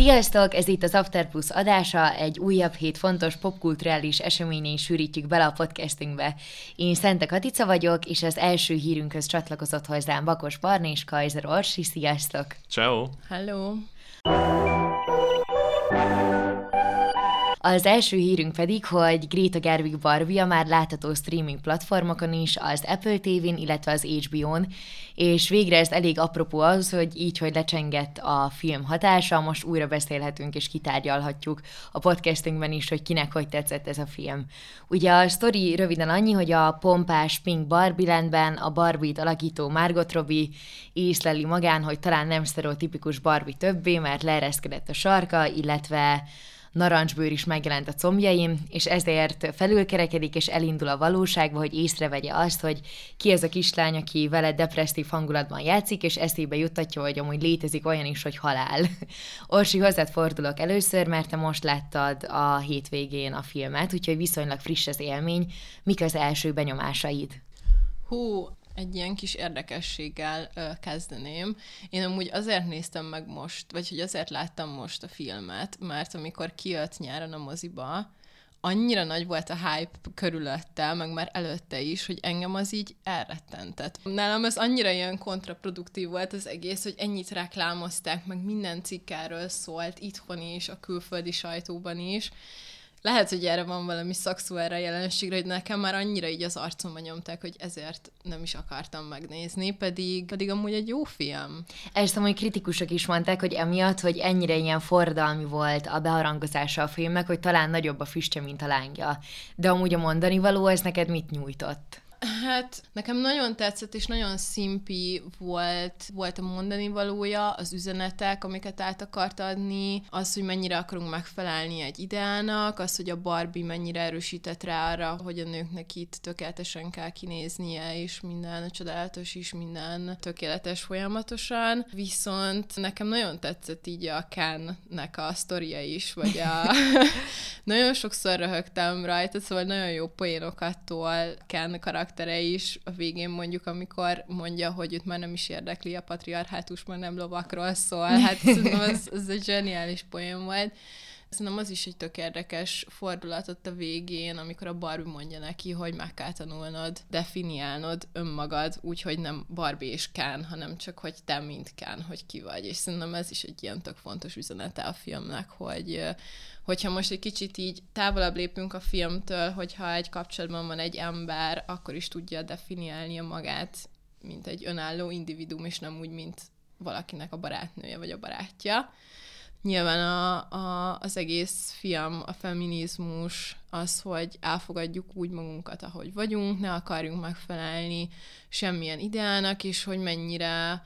Sziasztok! Ez itt az After Plus adása, egy újabb hét fontos popkulturális eseményén sűrítjük bele a podcastünkbe. Én Szente Katica vagyok, és az első hírünkhöz csatlakozott hozzám Bakos Barna és Kaiser Orsi. Sziasztok! Ciao! Hello! Az első hírünk pedig, hogy Greta Gerwig Barbie már látható streaming platformokon is, az Apple TV-n, illetve az HBO-n, és végre ez elég apropó az, hogy így, hogy lecsengett a film hatása, most újra beszélhetünk és kitárgyalhatjuk a podcastünkben is, hogy kinek hogy tetszett ez a film. Ugye a sztori röviden annyi, hogy a pompás Pink Barbie-landben a Barbie-t alakító Margot Robbie észleli magán, hogy talán nem sztereotipikus Barbie többé, mert leereszkedett a sarka, illetve narancsbőr is megjelent a combjaim, és ezért felülkerekedik és elindul a valóságba, hogy észrevegye azt, hogy ki ez a kislány, aki vele depresszív hangulatban játszik, és eszébe juttatja, hogy amúgy létezik olyan is, hogy halál. Orsi, hozzád fordulok először, mert te most láttad a hétvégén a filmet, úgyhogy viszonylag friss az élmény. Mik az első benyomásaid? Egy ilyen kis érdekességgel kezdeném. Én amúgy azért néztem meg most, vagy hogy azért láttam most a filmet, mert amikor kijött nyáron a moziba, annyira nagy volt a hype körülötte, meg már előtte is, hogy engem az így elrettentett. Nálam ez annyira ilyen kontraproduktív volt az egész, hogy ennyit reklámozták, meg minden cikk erről szólt, itthon is, a külföldi sajtóban is. Lehet, hogy erre van valami szakszó erre a jelenségre, hogy nekem már annyira így az arcomba nyomták, hogy ezért nem is akartam megnézni, pedig amúgy egy jó film. Ezt amúgy kritikusok is mondták, hogy emiatt, hogy ennyire ilyen forradalmi volt a beharangozása a filmnek, hogy talán nagyobb a füstje, mint a lángja. De amúgy a mondani való, ez neked mit nyújtott? Hát nekem nagyon tetszett, és nagyon szimpi volt a mondani valója, az üzenetek, amiket át akart adni, az, hogy mennyire akarunk megfelelni egy ideának, az, hogy a Barbie mennyire erősített rá arra, hogy a nőknek itt tökéletesen kell kinéznie, és minden csodálatos is, minden tökéletes folyamatosan. Viszont nekem nagyon tetszett így a Ken-nek a sztoria is, vagy nagyon sokszor röhögtem rajta, szóval nagyon jó poénokat tol Ken karakter is a végén mondjuk, amikor mondja, hogy őt már nem is érdekli a patriarhátus, már nem lovakról szól. Hát szerintem ez egy zseniális poén volt. Szerintem az is egy tök érdekes fordulat ott a végén, amikor a Barbie mondja neki, hogy meg kell tanulnod, definiálnod önmagad, úgyhogy nem Barbie és Ken, hanem csak, hogy te mint Ken, hogy ki vagy. És szerintem ez is egy ilyen tök fontos üzenete a filmnek, hogyha most egy kicsit így távolabb lépünk a filmtől, hogyha egy kapcsolatban van egy ember, akkor is tudja definiálnia magát, mint egy önálló individuum, és nem úgy, mint valakinek a barátnője vagy a barátja. Nyilván az egész film, a feminizmus, az, hogy elfogadjuk úgy magunkat, ahogy vagyunk, ne akarjunk megfelelni semmilyen ideának, és hogy mennyire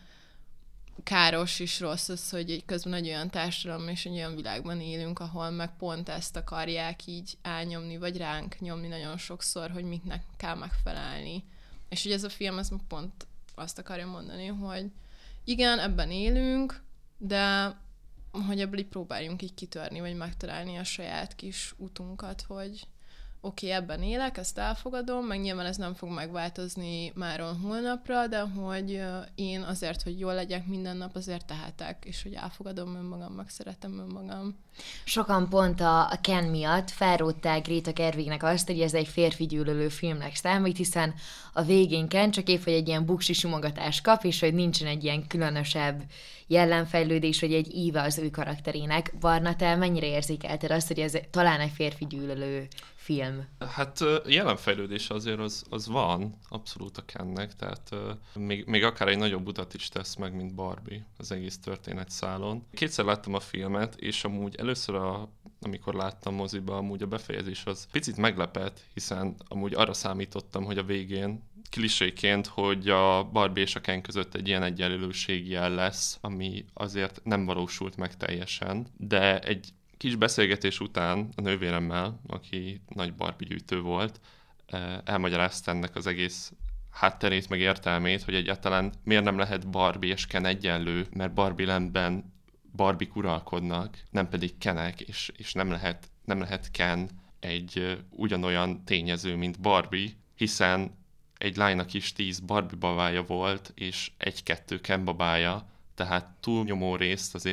káros és rossz az, hogy közben egy olyan társadalom és egy olyan világban élünk, ahol meg pont ezt akarják így elnyomni, vagy ránk nyomni nagyon sokszor, hogy miknek kell megfelelni. És hogy ez a film, ez pont azt akarja mondani, hogy igen, ebben élünk, de hogy ebből így próbáljunk így kitörni, vagy megtalálni a saját kis utunkat, hogy oké, ebben élek, ezt elfogadom, meg nyilván ez nem fog megváltozni máron holnapra, de hogy én azért, hogy jól legyek minden nap, azért tehetek, és hogy elfogadom önmagam, meg szeretem önmagam. Sokan pont a Ken miatt felrótták Greta Gerwignek azt, hogy ez egy férfi gyűlölő filmnek számít, hiszen a végén Ken csak épp, hogy egy ilyen buksi simogatást kap, és hogy nincsen egy ilyen különösebb jellemfejlődés, vagy egy íve az ő karakterének. Barna, te mennyire érzékelted azt, hogy ez talán egy férfi gyűlölő film? Hát jelenfejlődés azért az van, abszolút a Kennek, tehát még akár egy nagyobb utat is tesz meg, mint Barbie az egész történetszálon. Kétszer láttam a filmet, és amúgy először, amikor láttam moziba, amúgy a befejezés az picit meglepett, hiszen amúgy arra számítottam, hogy a végén kliséként, hogy a Barbie és a Ken között egy ilyen egyenlőségjel lesz, ami azért nem valósult meg teljesen, de egy kis beszélgetés után a nővéremmel, aki nagy Barbie gyűjtő volt, elmagyarázta ennek az egész hátterét, meg értelmét, hogy egyáltalán miért nem lehet Barbie és Ken egyenlő, mert Barbie Landben Barbie uralkodnak, nem pedig Kenek, és nem lehet Ken egy ugyanolyan tényező, mint Barbie, hiszen egy lánynak is 10 Barbie babája volt, és 1-2 Ken babája, tehát túlnyomó részt azért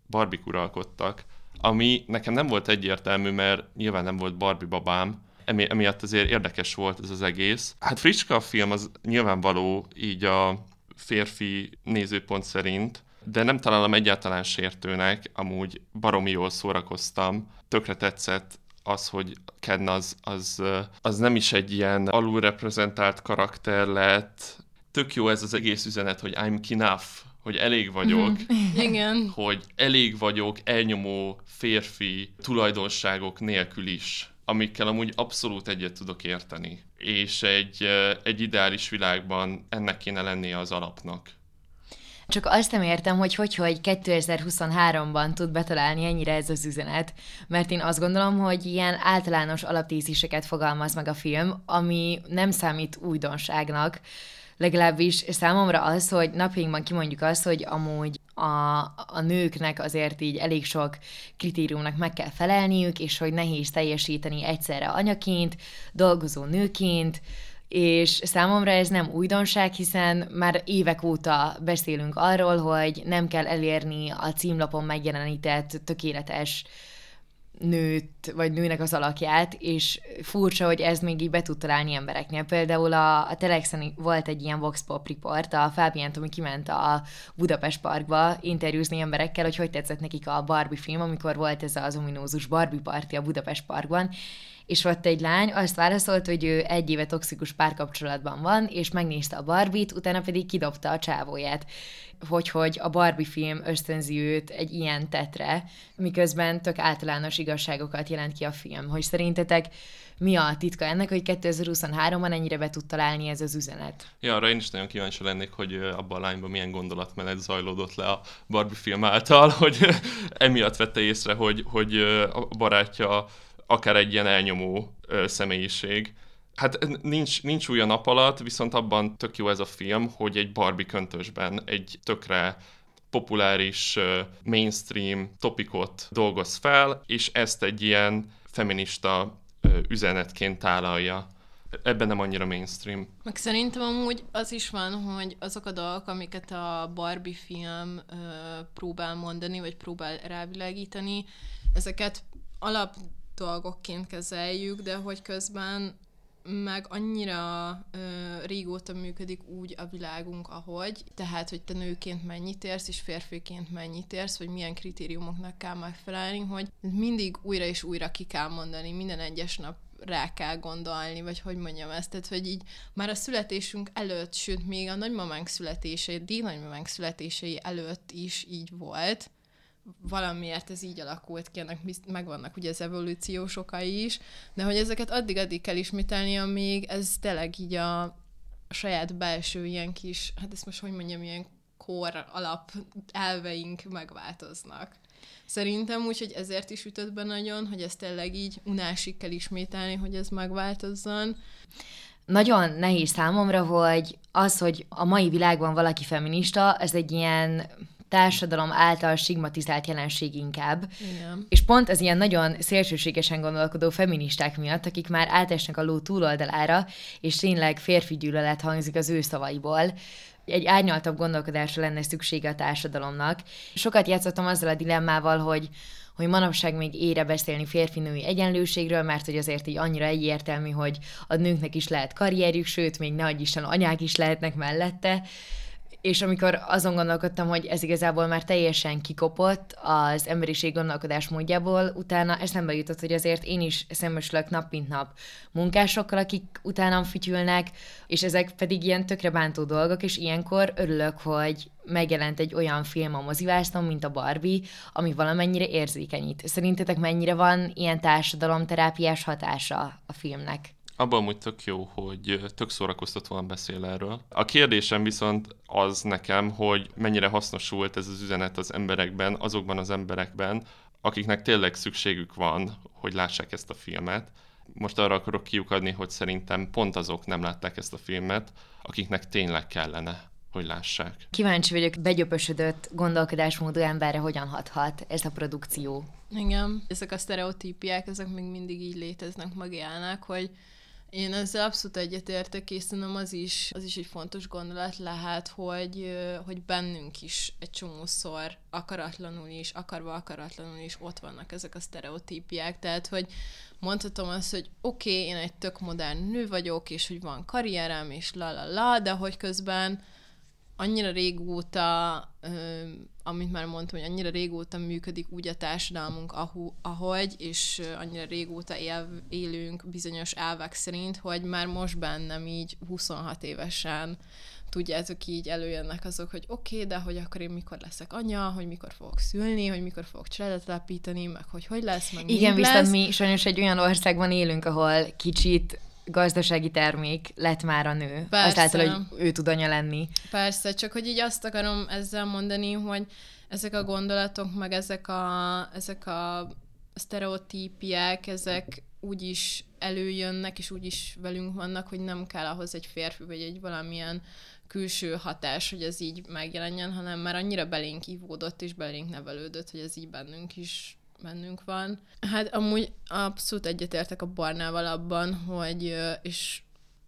Barbie uralkodtak, ami nekem nem volt egyértelmű, mert nyilván nem volt Barbie babám, emiatt azért érdekes volt ez az egész. Hát fricska a film, az nyilvánvaló így a férfi nézőpont szerint, de nem találom egyáltalán sértőnek, amúgy baromi jól szórakoztam, tökre tetszett az, hogy Ken az nem is egy ilyen alulreprezentált karakter lett. Tök jó ez az egész üzenet, hogy I'm enough, hogy elég vagyok. Igen. Hogy elég vagyok elnyomó férfi tulajdonságok nélkül is, amikkel amúgy abszolút egyet tudok érteni. És egy ideális világban ennek kéne lennie az alapnak. Csak azt nem értem, hogy 2023-ban tud betalálni ennyire ez az üzenet, mert én azt gondolom, hogy ilyen általános alaptéziseket fogalmaz meg a film, ami nem számít újdonságnak, legalábbis számomra az, hogy napjainkban kimondjuk azt, hogy amúgy a nőknek azért így elég sok kritériumnak meg kell felelniük, és hogy nehéz teljesíteni egyszerre anyaként, dolgozó nőként, és számomra ez nem újdonság, hiszen már évek óta beszélünk arról, hogy nem kell elérni a címlapon megjelenített tökéletes nőt, vagy nőnek az alakját, és furcsa, hogy ez még így be tud találni embereknél. Például a Telexen volt egy ilyen Vox Pop report, a Fábián Tomi kiment a Budapest Parkba interjúzni emberekkel, hogy tetszett nekik a Barbie film, amikor volt ez az ominózus Barbie party a Budapest Parkban, és ott egy lány azt válaszolt, hogy ő 1 éve toxikus párkapcsolatban van, és megnézte a Barbie-t, utána pedig kidobta a csávóját. Hogy a Barbie film ösztönzi őt egy ilyen tettre, miközben tök általános igazságokat jelent ki a film. Hogy szerintetek mi a titka ennek, hogy 2023-ban ennyire be tud találni ez az üzenet? Ja, arra én is nagyon kíváncsi lennék, hogy abban a lányban milyen gondolatmenet zajlódott le a Barbie film által, hogy emiatt vette észre, hogy a barátja akár egy ilyen elnyomó személyiség. Hát nincs új a nap alatt, viszont abban tök jó ez a film, hogy egy Barbie köntösben egy tökre populáris mainstream topikot dolgoz fel, és ezt egy ilyen feminista üzenetként tálalja. Ebben nem annyira mainstream. Meg szerintem amúgy az is van, hogy azok a dolgok, amiket a Barbie film próbál mondani, vagy próbál rávilágítani, ezeket alapdolgokként kezeljük, de hogy közben meg annyira régóta működik úgy a világunk, ahogy, tehát, hogy te nőként mennyit érsz, és férfiként mennyit érsz, vagy milyen kritériumoknak kell megfelelni, hogy mindig újra és újra ki kell mondani, minden egyes nap rá kell gondolni, vagy hogy mondjam ezt, tehát, hogy így már a születésünk előtt, sőt, még a nagymamánk születései, dédnagymamánk születései előtt is így volt, valamiért ez így alakult ki, ennek megvannak ugye az evolúciós okai is, de hogy ezeket addig kell ismételni, amíg ez tényleg így a saját belső ilyen kis, hát ezt most hogy mondjam, ilyen kor alap elveink megváltoznak. Szerintem úgy, hogy ezért is ütött be nagyon, hogy ezt tényleg így unásig kell ismételni, hogy ez megváltozzon. Nagyon nehéz számomra, hogy az, hogy a mai világban valaki feminista, ez egy ilyen társadalom által stigmatizált jelenség inkább. Igen. És pont az ilyen nagyon szélsőségesen gondolkodó feministák miatt, akik már átesnek a ló túloldalára, és tényleg férfi gyűlölet hangzik az ő szavaiból, egy árnyaltabb gondolkodásra lenne szüksége a társadalomnak. Sokat játszottam azzal a dilemmával, hogy manapság még ére beszélni férfi-női egyenlőségről, mert hogy azért így annyira egyértelmű, hogy a nőknek is lehet karrierjük, sőt, még ne adj Isten, anyák is lehetnek mellette. És amikor azon gondolkodtam, hogy ez igazából már teljesen kikopott az emberiség gondolkodásmódjából, utána eszembe jutott, hogy azért én is szembesülök nap mint nap munkásokkal, akik utánam fütyülnek, és ezek pedig ilyen tökre bántó dolgok, és ilyenkor örülök, hogy megjelent egy olyan film a mozivásznon, mint a Barbie, ami valamennyire érzékenyít. Szerintetek mennyire van ilyen társadalomterápiás hatása a filmnek? Abban amúgy tök jó, hogy tök szórakoztatóan beszél erről. A kérdésem viszont az nekem, hogy mennyire hasznosult ez az üzenet az emberekben, azokban az emberekben, akiknek tényleg szükségük van, hogy lássák ezt a filmet. Most arra akarok kiukadni, hogy szerintem pont azok nem látták ezt a filmet, akiknek tényleg kellene, hogy lássák. Kíváncsi vagyok, begyöpösödött gondolkodásmódú emberre hogyan hathat ez a produkció. Igen, ezek a sztereotípiák, ezek még mindig így léteznek, megélnek, hogy Én ezzel abszolút egyetértek, és szerintem az is egy fontos gondolat lehet, hogy bennünk is egy csomószor akaratlanul is, akarva-akaratlanul is ott vannak ezek a sztereotípiák, tehát, hogy mondhatom azt, hogy oké, én egy tök modern nő vagyok, és hogy van karrierem, és la, de hogy közben annyira régóta, amit már mondtam, hogy annyira régóta működik úgy a társadalmunk, ahogy, és annyira régóta élünk bizonyos elvek szerint, hogy már most bennem így 26 évesen, tudjátok, így előjönnek azok, hogy oké, de hogy akkor én mikor leszek anya, hogy mikor fogok szülni, hogy mikor fogok családot alapítani, meg hogy lesz, meg igen, mi lesz. viszont mi sajnos egy olyan országban élünk, ahol kicsit gazdasági termék lett már a nő. Persze. Azáltal, hogy ő tud anya lenni. Persze, csak hogy így azt akarom ezzel mondani, hogy ezek a gondolatok, meg ezek a sztereotípiák, ezek úgy is előjönnek, és úgy is velünk vannak, hogy nem kell ahhoz egy férfi, vagy egy valamilyen külső hatás, hogy ez így megjelenjen, hanem már annyira belénk ivódott, és belénk nevelődött, hogy ez így bennünk van. Hát amúgy abszolút egyetértek a Barnával abban, hogy és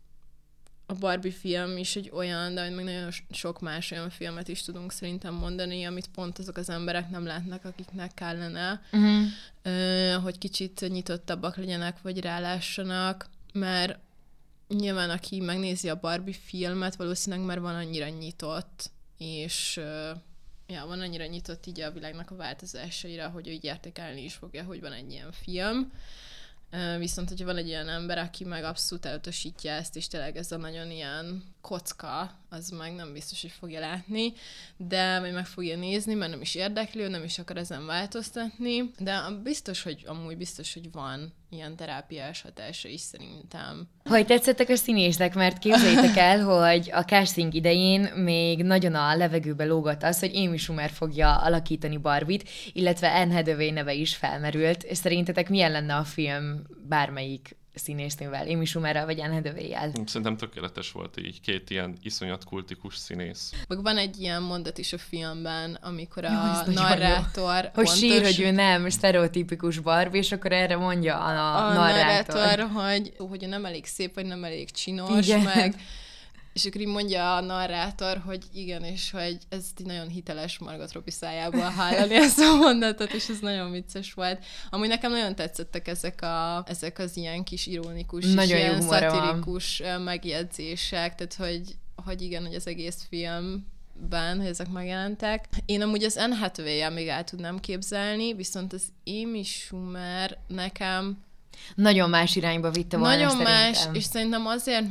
a Barbie film is egy olyan, de még nagyon sok más olyan filmet is tudunk szerintem mondani, amit pont azok az emberek nem látnak, akiknek kellene, hogy kicsit nyitottabbak legyenek, vagy rálássanak, mert nyilván aki megnézi a Barbie filmet, valószínűleg már van annyira nyitott, és van annyira nyitott így a világnak a változásaira, hogy ő így értékelni is fogja, hogy van egy ilyen film. Viszont, hogyha van egy olyan ember, aki meg abszolút elutasítja ezt, és tényleg ez a nagyon ilyen kocka, az meg nem biztos, hogy fogja látni, de vagy meg fogja nézni, mert nem is érdekli, nem is akar ezen változtatni, de biztos, hogy van ilyen terápiás hatása is szerintem. Hogy tetszettek a színészek, mert képzeljétek el, hogy a casting idején még nagyon a levegőbe lógott az, hogy Amy Schumer fogja alakítani Barbie-t, illetve Anne Hathaway neve is felmerült, és szerintetek milyen lenne a film bármelyik színésznővel, Amy Schumerrel vagy Anne Hathaway-jel? Szerintem tökéletes volt így két ilyen iszonyat kultikus színész. Meg van egy ilyen mondat is a filmben, amikor a narrátor... Hogy sír, hogy ő nem sztereotipikus Barbie, és akkor erre mondja a narrátor. hogy nem elég szép, vagy nem elég csinos, igen. Meg... És akkor így mondja a narrátor, hogy igen, és hogy ez így nagyon hiteles Margot Robbie szájából hallani ezt a mondatot, és ez nagyon vicces volt. Amúgy nekem nagyon tetszettek ezek az ilyen kis ironikus, nagyon és ilyen szatirikus megjegyzések, tehát hogy igen, hogy az egész filmben, hogy ezek megjelentek. Én amúgy az Anne Hathaway-jel még el tudnám képzelni, viszont az Amy Schumer nekem nagyon más irányba vitte volna nagyon szerintem. más, és szerintem azért,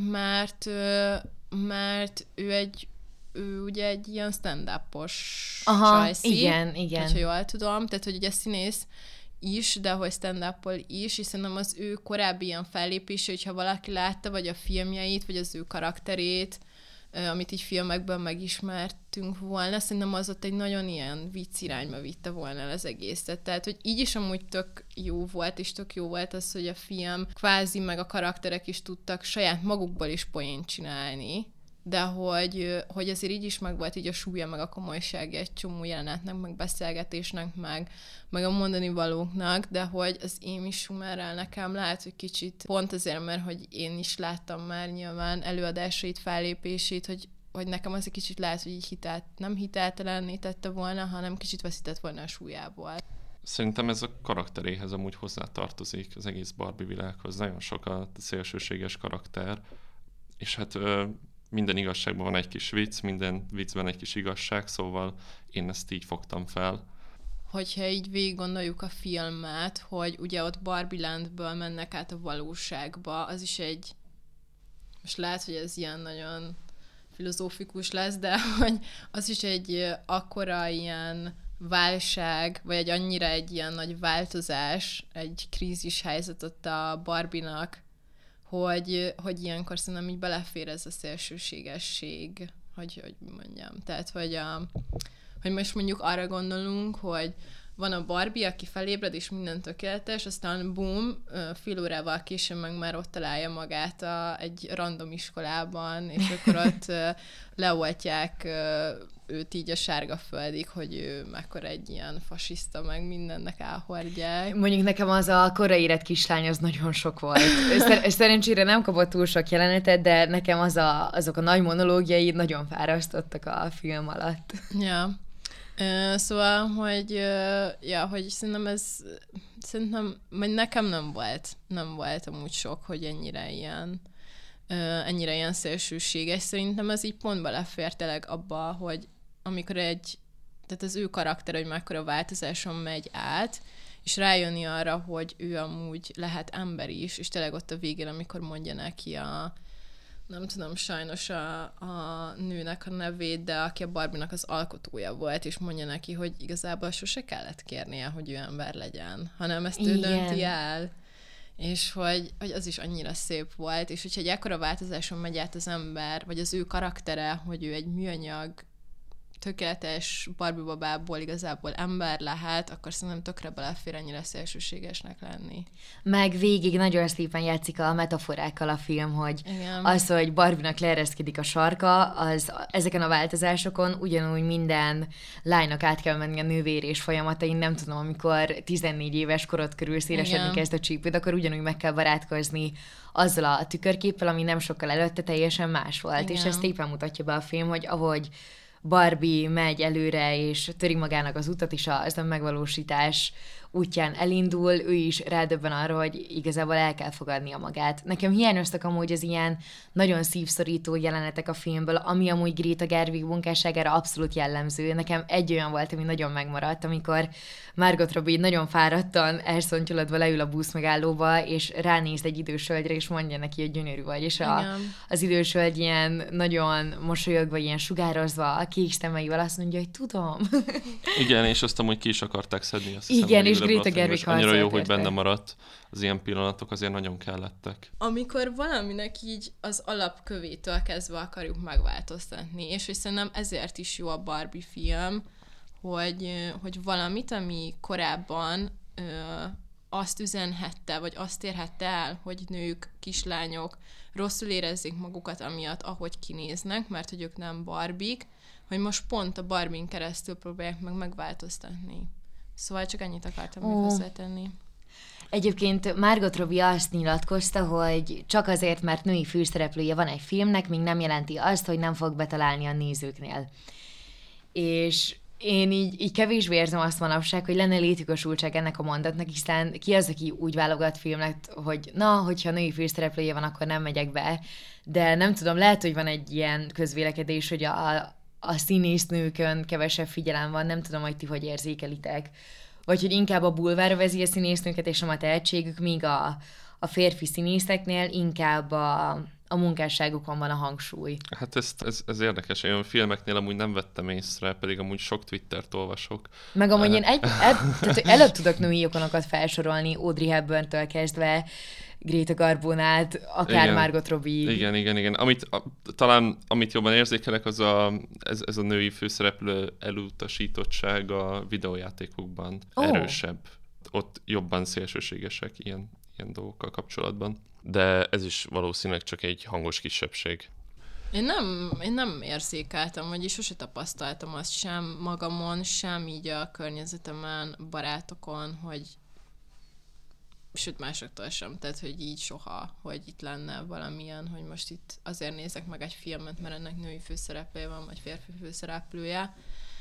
mert ő ugye egy ilyen stand-up-os csajszi. Igen. Hogyha jól tudom, tehát hogy ugye színész is, de hogy stand-up-ol is, és szerintem az ő korábbi ilyen fellépése, hogyha valaki látta, vagy a filmjeit, vagy az ő karakterét, amit így filmekben megismertünk volna, szerintem az ott egy nagyon ilyen vicc irányba vitte volna el az egészet. Tehát, hogy így is amúgy tök jó volt, és tök jó volt az, hogy a film kvázi meg a karakterek is tudtak saját magukból is poént csinálni, de hogy azért így is meg volt így a súlya, meg a komolyság egy csomó jelenetnek, meg beszélgetésnek, meg a mondani valóknak, de hogy az Amy Schumerrel nekem lehet, hogy kicsit pont azért, mert hogy én is láttam már nyilván előadásait, fellépését, hogy nekem az egy kicsit lehet, hogy így nem hiteltelenné tette volna, hanem kicsit veszített volna a súlyából. Szerintem ez a karakteréhez amúgy hozzátartozik az egész Barbie világhoz. Nagyon sok a szélsőséges karakter, és hát minden igazságban van egy kis vicc, minden viccben egy kis igazság, szóval én ezt így fogtam fel. Hogyha így végig gondoljuk a filmet, hogy ugye ott Barbie Landből mennek át a valóságba, az is egy, most lehet, hogy ez ilyen nagyon filozófikus lesz, de hogy az is egy akkora ilyen válság, vagy annyira egy ilyen nagy változás, egy krízis helyzet ott a Barbie-nak, hogy ilyenkor szerintem így belefér ez a szélsőségesség, hogy mondjam. Tehát, hogy most mondjuk arra gondolunk, hogy van a Barbie, aki felébred, és minden tökéletes, aztán boom, fél órával később meg már ott találja magát egy random iskolában, és akkor ott leoltják őt így a sárga földig, hogy ő mekkora egy ilyen fasiszta, meg mindennek elhordják. Mondjuk nekem az a korai érett kislány az nagyon sok volt. Szerencsére nem kapott túl sok jelenetet, de nekem azok a nagy monológiai nagyon fárasztottak a film alatt. Ja. Szóval, hogy szerintem, vagy nekem nem volt amúgy sok, hogy ennyire ilyen szélsőséges. Szerintem ez így pont belefér tényleg abba, hogy amikor tehát az ő karakter, hogy mekkora változáson megy át, és rájönni arra, hogy ő amúgy lehet ember is, és tényleg ott a végén, amikor mondja neki nem tudom sajnos a nőnek a nevét, de aki a Barbie-nak az alkotója volt, és mondja neki, hogy igazából sose kellett kérnie, hogy ő ember legyen, hanem ezt ő dönti el. És hogy az is annyira szép volt, és hogyha egy ekkora változáson megy át az ember, vagy az ő karaktere, hogy ő egy műanyag, tökéletes Barbie babából igazából ember lehet, akkor szerintem tökre belefér ennyire szélsőségesnek lenni. Meg végig nagyon szépen játszik a metaforákkal a film, hogy igen. Az, hogy Barbie-nak leereszkedik a sarka, az ezeken a változásokon ugyanúgy minden lánynak át kell menni a nővérés folyamatain, nem tudom, amikor 14 éves korod körül szélesedni kezd a csípőd, akkor ugyanúgy meg kell barátkozni azzal a tükörképpel, ami nem sokkal előtte teljesen más volt. Igen. És ezt éppen mutatja be a film, hogy ahogy Barbie megy előre, és töri magának az utat, és az a megvalósítás útján elindul, ő is rádöbben arra, hogy igazából el kell fogadnia magát. Nekem hiányoztak amúgy az ilyen nagyon szívszorító jelenetek a filmből, ami amúgy Greta Gerwig munkásságára abszolút jellemző. Nekem egy olyan volt, ami nagyon megmaradt, amikor Margot Robbie nagyon fáradtan, elszontyolodva leül a buszmegállóba, és ránéz egy idős hölgyre, és mondja neki, hogy gyönyörű vagy, és az idős hölgy ilyen nagyon mosolyogva, ilyen sugározva, a kék szemeivel azt mondja, hogy tudom. Igen, és azt amúgy ki is akarták szedni. Azt hiszem, igen, és Greta Gerwig annyira jó, hogy benne maradt. Az ilyen pillanatok azért nagyon kellettek. Amikor valaminek így az alapkövétől kezdve akarjuk megváltoztatni, és hogy szerintem ezért is jó a Barbie film, hogy valamit, ami korábban azt üzenhette, vagy azt érhette el, hogy nők, kislányok rosszul érezzék magukat amiatt, ahogy kinéznek, mert hogy ők nem Barbik, hogy most pont a Barbie-n keresztül próbálják meg megváltoztatni. Szóval csak ennyit akartam még hozzátenni. Egyébként Margot Robbie azt nyilatkozta, hogy csak azért, mert női főszereplője van egy filmnek, még nem jelenti azt, hogy nem fog betalálni a nézőknél. És én így kevésbé érzem azt manapság, hogy lenne létjogosultság ennek a mondatnak, hiszen ki az, aki úgy válogat filmet, hogy hogyha női főszereplője van, akkor nem megyek be. De nem tudom, lehet, hogy van egy ilyen közvélekedés, hogy a színésznőkön kevesebb figyelem van, nem tudom, hogy ti hogy érzékelitek. Vagy hogy inkább a bulvár vezi a színésznőket, és nem a tehetségük, míg a férfi színészeknél inkább a munkásságukon van a hangsúly. Hát ez érdekes. Én a filmeknél amúgy nem vettem észre, pedig amúgy sok Twittert olvasok. Meg amúgy én előbb tudok női ikonokat felsorolni, Audrey Hepburntől kezdve, Greta Garbo-n át, akár igen, Margot Robbie. Igen. Amit jobban érzékelek, az ez a női főszereplő elutasítottság a videójátékokban erősebb. Ott jobban szélsőségesek ilyen dolgokkal kapcsolatban. De ez is valószínűleg csak egy hangos kisebbség. Én nem érzékeltem, vagyis sose tapasztaltam azt sem magamon, sem így a környezetemen, barátokon, hogy sőt másoktól sem, tehát hogy így soha, hogy itt lenne valamilyen, hogy most itt azért nézek meg egy filmet, mert ennek női főszereplője van, vagy férfi főszereplője.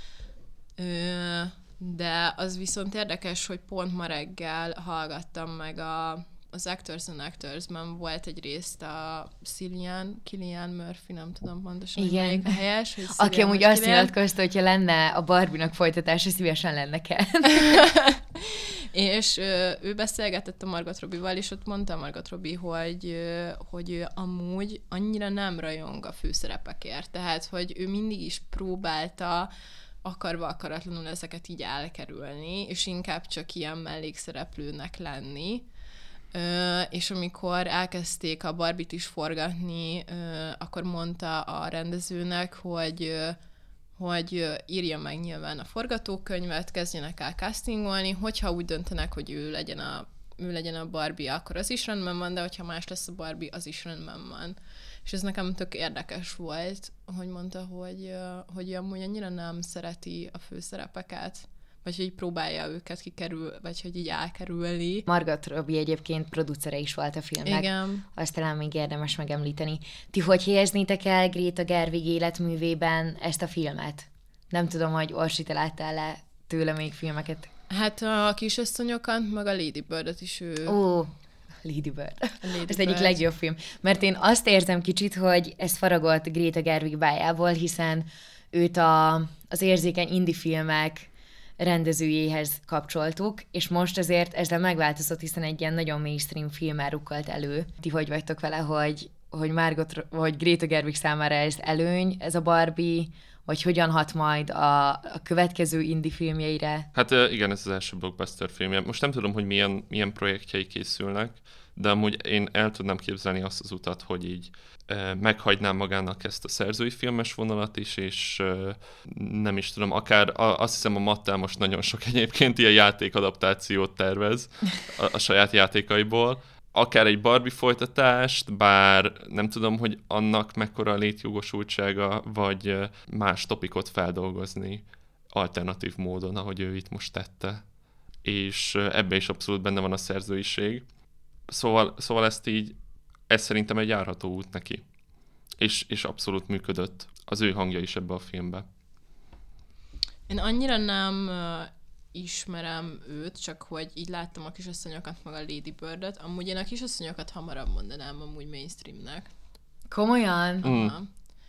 De az viszont érdekes, hogy pont ma reggel hallgattam meg az Actors and Actors-ben volt egy részt a Cillian Murphy, nem tudom pontosan, hogy melyik a helyes. Hogy aki amúgy azt nyilatkozta, hogyha lenne a Barbie-nak folytatása, szívesen lenne kell. És ő beszélgetett a Margot Robbie-val, és ott mondta Margot Robbie, hogy ő amúgy annyira nem rajong a főszerepekért. Tehát, hogy ő mindig is próbálta akarva akaratlanul ezeket így elkerülni, és inkább csak ilyen mellékszereplőnek lenni. És amikor elkezdték a Barbie-t is forgatni, akkor mondta a rendezőnek, írja meg nyilván a forgatókönyvet, kezdjenek el castingolni, hogyha úgy döntenek, hogy ő legyen a Barbie, akkor az is rendben van, de hogyha más lesz a Barbie, az is rendben van. És ez nekem tök érdekes volt, hogy mondta, hogy amúgy annyira nem szereti a főszerepeket, vagy hogy így próbálja őket vagy hogy így elkerülni. Margot Robbie egyébként producere is volt a filmnek. Igen. Azt talán még érdemes megemlíteni. Ti hogy helyeznétek el Greta Gerwig életművében ezt a filmet? Nem tudom, hogy Orsi, te láttál-e tőle még filmeket? Hát a Kisasszonyokat, meg a Lady Bird-öt is ő... Lady Bird. Lady Ez egyik Bird. legjobb film. Mert én azt érzem kicsit, hogy ez faragott Greta Gerwig bájából, hiszen őt az érzékeny indie filmek rendezőjéhez kapcsoltuk, és most azért ezzel megváltozott, hiszen egy ilyen nagyon mainstream filmmel rukkolt elő. Ti hogy vagytok vele, hogy Greta Gerwig számára ez előny, ez a Barbie, vagy hogyan hat majd a következő indie filmjeire? Hát igen, ez az első blockbuster filmje. Most nem tudom, hogy milyen projektjei készülnek, de amúgy én el tudnám képzelni azt az utat, hogy így meghagynám magának ezt a szerzői filmes vonalat is, és nem is tudom, akár azt hiszem a Mattel most nagyon sok egyébként ilyen játékadaptációt tervez a saját játékaiból, akár egy Barbie folytatást, bár nem tudom, hogy annak mekkora a létjogosultsága, vagy más topikot feldolgozni alternatív módon, ahogy ő itt most tette. És ebben is abszolút benne van a szerzőiség. Szóval ez szerintem egy járható út neki. És abszolút működött az ő hangja is ebbe a filmbe. Én annyira nem ismerem őt, csak hogy így láttam a Kisasszonyokat, meg a Lady Bird-öt. Amúgy én a Kisasszonyokat hamarabb mondanám amúgy mainstreamnek. Komolyan? Aha.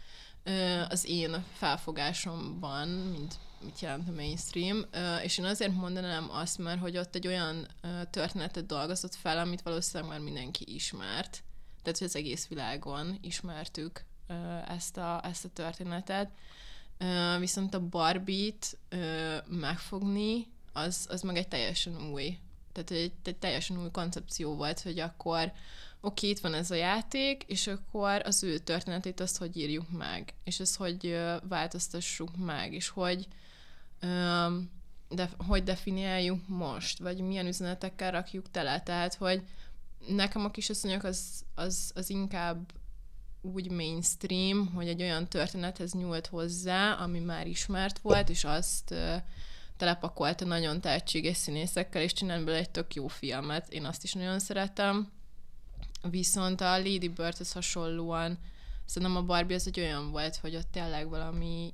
Az én felfogásomban, mit jelent a mainstream, és én azért mondanám azt, mert hogy ott egy olyan történetet dolgozott fel, amit valószínűleg már mindenki ismert. Tehát, hogy az egész világon ismertük ezt a történetet. Viszont a Barbie-t megfogni, az meg egy teljesen új. Tehát egy teljesen új koncepció volt, hogy akkor oké, itt van ez a játék, és akkor az ő történetét azt hogy írjuk meg, és ezt hogy változtassuk meg, és hogy definiáljuk most, vagy milyen üzenetekkel rakjuk tele. Tehát, hogy nekem a Kisasszonyok az inkább úgy mainstream, hogy egy olyan történethez nyúlt hozzá, ami már ismert volt, és azt telepakolta nagyon tehetséges színészekkel, és csinált bele egy tök jó filmet. Én azt is nagyon szeretem. Viszont a Lady Birdhöz hasonlóan szerintem a Barbie az egy olyan volt, hogy ott tényleg valami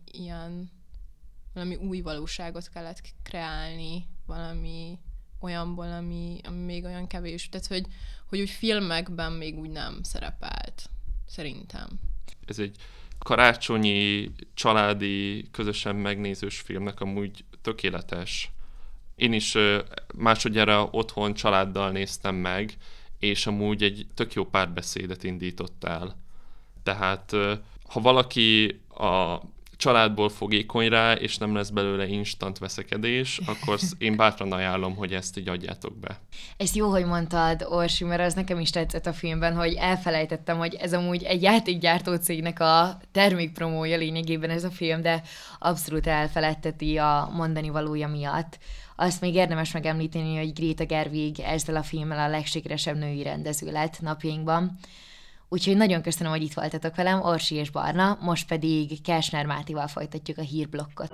új valóságot kellett kreálni, valami olyanból, ami még olyan kevés. Tehát, hogy úgy filmekben még úgy nem szerepelt. Szerintem. Ez egy karácsonyi, családi, közösen megnézős filmnek amúgy tökéletes. Én is másodjára otthon családdal néztem meg, és amúgy egy tök jó párbeszédet indított el. Tehát ha valaki a családból fogékony rá, és nem lesz belőle instant veszekedés, akkor én bátran ajánlom, hogy ezt így adjátok be. Ezt jó, hogy mondtad, Orsi, mert az nekem is tetszett a filmben, hogy elfelejtettem, hogy ez amúgy egy játékgyártó cégnek a termékpromója lényegében ez a film, de abszolút elfelejteti a mondani valója miatt. Azt még érdemes megemlíteni, hogy Greta Gerwig ezzel a filmmel a legsikeresebb női rendező lett napjainkban. Úgyhogy nagyon köszönöm, hogy itt voltatok velem, Orsi és Barna, most pedig Kersner Mátival folytatjuk a hírblokkot.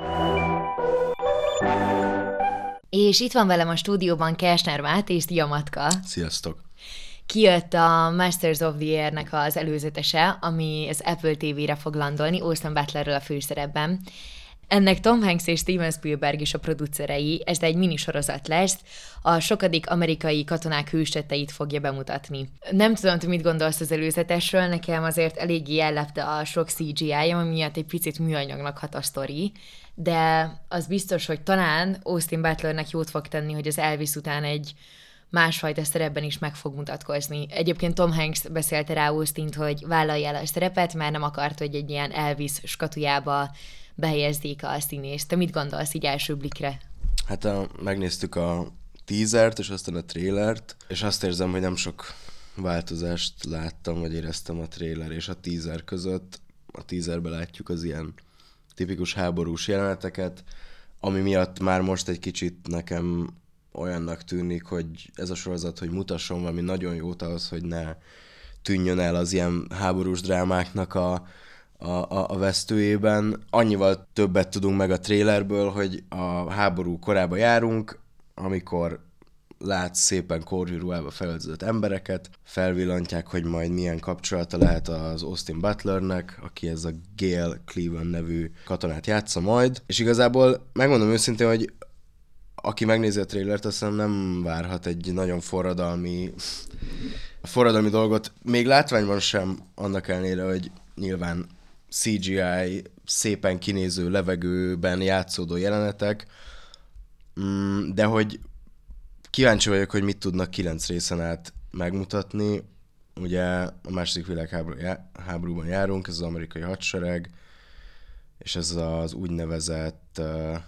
És itt van velem a stúdióban Kersner Máté és Tia Matka. Sziasztok! Kijött a Masters of the Air-nek az előzetese, ami az Apple TV-re fog landolni, Austin Butlerről a főszerepben. Ennek Tom Hanks és Steven Spielberg is a producerei, ez egy minisorozat lesz, a sokadik amerikai katonák hőstetteit fogja bemutatni. Nem tudom, te mit gondolsz az előzetesről, nekem azért eléggé ellepte a sok CGI-ja, ami miatt egy picit műanyagnak hat a sztori, de az biztos, hogy talán Austin Butlernek jót fog tenni, hogy az Elvis után egy másfajta szerepben is meg fog mutatkozni. Egyébként Tom Hanks beszélte rá Austint, hogy vállalja el a szerepet, mert nem akart, hogy egy ilyen Elvis skatujába behelyezzék a színészt. Te mit gondolsz így első blikre? Hát megnéztük a teasert, és aztán a trailert, és azt érzem, hogy nem sok változást láttam, vagy éreztem a trailer és a teaser között. A teaserben látjuk az ilyen tipikus háborús jeleneteket, ami miatt már most egy kicsit nekem olyannak tűnik, hogy ez a sorozat, hogy mutasson valami nagyon jót ahhoz, hogy ne tűnjön el az ilyen háborús drámáknak a vesztőjében. Annyival többet tudunk meg a trailerből, hogy a háború korába járunk, amikor látsz szépen korhű ruhába felöltözött embereket, felvillantják, hogy majd milyen kapcsolata lehet az Austin Butlernek, aki ez a Gale Cleveland nevű katonát játsza majd, és igazából megmondom őszintén, hogy aki megnézi a trailert, azt hiszem nem várhat egy nagyon forradalmi dolgot, még látványban sem, annak ellenére, hogy nyilván CGI, szépen kinéző levegőben játszódó jelenetek, de hogy kíváncsi vagyok, hogy mit tudnak 9 részen át megmutatni. Ugye a második világháborúban járunk, ez az amerikai hadsereg, és ez az úgynevezett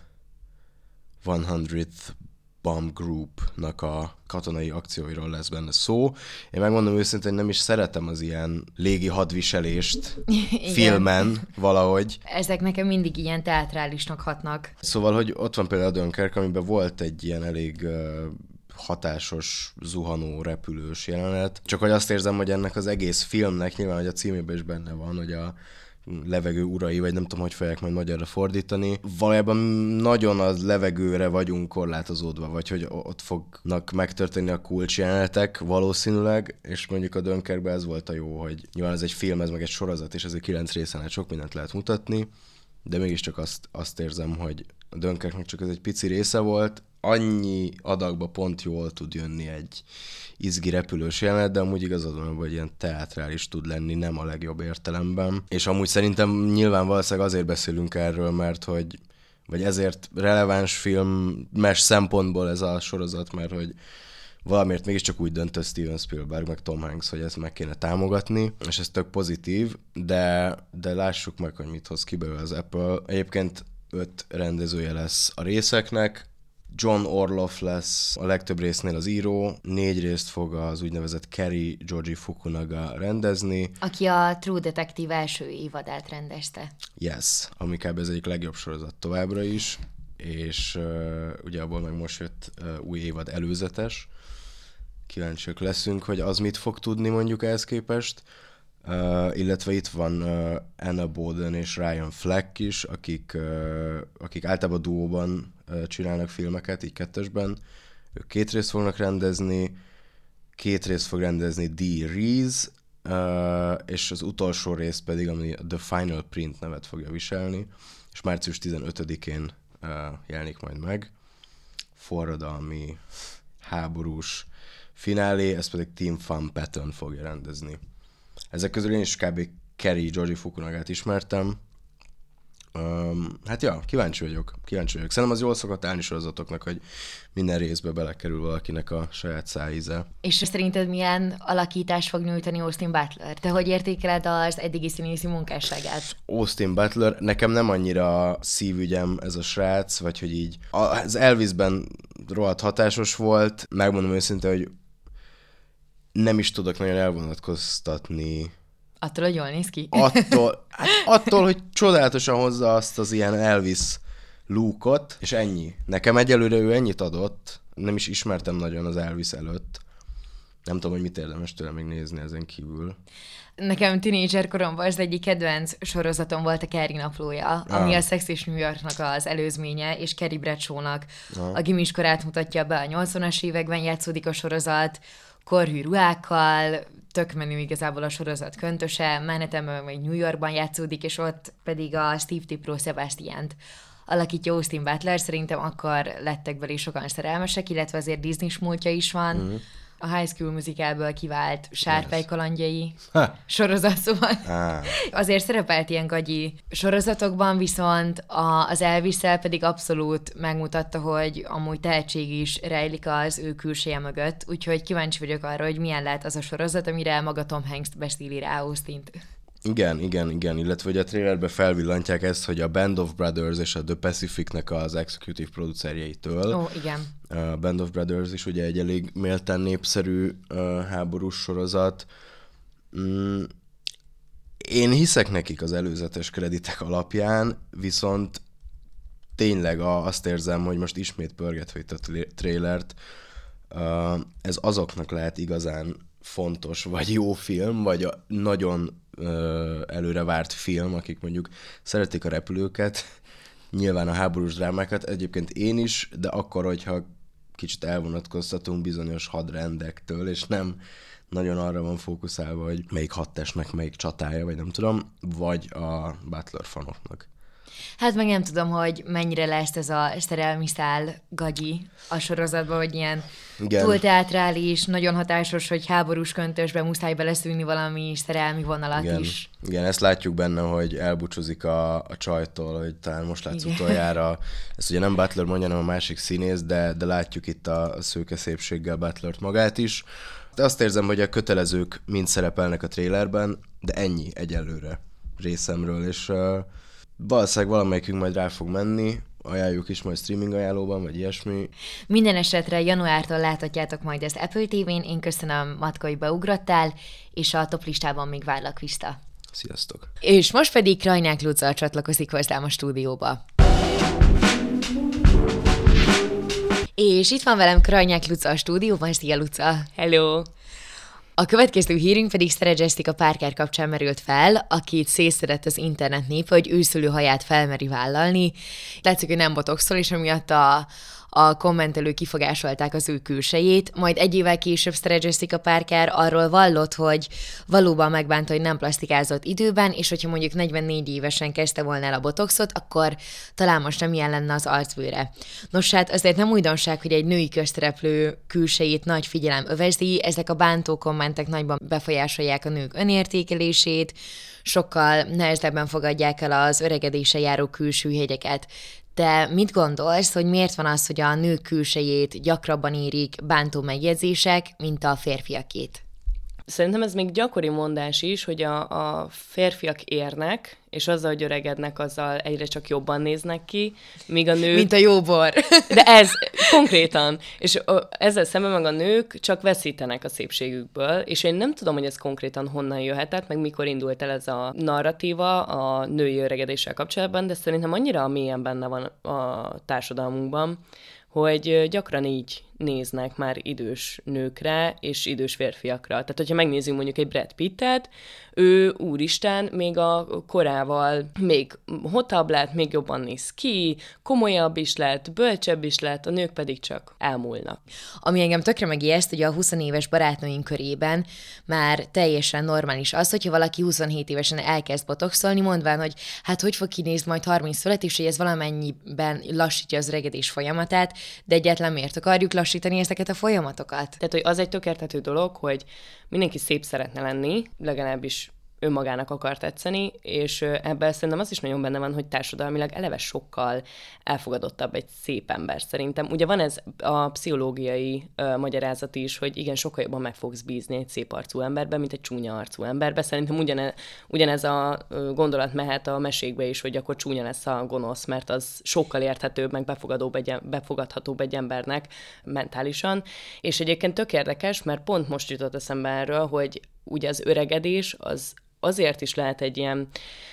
100th Bomb Group-nak a katonai akcióiról lesz benne szó. Én megmondom őszintén, hogy nem is szeretem az ilyen légi hadviselést filmen valahogy. Ezek nekem mindig ilyen teátrálisnak hatnak. Szóval, hogy ott van például a Dunkirk, amiben volt egy ilyen elég hatásos, zuhanó, repülős jelenet. Csak hogy azt érzem, hogy ennek az egész filmnek, nyilván, hogy a címében is benne van, hogy a levegő urai, vagy nem tudom, hogy fogják majd magyarra fordítani. Valójában nagyon az levegőre vagyunk korlátozódva, vagy hogy ott fognak megtörténni a kulcsjelenetek valószínűleg, és mondjuk a Dunkirkben ez volt a jó, hogy nyilván ez egy film, ez meg egy sorozat, és ezért 9 részen át sok mindent lehet mutatni, de mégiscsak azt érzem, hogy a Dunkirknek csak ez egy pici része volt, annyi adagba pont jól tud jönni egy izgi repülős jelenet, de amúgy igazad van, hogy ilyen teátrális tud lenni, nem a legjobb értelemben. És amúgy szerintem nyilván valószínűleg azért beszélünk erről, mert hogy, vagy ezért releváns filmes szempontból ez a sorozat, mert hogy valamiért mégiscsak úgy döntött Steven Spielberg, meg Tom Hanks, hogy ezt meg kéne támogatni, és ez tök pozitív, de lássuk meg, hogy mit hoz ki belőle az Apple. Egyébként 5 rendezője lesz a részeknek, John Orloff lesz a legtöbb résznél az író, 4 részt fog az úgynevezett Cary Joji Fukunaga rendezni. Aki a True Detective első évadát rendezte. Yes, ami kb. Ez egyik legjobb sorozat továbbra is, és ugye abból meg most jött új évad előzetes. Kíváncsiak leszünk, hogy az mit fog tudni mondjuk ehhez képest. Illetve itt van Anna Boden és Ryan Fleck is, akik általában duóban csinálnak filmeket, így kettesben. Ők 2 részt fognak rendezni, 2 részt fog rendezni Dee Reese, és az utolsó rész pedig, ami The Final Print nevet fogja viselni, és március 15-én jelenik majd meg. Forradalmi, háborús finálé, ezt pedig Tim Van Patten fogja rendezni. Ezek közül én is kb. Cary Joji Fukunagát ismertem. Hát ja, kíváncsi vagyok. Szerintem az jól szokott állni sorozatoknak, hogy minden részbe belekerül valakinek a saját szájíze. És szerinted milyen alakítást fog nyújtani Austin Butler? Te hogy értékeled az eddigi színészi munkásságát? Austin Butler, nekem nem annyira szívügyem ez a srác, vagy hogy így. Az Elvisben rohadt hatásos volt. Megmondom őszintén, hogy nem is tudok nagyon elvonatkoztatni. Attól, hogy jól néz ki? Attól, hogy csodálatosan hozza azt az ilyen Elvis lookot, és ennyi. Nekem egyelőre ő ennyit adott, nem is ismertem nagyon az Elvis előtt. Nem tudom, hogy mit érdemes tőle még nézni ezen kívül. Nekem tínédzser koromban az egyik kedvenc sorozatom volt a Carrie naplója, ami a Sex és New Yorknak az előzménye, és Carrie Bradshawnak a gimiskorát mutatja be a 80-as években, játszódik a sorozat, korhű ruhákkal, tök menő igazából a sorozat köntöse, Manhattanban vagy New Yorkban játszódik, és ott pedig a Steve Tipro Sebastiant alakítja Austin Butler, szerintem akkor lettek belé sokan szerelmesek, illetve azért Disney-s múltja is van. A High School Musicalből kivált Sárpely kalandjai sorozat, szóval azért szerepelt ilyen gagyi sorozatokban, viszont az Elvis-szel pedig abszolút megmutatta, hogy amúgy tehetség is rejlik az ő külseje mögött, úgyhogy kíváncsi vagyok arra, hogy milyen lehet az a sorozat, amire maga Tom Hanks beszéli rá Austint. Igen, illetve hogy a trailerbe felvillantják ezt, hogy a Band of Brothers és a The Pacificnek az executive producerjeitől. Ó, igen. A Band of Brothers is ugye egy elég méltán népszerű háborús sorozat. Én hiszek nekik az előzetes kreditek alapján, viszont tényleg azt érzem, hogy most ismét pörgetve itt a trailert, ez azoknak lehet igazán fontos, vagy jó film, vagy nagyon előre várt film, akik mondjuk szeretik a repülőket, nyilván a háborús drámákat, egyébként én is, de akkor, hogyha kicsit elvonatkoztatunk bizonyos hadrendektől, és nem nagyon arra van fókuszálva, hogy melyik hadtestnek melyik csatája, vagy nem tudom, vagy a Butler fanoknak. Hát meg nem tudom, hogy mennyire lesz ez a szerelmi szál gagyi a sorozatban, hogy ilyen túl teátrális, nagyon hatásos, hogy háborús köntösbe muszáj beleszűrni valami szerelmi vonalat is. Igen, ezt látjuk benne, hogy elbúcsúzik a csajtól, hogy talán most látsz utoljára. Ezt ugye nem Butler mondja, hanem a másik színész, de látjuk itt a szőke szépséggel Butlert magát is. De azt érzem, hogy a kötelezők mind szerepelnek a trailerben, de ennyi egyelőre részemről, és valószínűleg valamelyikünk majd rá fog menni, ajánljuk is majd streaming ajánlóban, vagy ilyesmi. Minden esetre januártól láthatjátok majd ezt Apple TV-n, én köszönöm, Matka, hogy beugrottál, és a top listában még várlak vissza. Sziasztok! És most pedig Krajnák Luca csatlakozik hozzám a stúdióba. És itt van velem Krajnák Luca a stúdióban. Szia, Luca! Hello! A következő hírünk pedig Sarah Jessica Parker kapcsán merült fel, akit szétszedett az internet népe, hogy őszülőhaját felmeri vállalni. Látszik, hogy nem botoxol, és amiatt a kommentelők kifogásolták az ő külsejét, majd egy évvel később Sarah Jessica Parker arról vallott, hogy valóban megbánta, hogy nem plastikázott időben, és hogyha mondjuk 44 évesen kezdte volna el a botoxot, akkor talán most nem ilyen lenne az arcbőre. Nos, hát azért nem újdonság, hogy egy női közszereplő külsejét nagy figyelem övezi, ezek a bántó kommentek nagyban befolyásolják a nők önértékelését, sokkal nehezebben fogadják el az öregedése járó külső hegyeket. Te mit gondolsz, hogy miért van az, hogy a nők külsejét gyakrabban érik bántó megjegyzések, mint a férfiakét? Szerintem ez még gyakori mondás is, hogy a férfiak érnek, és azzal, hogy öregednek, azzal egyre csak jobban néznek ki, míg a nők... Mint a jó bor. De ez konkrétan. És ezzel szemben meg a nők csak veszítenek a szépségükből, és én nem tudom, hogy ez konkrétan honnan jöhetett, meg mikor indult el ez a narratíva a női öregedéssel kapcsolatban, de szerintem annyira mélyen benne van a társadalmunkban, hogy gyakran így néznek már idős nőkre és idős férfiakra. Tehát, hogyha megnézzünk mondjuk egy Brad Pittet, ő úristen még a korával még hottabb lett, még jobban néz ki, komolyabb is lett, bölcsebb is lett, a nők pedig csak elmúlnak. Ami engem tökre megijeszt, hogy a 20 éves barátnőink körében már teljesen normális az, hogyha valaki 27 évesen elkezd botoxolni, mondván, hogy hát hogy fog kinézni majd 30 fölött, és hogy ez valamennyiben lassítja az öregedés folyamatát, de egyáltalán miért akarjuk lassítani ezeket a folyamatokat? Tehát, hogy az egy tökéletes dolog, hogy mindenki szép szeretne lenni, legalábbis önmagának akar tetszeni, és ebben szerintem az is nagyon benne van, hogy társadalmilag eleve sokkal elfogadottabb egy szép ember szerintem. Ugye van ez a pszichológiai magyarázat is, hogy igen, sokkal jobban meg fogsz bízni egy szép arcú emberbe, mint egy csúnya arcú emberbe. Szerintem ugyanez a gondolat mehet a mesékbe is, hogy akkor csúnya lesz a gonosz, mert az sokkal érthetőbb, meg befogadhatóbb egy embernek mentálisan. És egyébként tök érdekes, mert pont most jutott eszembe erről, hogy ugye az öregedés az azért is lehet egy ilyen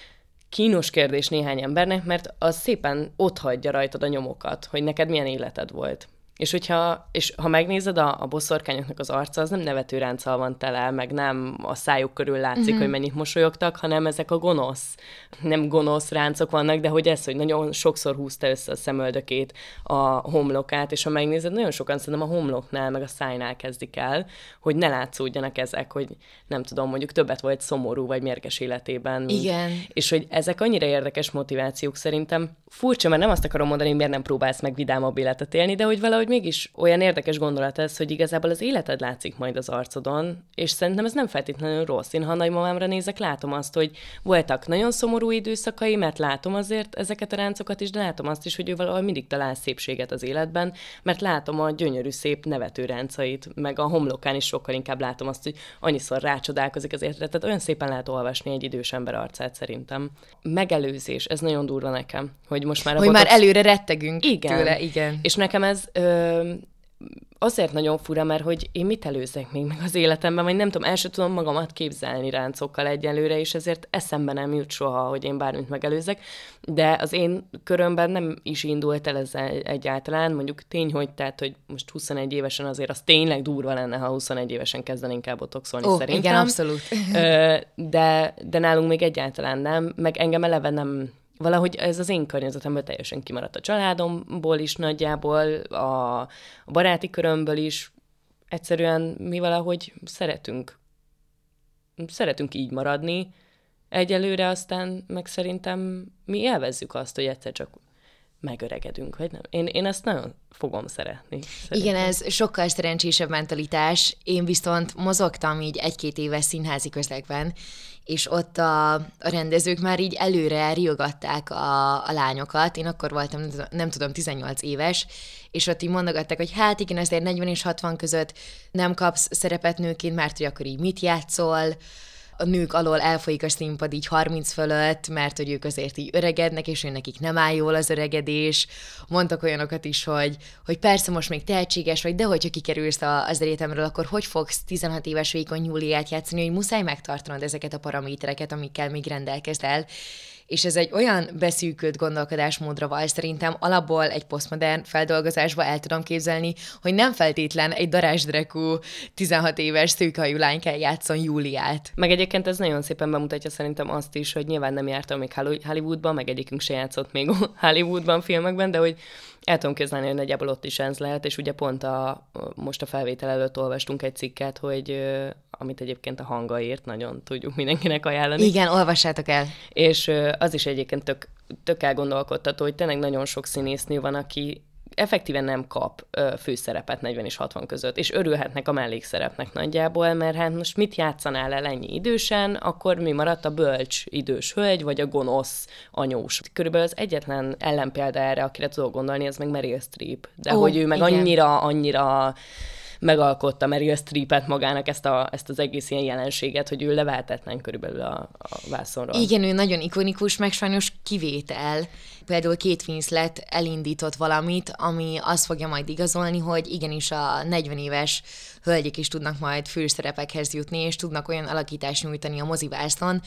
kínos kérdés néhány embernek, mert az szépen otthagyja rajtad a nyomokat, hogy neked milyen életed volt. És ha megnézed a boszorkányoknak az arca, az nem nevetőránccal van tele, meg nem a szájuk körül látszik, hogy mennyit mosolyogtak, hanem ezek a nem gonosz ráncok vannak, de hogy hogy nagyon sokszor húzta össze a szemöldökét, a homlokát, és ha megnézed, nagyon sokan szerintem a homloknál, meg a szájnál kezdik el, hogy ne látszódjanak ezek, hogy nem tudom, mondjuk többet volt szomorú vagy mérges életében. Igen. És hogy ezek annyira érdekes motivációk szerintem. Furcsa, mert nem azt akarom mondani, miért nem próbálsz meg vidámabb életet élni, de hogy valahogy mégis olyan érdekes gondolat ez, hogy igazából az életed látszik majd az arcodon, és szerintem ez nem feltétlenül rossz. Én ha nagymamámra nézek, látom azt, hogy voltak nagyon szomorú időszakai, mert látom azért ezeket a ráncokat is, de látom azt is, hogy ő valahol mindig talál szépséget az életben, mert látom a gyönyörű szép nevető ráncait, meg a homlokán is sokkal inkább látom azt, hogy annyiszor rácsodálkozik az életre. Tehát olyan szépen lehet olvasni egy idős ember arcát szerintem. Megelőzés, ez nagyon durva nekem, hogy most már már előre rettegünk igen. tőle, igen. És nekem ez azért nagyon fura, mert hogy én mit előzzek még meg az életemben, vagy nem tudom, el sem tudom magamat képzelni ráncokkal egyelőre, és ezért eszembe nem jut soha, hogy én bármit megelőzzek, de az én körömben nem is indult el ez egyáltalán, mondjuk tény, hogy tehát, hogy most 21 évesen azért az tényleg durva lenne, ha 21 évesen kezdenénk el botoxolni szerintem. Igen, abszolút. De nálunk még egyáltalán nem, meg engem eleve nem, valahogy ez az én környezetemből teljesen kimaradt a családomból is nagyjából, a baráti körömből is. Egyszerűen mi valahogy szeretünk így maradni egyelőre, aztán meg szerintem mi élvezzük azt, hogy egyszer csak megöregedünk, vagy nem? Én ezt nagyon fogom szeretni. Igen, ez sokkal szerencsésebb mentalitás. Én viszont mozogtam így 1-2 éves színházi közegben, és ott a rendezők már így előre riogatták a lányokat. Én akkor voltam, nem tudom, 18 éves, és ott így mondogatták, hogy hát igen, azért 40 és 60 között nem kapsz szerepet nőként, mert hogy akkor így mit játszol, a nők alól elfolyik a színpad így 30 fölött, mert hogy ők azért így öregednek, és ő nekik nem áll jól az öregedés. Mondtak olyanokat is, hogy persze most még tehetséges vagy, de hogyha kikerülsz az egyetemről, akkor hogy fogsz 16 éves vékony Júliát játszani, hogy muszáj megtartanod ezeket a paramétereket, amikkel még rendelkezel. És ez egy olyan beszűkült gondolkodásmódra val, szerintem alapból egy posztmodern feldolgozásba el tudom képzelni, hogy nem feltétlen egy darázsdrekú 16 éves szőkehajú lány kell játszon Júliát. Meg egyébként ez nagyon szépen bemutatja szerintem azt is, hogy nyilván nem jártam még Hollywoodban, meg egyikünk se játszott még Hollywoodban filmekben, de hogy el tudom képzelni, hogy nagyjából ott is ez lehet, és ugye pont most a felvétel előtt olvastunk egy cikket, hogy amit egyébként a Hanga írt, nagyon tudjuk mindenkinek ajánlani. Igen, olvassátok el. És az is egyébként tök elgondolkodtató, hogy tényleg nagyon sok színésznő van, aki effektíven nem kap főszerepet 40 és 60 között, és örülhetnek a mellékszerepnek nagyjából, mert hát most mit játszanál el ennyi idősen, akkor mi maradt a bölcs idős hölgy, vagy a gonosz anyós. Körülbelül az egyetlen ellenpélda erre, akire tudok gondolni, ez meg Meryl Streep. De hogy ő meg igen. annyira megalkotta Meryl Streepet magának ezt az egész ilyen jelenséget, hogy ő levehetetlen körülbelül a vászonról. Igen, ő nagyon ikonikus, meg sajnos kivétel. Például Kate Winslet elindított valamit, ami azt fogja majd igazolni, hogy igenis a 40 éves hölgyek is tudnak majd főszerepekhez jutni, és tudnak olyan alakítást nyújtani a mozivászon,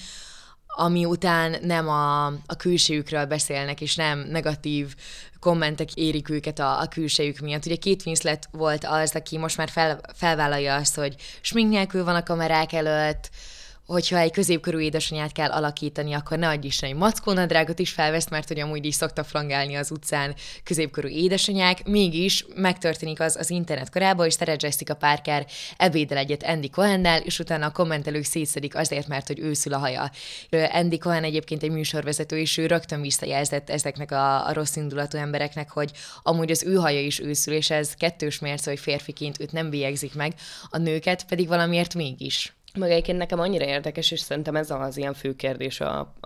ami után nem a külsejükről beszélnek, és nem negatív kommentek érik őket a külsejük miatt. Ugye Kate Winslet volt az, aki most már felvállalja azt, hogy smink nélkül van a kamerák előtt, hogyha egy középkorú édesanyját kell alakítani, akkor ne adj Isten, egy mackónadrágot is felvesz, mert hogy amúgy is szokta frangálni az utcán középkorú édesanyák, mégis megtörténik az internet korában, és Sarah Jessica Parker ebédel egyet Andy Cohennel, és utána a kommentelők szétszedik azért, mert hogy őszül a haja. Andy Cohen egyébként egy műsorvezető, és ő rögtön visszajelzett ezeknek a rossz indulatú embereknek, hogy amúgy az ő haja is őszül, és ez kettős mérce, hogy férfiként őt nem bélyegzik meg, a nőket pedig valamiért mégis. Meg egyébként nekem annyira érdekes, és szerintem ez az ilyen fő kérdés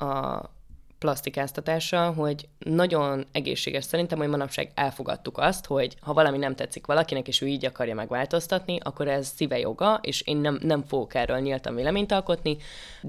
a plasztikáztatása, hogy nagyon egészséges szerintem, hogy manapság elfogadtuk azt, hogy ha valami nem tetszik valakinek, és ő így akarja megváltoztatni, akkor ez szíve joga, és én nem fogok erről nyíltan véleményt alkotni,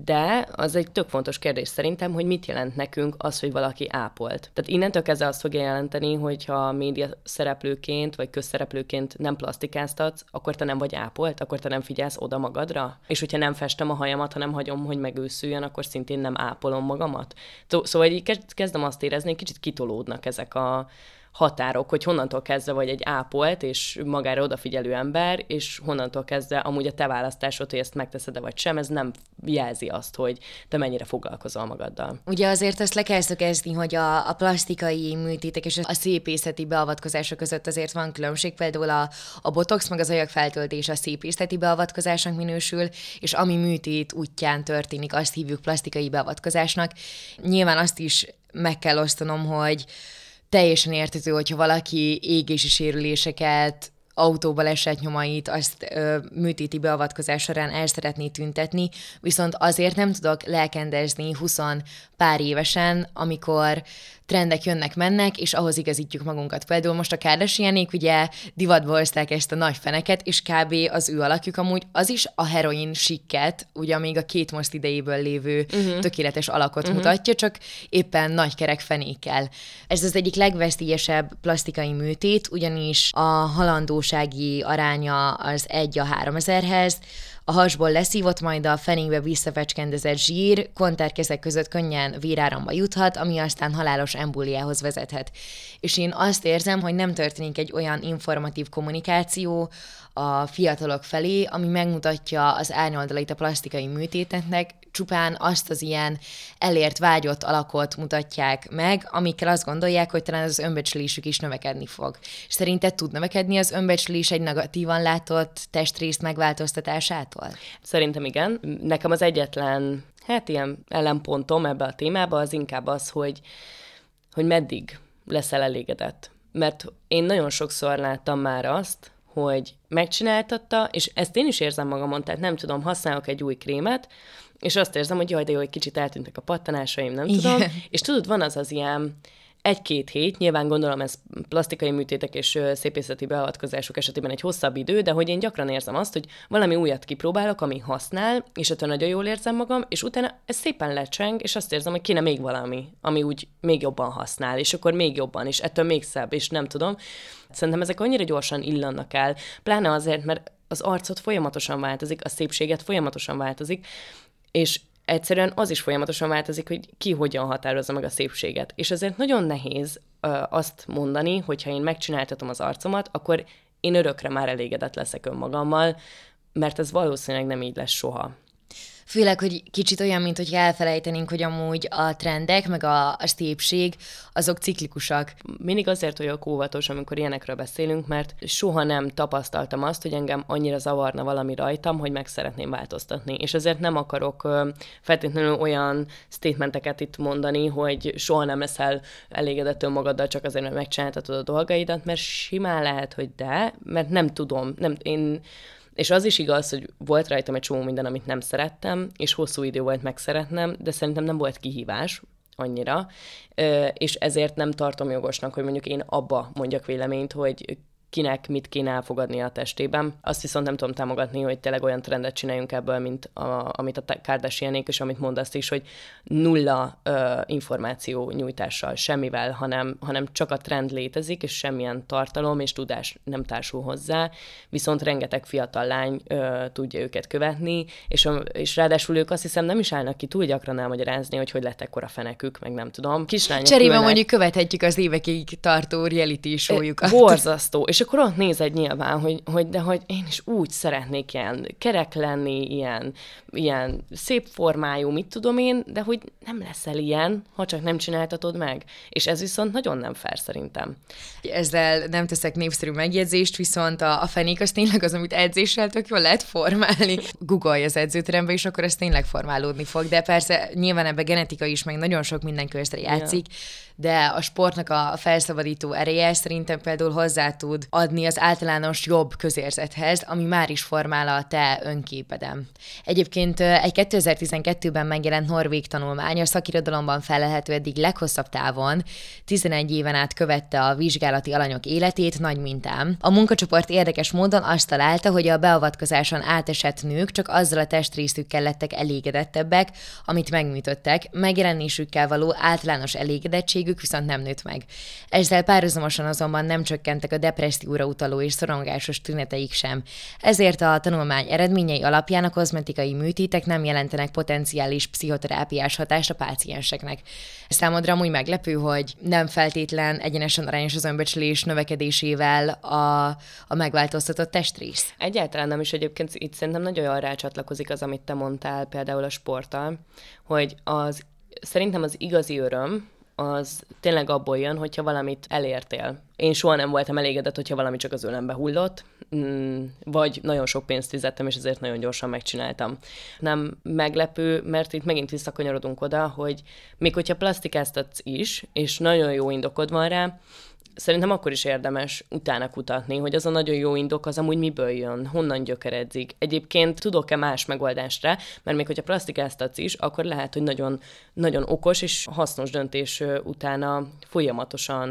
de az egy tök fontos kérdés szerintem, hogy mit jelent nekünk az, hogy valaki ápolt. Tehát innentől kezdve azt fogja jelenteni, hogyha média szereplőként, vagy közszereplőként nem plasztikáztatsz, akkor te nem vagy ápolt, akkor te nem figyelsz oda magadra, és hogyha nem festem a hajamat, hanem hagyom, hogy megőszüljön, akkor szintén nem ápolom magamat. Szóval így kezdem azt érezni, hogy kicsit kitolódnak ezek a határok, hogy honnantól kezdve vagy egy ápolt és magára odafigyelő ember, és honnantól kezdve amúgy a te választásod, hogy ezt megteszed-e vagy sem, ez nem jelzi azt, hogy te mennyire foglalkozol magaddal. Ugye azért azt le kell szögezni, hogy a plastikai műtétek és a szépészeti beavatkozások között azért van különbség, például a botox meg az agyagfeltöltés a szépészeti beavatkozásnak minősül, és ami műtét útján történik, azt hívjuk plastikai beavatkozásnak. Nyilván azt is meg kell osztanom, hogy teljesen érthető, hogyha valaki égési sérüléseket, autóbaleset nyomait, azt műtéti beavatkozás során el szeretné tüntetni, viszont azért nem tudok lelkendezni 20 pár évesen, amikor trendek jönnek-mennek, és ahhoz igazítjuk magunkat. Például most a Kardashianék ugye divatba hozták ezt a nagy feneket, és kb. Az ő alakjuk amúgy az is a heroin sikket, ugye még a Kate Moss idejéből lévő tökéletes alakot mutatja, csak éppen nagy kerek fenékkel. Ez az egyik legveszélyesebb plastikai műtét, ugyanis a halandó valósági aránya az 1:3000-hez, a hasból leszívott, majd a fenékbe visszafecskendezett zsír konterkezek között könnyen véráramba juthat, ami aztán halálos embóliához vezethet. És én azt érzem, hogy nem történik egy olyan informatív kommunikáció a fiatalok felé, ami megmutatja az árnyoldalait a plastikai műtéteknek, csupán azt az ilyen elért, vágyott alakot mutatják meg, amikkel azt gondolják, hogy talán az önbecslésük is növekedni fog. És szerinted tud növekedni az önbecslés egy negatívan látott testrészt megváltoztatásától? Szerintem igen. Nekem az egyetlen, ilyen ellenpontom ebbe a témába az inkább az, hogy meddig leszel elégedett. Mert én nagyon sokszor láttam már azt, hogy megcsináltatta, és ezt én is érzem magamon, tehát nem tudom, használok egy új krémet, és azt érzem, hogy jaj, de jó, hogy kicsit eltűntek a pattanásaim, nem tudom. És tudod, van az ilyen 1-2 hét, nyilván gondolom ez plastikai műtétek és szépészeti beavatkozások esetében egy hosszabb idő, de hogy én gyakran érzem azt, hogy valami újat kipróbálok, ami használ, és ettől nagyon jól érzem magam, és utána ez szépen lecseng, és azt érzem, hogy kéne még valami, ami úgy még jobban használ, és akkor még jobban, és ettől még szebb, és nem tudom. Szerintem ezek annyira gyorsan illannak el, pláne azért, mert az arcot folyamatosan változik, a szépséget folyamatosan változik, és egyszerűen az is folyamatosan változik, hogy ki hogyan határozza meg a szépséget. És ezért nagyon nehéz azt mondani, hogy ha én megcsináltatom az arcomat, akkor én örökre már elégedett leszek önmagammal, mert ez valószínűleg nem így lesz soha. Főleg, hogy kicsit olyan, mint hogy elfelejtenénk, hogy amúgy a trendek, meg a szépség, azok ciklikusak. Mindig azért vagyok óvatos, amikor ilyenekről beszélünk, mert soha nem tapasztaltam azt, hogy engem annyira zavarna valami rajtam, hogy meg szeretném változtatni. És ezért nem akarok feltétlenül olyan statementeket itt mondani, hogy soha nem leszel elégedett önmagaddal csak azért, mert megcsináltatod a dolgaidat, mert simán lehet, hogy mert nem tudom, és az is igaz, hogy volt rajtam egy csomó minden, amit nem szerettem, és hosszú idő volt megszeretnem, de szerintem nem volt kihívás annyira, és ezért nem tartom jogosnak, hogy mondjuk én abba mondjak véleményt, hogy kinek mit kéne elfogadnia a testében. Azt viszont nem tudom támogatni, hogy tényleg olyan trendet csináljunk ebből, mint amit a Kardashianék, és amit mondasz is, hogy nulla információ nyújtással, semmivel, hanem csak a trend létezik, és semmilyen tartalom és tudás nem társul hozzá, viszont rengeteg fiatal lány tudja őket követni, és ráadásul ők azt hiszem nem is állnak ki túl gyakran elmagyarázni, hogy lett ekkora fenekük, meg nem tudom. Kislányok cserébe mondjuk követhetjük az évekig tartó reality show-jukat. Borzasztó. És akkor ott nézed nyilván, hogy én is úgy szeretnék ilyen kerek lenni, ilyen szép formájú, mit tudom én, de hogy nem leszel ilyen, ha csak nem csináltatod meg. És ez viszont nagyon nem fair szerintem. Ezzel nem teszek népszerű megjegyzést, viszont a fenék az tényleg az, amit edzéssel tök jól lehet formálni. Googolj az edzőterembe, és akkor ez tényleg formálódni fog. De persze nyilván ebben genetika is, meg nagyon sok minden közre játszik, de a sportnak a felszabadító ereje szerintem például hozzá tud adni az általános jobb közérzethez, ami már is formál a te önképedem. Egyébként egy 2012-ben megjelent norvég tanulmány a szakirodalomban fellelhető eddig leghosszabb távon, 11 éven át követte a vizsgálati alanyok életét nagy mintán. A munkacsoport érdekes módon azt találta, hogy a beavatkozáson átesett nők csak azzal a testrészükkel lettek elégedettebbek, amit megműtöttek, megjelenésükkel való általános elégedettségük viszont nem nőtt meg. Ezzel párhuzamosan azonban nem csökkentek a depresszióra utaló és szorongásos tüneteik sem. Ezért a tanulmány eredményei alapján a kozmetikai műtétek nem jelentenek potenciális pszichoterápiás hatást a pácienseknek. Számodra amúgy meglepő, hogy nem feltétlen egyenesen arányos az önbecslés növekedésével a megváltoztatott testrész? Egyáltalán nem is, egyébként itt szerintem nagyon jól rácsatlakozik az, amit te mondtál például a sporttal, hogy szerintem az igazi öröm, az tényleg abból jön, hogyha valamit elértél. Én soha nem voltam elégedett, hogyha valami csak az ölembe hullott, vagy nagyon sok pénzt fizettem, és ezért nagyon gyorsan megcsináltam. Nem meglepő, mert itt megint visszakanyarodunk oda, hogy még hogyha plastikáztatsz is, és nagyon jó indokod van rá, szerintem akkor is érdemes utána kutatni, hogy az a nagyon jó indok az amúgy miből jön, honnan gyökeredzik. Egyébként tudok-e más megoldást rá, mert még hogyha plastikáztatsz is, akkor lehet, hogy nagyon, nagyon okos és hasznos döntés utána folyamatosan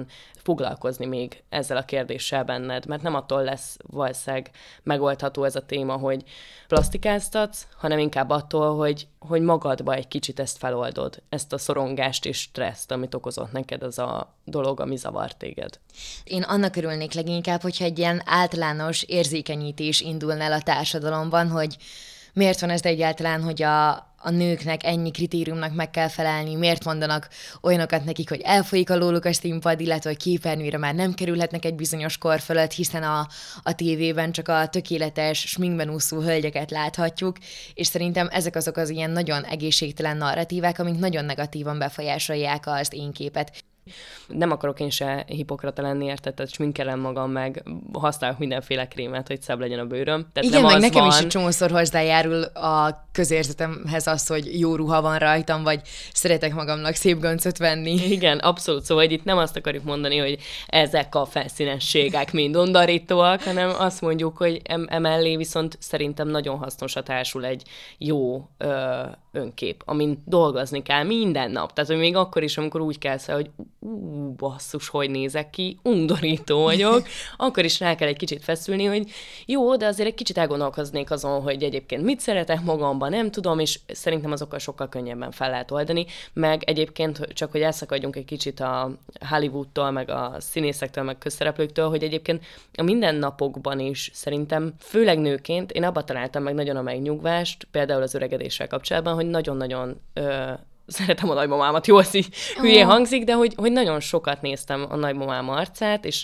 foglalkozni még ezzel a kérdéssel benned, mert nem attól lesz valószínűleg megoldható ez a téma, hogy plastikáztatsz, hanem inkább attól, hogy magadba egy kicsit ezt feloldod, ezt a szorongást és stresszt, amit okozott neked az a dolog, ami zavart téged. Én annak örülnék leginkább, hogyha egy ilyen általános érzékenyítés indulna el a társadalomban, hogy miért van ez egyáltalán, hogy a nőknek ennyi kritériumnak meg kell felelni, miért mondanak olyanokat nekik, hogy elfolyik alóluk a színpad, illetve hogy képernyőre már nem kerülhetnek egy bizonyos kor fölött, hiszen a tévében csak a tökéletes, sminkben úszó hölgyeket láthatjuk, és szerintem ezek azok az ilyen nagyon egészségtelen narratívák, amik nagyon negatívan befolyásolják az én képet. Nem akarok én se hipokrata lenni, érted? Tehát sminkelem magam, meg használok mindenféle krémet, hogy szebb legyen a bőröm. Tehát igen, nem meg az nekem van... is egy csomószor hozzájárul a közérzetemhez az, hogy jó ruha van rajtam, vagy szeretek magamnak szép göncöt venni. Igen, abszolút. Szóval itt nem azt akarjuk mondani, hogy ezek a felszínességek mind undorítóak, hanem azt mondjuk, hogy emellé viszont szerintem nagyon hasznosra társul egy jó önkép, amin dolgozni kell minden nap. Tehát, hogy még akkor is, amikor úgy kelsz el, hogy basszus, hogy nézek ki, undorító vagyok, akkor is rá kell egy kicsit feszülni, hogy jó, de azért egy kicsit elgondolkoznék azon, hogy egyébként mit szeretek magamban, nem tudom, és szerintem azokkal sokkal könnyebben fel lehet oldani, meg egyébként csak, hogy elszakadjunk egy kicsit a Hollywoodtól, meg a színészektől, meg közszereplőktől, hogy egyébként a mindennapokban is szerintem, főleg nőként, én abba találtam meg nagyon a megnyugvást, például az öregedéssel kapcsolatban, hogy nagyon-nagyon szeretem a nagymamámat, jó, az így hülyén hangzik, de hogy nagyon sokat néztem a nagymamám arcát, és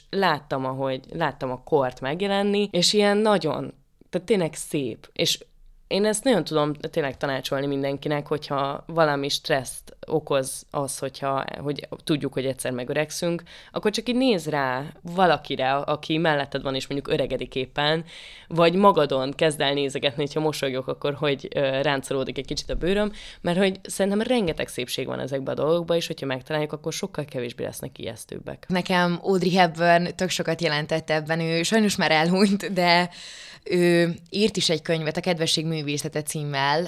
láttam a kort megjelenni, és ilyen nagyon, tehát tényleg szép, és én ezt nagyon tudom tényleg tanácsolni mindenkinek, hogyha valami stresszt okoz az, hogy tudjuk, hogy egyszer megöregszünk, akkor csak így nézz rá valakire, aki melletted van, és mondjuk öregedik éppen, vagy magadon kezd el nézegetni, hogyha mosolyog, akkor hogy ráncolódik egy kicsit a bőröm, mert hogy szerintem rengeteg szépség van ezekben a dolgokban, és hogyha megtaláljuk, akkor sokkal kevésbé lesznek ijesztőbbek. Nekem Audrey Hepburn tök sokat jelentett ebben, ő sajnos már elhunyt, de ő írt is egy könyvet, a Kedvesség művészete címmel,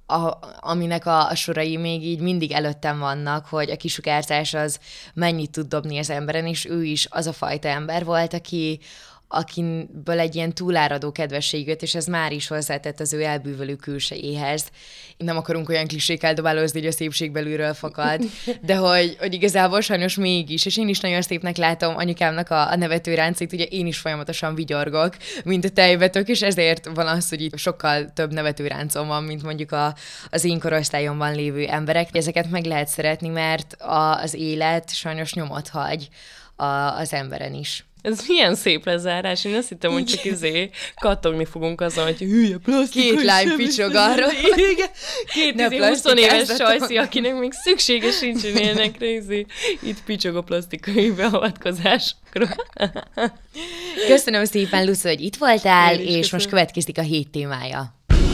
aminek a sorai még így mindig előttem vannak, hogy a kisugárzás az mennyit tud dobni az emberen, és ő is az a fajta ember volt, akiből egy ilyen túláradó kedvesség jött, és ez már is hozzátett az ő elbűvölő külsejéhez. Nem akarunk olyan klisék eldobálózni, hogy a szépség belülről fakad, de hogy igazából sajnos mégis, és én is nagyon szépnek látom anyukámnak a nevetőráncait, ugye én is folyamatosan vigyorgok, mint a tejbetök, és ezért van az, hogy itt sokkal több nevetőráncom van, mint mondjuk az én korosztályomban lévő emberek. Ezeket meg lehet szeretni, mert az élet sajnos nyomot hagy az emberen is. Ez milyen szép lezárás, én azt hittem, hogy csak kattogni fogunk azon, hogy hülye plastikus. Két lány picsog arra. Igen. Két 20 éves sajszi, akinek még szüksége sincsen ilyenekre, itt picsog a plastikai beavatkozásokra. Köszönöm szépen, Lucy, hogy itt voltál, és most következik a hét témája.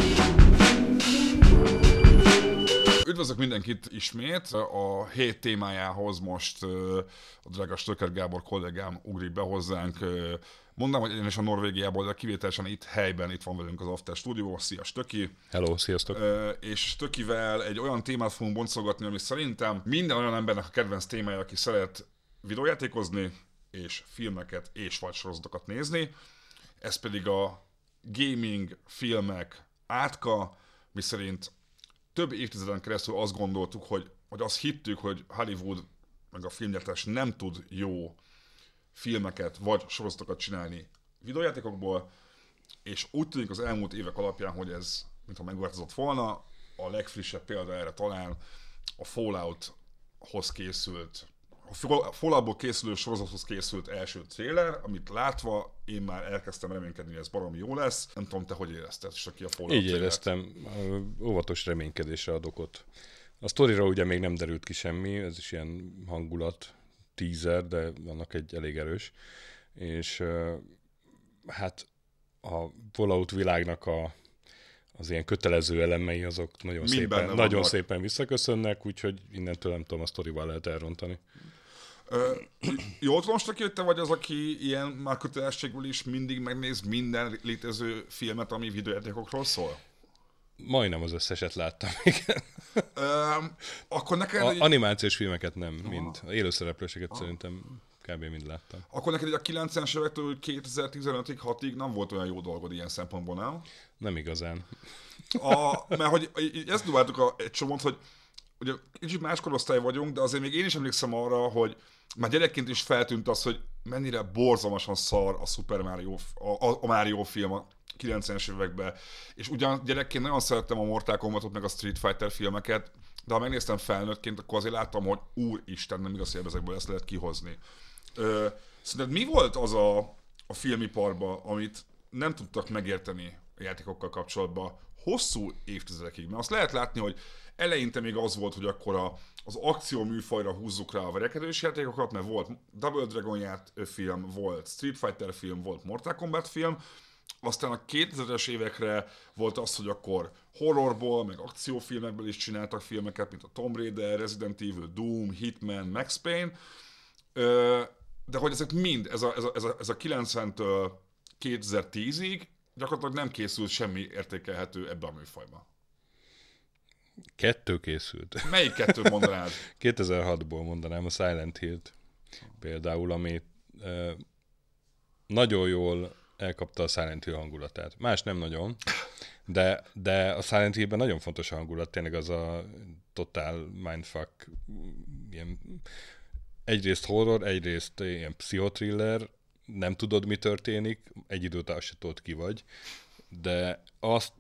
Üdvözlök mindenkit ismét. A hét témájához most a drága Stöcker Gábor kollégám ugrik be hozzánk. Mondanám, hogy egyenes a Norvégiából, de kivételesen itt helyben, itt van velünk az After Studio. Szia Stöki! Hello, sziasztok! És Stökivel egy olyan témát fogunk boncolgatni, ami szerintem minden olyan embernek a kedvenc témája, aki szeret videójátékozni, és filmeket, és vagy sorozatokat nézni. Ez pedig a gaming filmek átka, miszerint több évtizeden keresztül azt gondoltuk, hogy azt hittük, hogy Hollywood meg a filmgyártás nem tud jó filmeket vagy sorozatokat csinálni videójátékokból, és úgy tűnik az elmúlt évek alapján, hogy ez mintha megváltozott volna. A legfrissebb példa erre talán a Fallouthoz készült, a Falloutból készülő sorozathoz készült első trailer, amit látva én már elkezdtem reménykedni, hogy ez baromi jó lesz. Nem tudom, te hogy érezted, és aki a Fallout Így éreztem, óvatos reménykedésre ad okot. A sztorira ugye még nem derült ki semmi, ez is ilyen hangulat, teaser, de annak egy elég erős. És hát a Fallout világnak az ilyen kötelező elemei azok nagyon szépen visszaköszönnek, úgyhogy innentől nem tudom, a sztorival lehet elrontani. Jól tudom, hogy te vagy az, aki ilyen már kötelességből is mindig megnéz minden létező filmet, ami videójátékokról szól? Majdnem az összeset láttam, igen. Akkor neked... Animációs filmeket nem, mind. Élőszereplőseket szerintem kb. Mind láttam. Akkor neked a 90-es évektől 2015-ig, 6-ig nem volt olyan jó dolgod ilyen szempontból, nem? Nem igazán. Mert hogy ezt dobáltuk egy csomót, hogy ugye kicsit más korosztály vagyunk, de azért még én is emlékszem arra, hogy már gyerekként is feltűnt az, hogy mennyire borzalmasan szar a Super Mario, a Mario film a 90-es években. És ugyan gyerekként nagyon szerettem a Mortal Kombatot, meg a Street Fighter filmeket, de ha megnéztem felnőttként, akkor azért láttam, hogy úristen, nem igaz, hogy ezekből ezt lehet kihozni. Szerinted mi volt az a filmiparban, amit nem tudtak megérteni a játékokkal kapcsolatban hosszú évtizedekig? Mert azt lehet látni, hogy eleinte még az volt, hogy akkor az akció műfajra húzzuk rá a verekedős játékokat, mert volt Double Dragon film, volt Street Fighter film, volt Mortal Kombat film, aztán a 2000-es évekre volt az, hogy akkor horrorból, meg akciófilmekből is csináltak filmeket, mint a Tomb Raider, Resident Evil, Doom, Hitman, Max Payne, de hogy ezek mind, ez a 90-től 2010-ig gyakorlatilag nem készült semmi értékelhető ebbe a műfajba. 2 készült. Melyik 2 mondanád? 2006-ból mondanám a Silent Hill-t például, ami nagyon jól elkapta a Silent Hill hangulatát. Más nem nagyon, de a Silent Hill-ben nagyon fontos a hangulat, tényleg az a total mindfuck, ilyen egyrészt horror, egyrészt ilyen pszichotriller, nem tudod, mi történik, egy idő után se tudod, ki vagy, de azt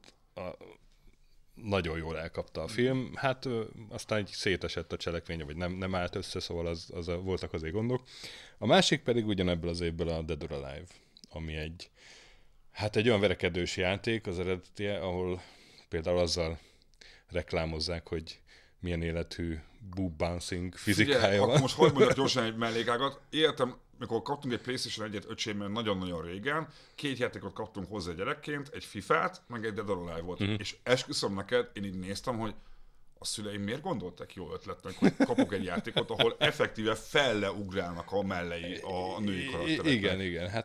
nagyon jól elkapta a film, hát aztán így szétesett a cselekménye, vagy nem állt össze, szóval voltak azért gondok. A másik pedig ugyanebből az évből a Dead or Alive, ami egy olyan verekedős játék az eredetie, ahol például azzal reklámozzák, hogy milyen életű boob bouncing fizikája van. Akkor most hogy mondjak gyorsan egy mellékágat. Értem, mikor kaptunk egy PlayStation 1-et öcsémmel nagyon-nagyon régen, 2 játékot kaptunk hozzá gyerekként, egy FIFA-t, meg egy Dead or Alive volt. És esküszöm neked, én így néztem, hogy a szüleim miért gondoltak jó ötletnek, hogy kapok egy játékot, ahol effektíve felleugrálnak a mellei a női karaktereknek. Igen, hát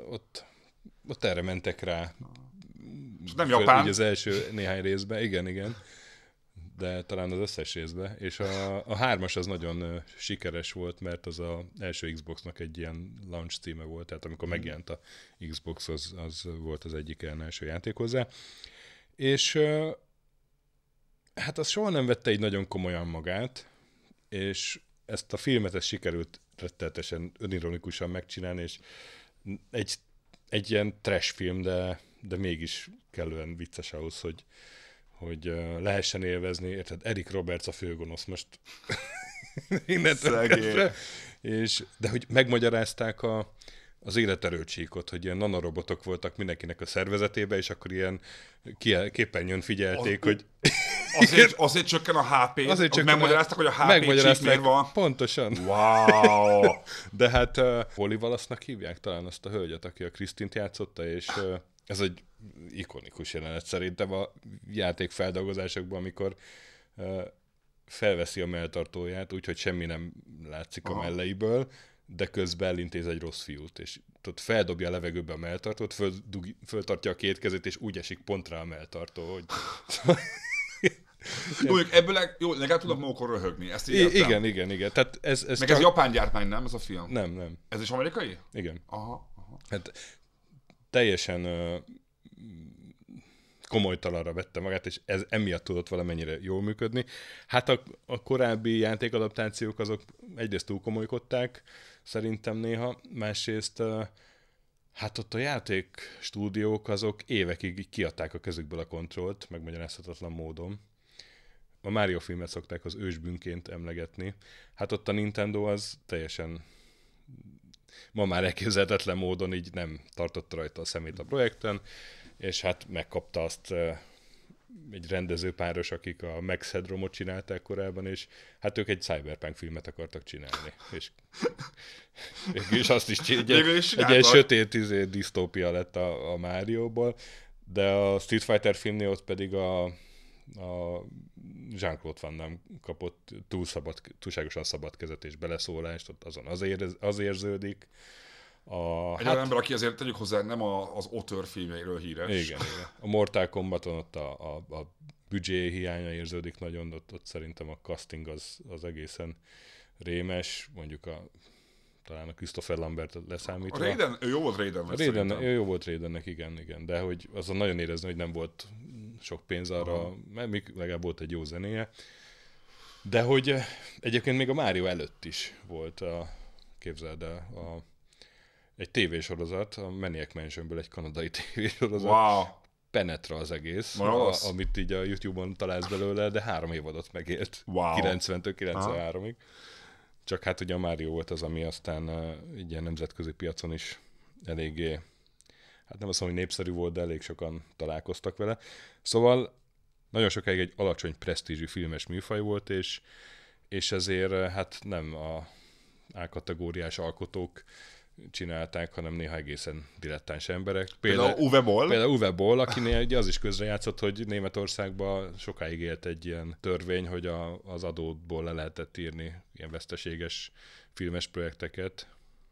ott erre mentek rá. És nem japán. Így az első néhány részben, igen. De talán az összes részben, és a 3-as az nagyon sikeres volt, mert az az első Xboxnak egy ilyen launch címe volt, tehát amikor megjelent a Xbox, az volt az egyik ilyen első játék hozzá. És hát az soha nem vette így nagyon komolyan magát, és ezt a filmet sikerült rettenetesen önironikusan megcsinálni, és egy ilyen trash film, de mégis kellően vicces ahhoz, hogy lehessen élvezni, érted? Eric Roberts a főgonosz most innentől kezdve. De hogy megmagyarázták az életerőcsíkot, hogy ilyen nanorobotok voltak mindenkinek a szervezetében, és akkor ilyen képernyőn figyelték, hogy... Azért csökken a HP, azért megmagyarázták, hogy a HP csík miért van. Pontosan. Wow! De hát Holly Wallace-nak hívják talán azt a hölgyet, aki a Christine-t játszotta, és ez egy ikonikus jelenet szerintem a játék feldolgozásokban, amikor felveszi a melltartóját, úgyhogy semmi nem látszik a melleiből, de közben elintéz egy rossz fiút, és ott feldobja a levegőbe a melltartót, föltartja a 2 kezét, és úgy esik pont rá a melltartó, hogy... Jó, ebből legalább tudok magukon röhögni, ezt így értem. Igen. Tehát ez meg csak... ez japán gyártmány, nem ez a film? Nem. Ez is amerikai? Igen. Aha. Hát teljesen komolytalanra vette magát, és ez emiatt tudott valamennyire jól működni. Hát a korábbi játékadaptációk azok egyrészt túl komolykodták, szerintem néha, másrészt hát ott a játék stúdiók azok évekig kiadták a kezükből a kontrollt, megmagyarázhatatlan módon. A Mario filmet szokták az ősbűnként emlegetni. Hát ott a Nintendo az teljesen ma már elképzelhetetlen módon így nem tartotta rajta a szemét a projekten, és hát megkapta azt egy rendezőpáros, akik a Max Headroomot csinálták korábban, és hát ők egy cyberpunk filmet akartak csinálni. És azt is egy ilyen sötét disztópia lett a Mario-ból, de a Street Fighter filmnél ott pedig a Jean-Claude Van Damme kapott túlságosan szabad kezet és beleszólást, ott azon az érződik. Egy olyan ember, aki azért tegyük hozzá, nem az auteur filmjeiről híres. Igen. A Mortal Kombaton ott a büdzsé hiánya érződik nagyon, ott szerintem a casting az egészen rémes, mondjuk a talán a Christopher Lambert leszámítva. A Raiden, ő jó volt Raiden. Ő jó volt Raidennek, igen. De hogy azon nagyon érezni, hogy nem volt sok pénz arra, mert még legalább volt egy jó zenéje. De hogy egyébként még a Mario előtt is volt, képzeld el, egy tévésorozat, a Maniac Mansionből egy kanadai tévésorozat. Wow. Penetra az egész, amit így a YouTube-on találsz belőle, de 3 évadot megélt. Wow. 90-től 93-ig. Csak hát ugye a Mario volt az, ami aztán így ilyen nemzetközi piacon is eléggé, hát nem azt mondom, hogy népszerű volt, de elég sokan találkoztak vele. Szóval nagyon sokáig egy alacsony presztízsű filmes műfaj volt, és ezért hát nem a A-kategóriás alkotók csinálták, hanem néha egészen dilettáns emberek. Például Uwe Boll. Például Uwe Boll, akinél ugye az is közrejátszott, hogy Németországban sokáig élt egy ilyen törvény, hogy az adóból le lehetett írni ilyen veszteséges filmes projekteket.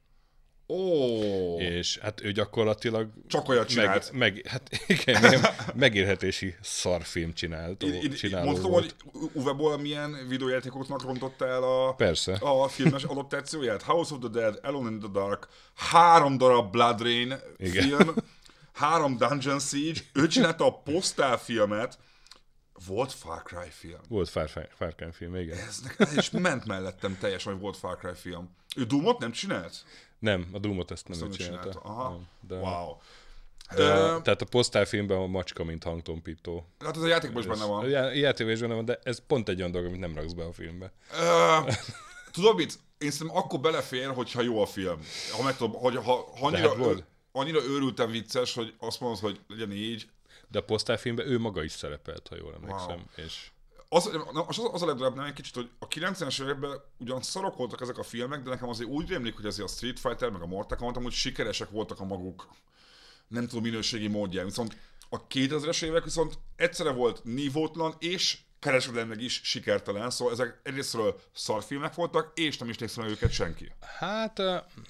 És hát ő gyakorlatilag csak olyat csinált. Hát igen, megélhetési szarfilm csinált. Mondtam, hogy Uwe Boll milyen videójátékoknak rontotta el a filmes adaptációját. House of the Dead, Alone in the Dark, 3 darab Blood Rain film, 3 Dungeon Siege, ő csinálta a Postal filmet, volt Far Cry film. Volt Far Cry film, igen. És ment mellettem teljesen, hogy volt Far Cry film. Ő Doomot nem csinált? Nem, a Doomot ezt nem csinálta. Aha. De, wow. Tehát a posztálfilmben a macska, mint hangtompító. Hát ez a játékban is benne van. A játékban is benne van, de ez pont egy olyan dolog, amit nem raksz be a filmbe. Tudod mit? Én szerintem akkor belefér, hogyha jó a film. Ha annyira őrültem vicces, hogy azt mondod, hogy legyen így. De a posztálfilmben ő maga is szerepelt, ha jól emlékszem. Wow. És... Az a legdurább nem egy kicsit, hogy a 90-es években ugyan szarok voltak ezek a filmek, de nekem azért úgy rémlik, hogy azért a Street Fighter meg a Mortal Kombat amúgy sikeresek voltak a maguk, nem tudom, minőségi módján. Viszont a 2000-es évek viszont egyszerre volt nívótlan és kereskedelmileg is sikertelen, szóval ezek egyrésztről szarfilmek voltak, és nem is néztem el őket senki. Hát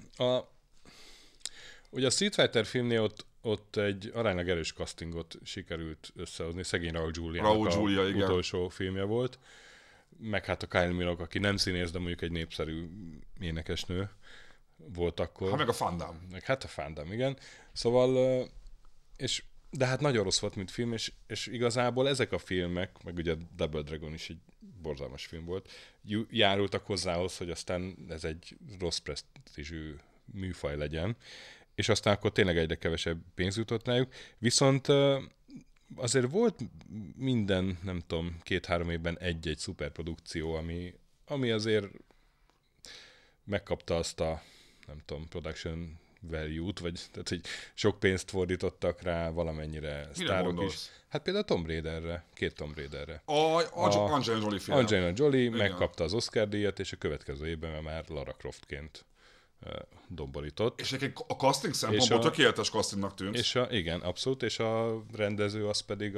ugye a Street Fighter filmnél ott egy aránylag erős castingot sikerült összehozni. Szegény Raúl Julia utolsó filmje volt. Meg hát a Kylie Minogue, aki nem színész, de mondjuk egy népszerű énekesnő volt akkor. Hát meg a Van Damme. Hát a Van Damme, igen. Szóval, de hát nagyon rossz volt, mint film, és igazából ezek a filmek, meg ugye Double Dragon is egy borzalmas film volt, járultak hozzához, hogy aztán ez egy rossz presztízsű műfaj legyen, és aztán akkor tényleg egyre kevesebb pénz jutott rájuk. Viszont azért volt minden, nem tudom, 2-3 évben egy-egy szuperprodukció, ami azért megkapta azt a, nem tudom, production value-t, vagy tehát, hogy sok pénzt fordítottak rá, valamennyire sztárok is. Hát például Tomb Raiderre, 2 Tomb Raiderre. Angelina Jolie film. Angelina Jolie megkapta az Oscar díjat, és a következő évben már Lara Croftként domborított. És a casting szempontból tökéletes castingnak tűnt. Igen, abszolút, és a rendező az pedig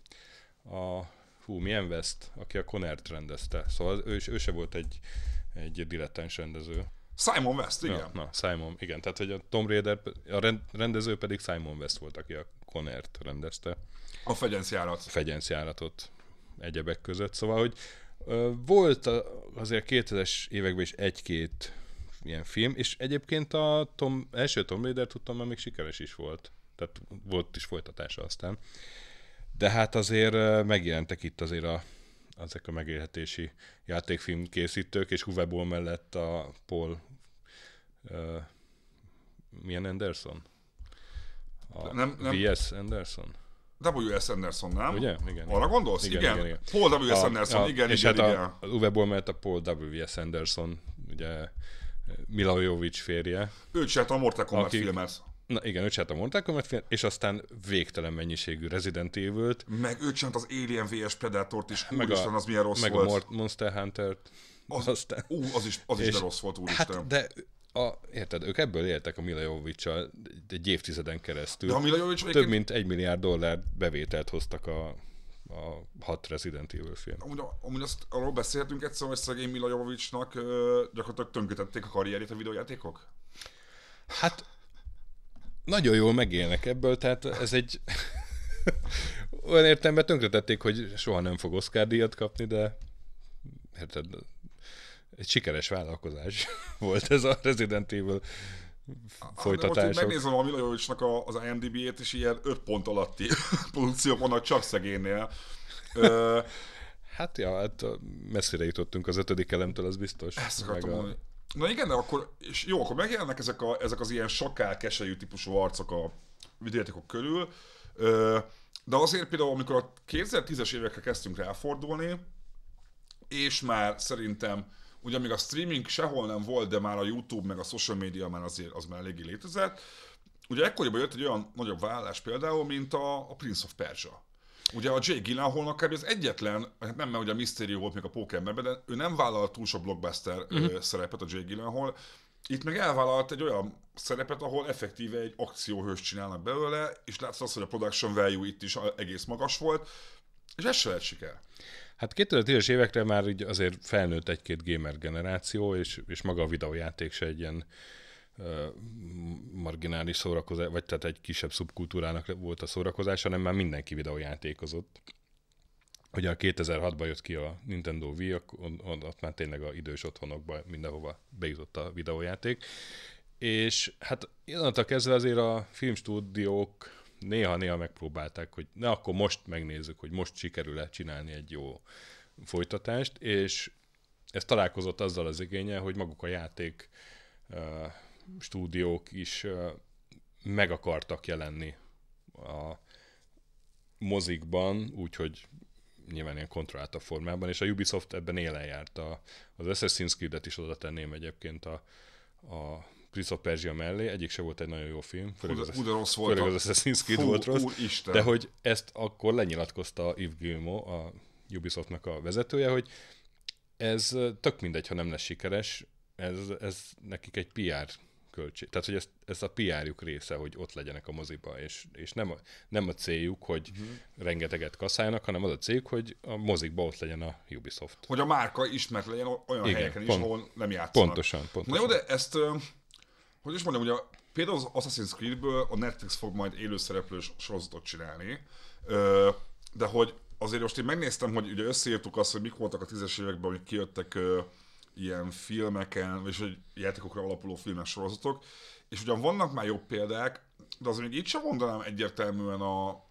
milyen West, aki a Conert rendezte. Szóval ő se volt egy dilettáns rendező. Simon West, igen. Na, Simon, igen. Tehát, hogy a Tomb Raider, a rendező pedig Simon West volt, aki a Conert rendezte. A Fegyencjáratot egyebek között. Szóval, hogy volt azért 2000-es években is 1-2 ilyen film, és egyébként első Tomb Raider tudtam, mert még sikeres is volt. Tehát volt is folytatása aztán. De hát azért megjelentek itt azért ezek a megélhetési játékfilm készítők, és Uwe Boll mellett a Paul milyen Anderson? V.S. Anderson? W.S. Anderson, nem? Ugye? Igen. Arra gondolsz? Igen. Paul W.S. Anderson, igen. És hát a Uwe Boll mellett a Paul W.S. Anderson, ugye Mila Jovovich férje. Ő csinálta a Mortal Kombat filmet. Na igen, ő csinálta a Mortal Kombat filmet, és aztán végtelen mennyiségű Resident Evil-t. Meg ő csinálta az Alien vs. Predatort is, úristen, az milyen rossz meg volt. Meg a Monster Hunter-t. Az is de rossz volt, úristen. Hát, de érted, ők ebből éltek a Mila Jovovich-sal egy évtizeden keresztül. De a Mila Jovovich több mint $1 milliárd bevételt hoztak a 6 Resident Evil film. Amúgy arról beszélhetünk egyszer, hogy szegény Mila Jovovichnak gyakorlatilag tönkretették a karrierjét a videójátékok? Hát nagyon jól megélnek ebből, tehát ez egy olyan értelemben tönkretették, hogy soha nem fog Oscar díjat kapni, de érted, egy sikeres vállalkozás volt ez a Resident Evil folytatása. Most megnézem a Milla Jovovicsnak az IMDb-ét, és ilyen 5 pont alatti produkciók vannak csak szegénynél. Hát messzire jutottunk az 5. elemtől, az biztos. Ezt akartam mondani. Na igen, de akkor, és jó, akkor megjelennek ezek az ilyen sakál, keselyű típusú arcok a videójátékok körül, de azért például, amikor a 2010-es évekre kezdtünk ráfordulni, és már szerintem, ugye még a streaming sehol nem volt, de már a YouTube meg a social media már azért az már eléggé létezett, ugye ekkoriban jött egy olyan nagyobb vállalás például, mint a Prince of Persia. Ugye a Jake Gyllenhaalnak kb. Az egyetlen, hát nem, mert ugye a Mysterio volt még a Pókemberben, de ő nem vállalt túl sok blockbuster szerepet, a Jake Gyllenhaal. Itt meg elvállalt egy olyan szerepet, ahol effektíve egy akcióhőst csinálnak belőle, és látszott az, hogy a production value itt is egész magas volt, és ez se lett siker. Hát 2010-es évekre már így azért felnőtt egy-két gamer generáció, és maga a videójáték se egy ilyen marginális szórakozás, vagy tehát egy kisebb szubkultúrának volt a szórakozás, hanem már mindenki videójátékozott. Ugye a 2006-ban jött ki a Nintendo Wii, ott már tényleg a idős otthonokba mindenhova bejutott a videójáték. És hát onnantól kezdve azért a filmstúdiók néha-néha megpróbálták, hogy akkor most megnézzük, hogy most sikerül-e csinálni egy jó folytatást, és ez találkozott azzal az igénnyel, hogy maguk a játék stúdiók is meg akartak jelenni a mozikban, úgyhogy nyilván ilyen kontrolláltabb formában, és a Ubisoft ebben élen járt. Az Assassin's Creed-et is oda tenném egyébként a Prince of Persia mellé, egyik se volt egy nagyon jó film, főleg az Assassin's Creed volt rossz, de hogy ezt akkor lenyilatkozta Yves Guillemot, a Ubisoftnak a vezetője, hogy ez tök mindegy, ha nem lesz sikeres, ez nekik egy PR költség. Tehát, hogy ez a PR-juk része, hogy ott legyenek a moziba, és nem a céljuk, hogy rengeteget kaszáljanak, hanem az a céljuk, hogy a mozikba ott legyen a Ubisoft. Hogy a márka ismert legyen olyan helyeken is, ahol nem játszanak. Pontosan. Na jó, de ezt, hogy is mondjam, ugye például az Assassin's Creedből a Netflix fog majd élőszereplős sorozatot csinálni, de hogy azért most én megnéztem, hogy ugye összeírtuk azt, hogy mik voltak a 10-es években, hogy kijöttek ilyen filmeken, és hogy játékokra alapuló filmes sorozatok, és ugyan vannak már jobb példák, de azért még itt sem mondanám egyértelműen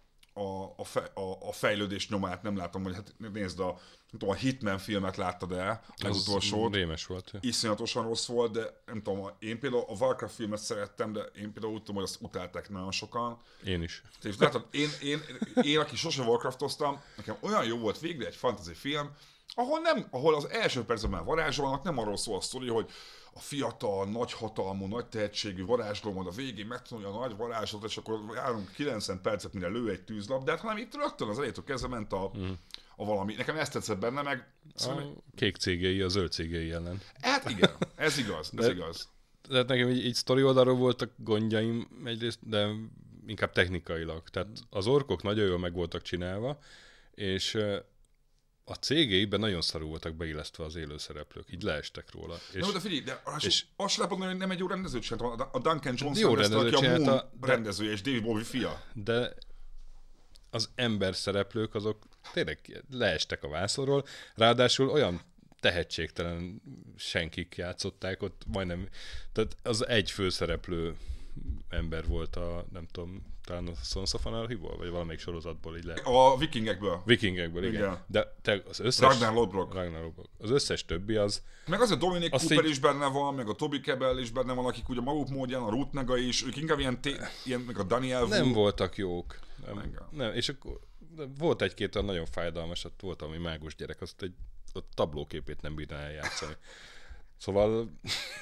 a fejlődés nyomát, nem látom, hogy hát nézd a Hitman filmet láttad el, az utolsót. Rémes volt. Iszonyatosan rossz volt, de nem tudom, én például a Warcraft filmet szerettem, de én például úgy tudom, hogy azt utálták nagyon sokan. Én is. És látod, én aki sose Warcraftoztam, nekem olyan jó volt végre egy fantasy film, ahol az első percben már varázsolnak, nem arról szól a sztori, hogy a fiatal, nagy hatalmú, nagy tehetségű varázsló majd a végén megtanulja a nagy varázslatot, és akkor járunk 90 percet, mire lő egy tűzlabdát, hanem itt rögtön az elejétől kezdve ment a valami. Nekem ezt tetszett benne, meg... A kék cégei, a zöld cégei ellen. Hát igen, ez igaz, igaz. Tehát nekem így sztori oldalról voltak gondjaim egyrészt, de inkább technikailag. Tehát az orkok nagyon jól meg voltak csinálva, és a cégeiben nagyon szarul voltak beillesztve az élőszereplők, így leestek róla. No, de figyelj, de azt lehet mondani, hogy nem egy jó rendezőt csinálta. A Duncan Johnson jó rendezőt aki a Moon rendezője és David Bowie fia. De az ember szereplők azok tényleg leestek a vászorról, ráadásul olyan tehetségtelen senkik játszották ott majdnem, tehát az egy főszereplő ember volt nem tudom, talán a Sons of Anarchy-ból, vagy valamelyik sorozatból így lehet. A Vikingekből. Vikingekből, igen. De az összes... Ragnar Lodbrok. Az összes többi az... Meg azért Dominic Cooper is benne van, meg a Toby Kebbell is benne van, akik ugye maguk módján, a Ruth Negga is, ők inkább ilyen meg a Daniel Wu. Nem voltak jók. Nem, és akkor volt egy-két olyan nagyon fájdalmas, ott volt valami mágus gyerek, azt a tablóképét nem bírná eljátszani. Szóval...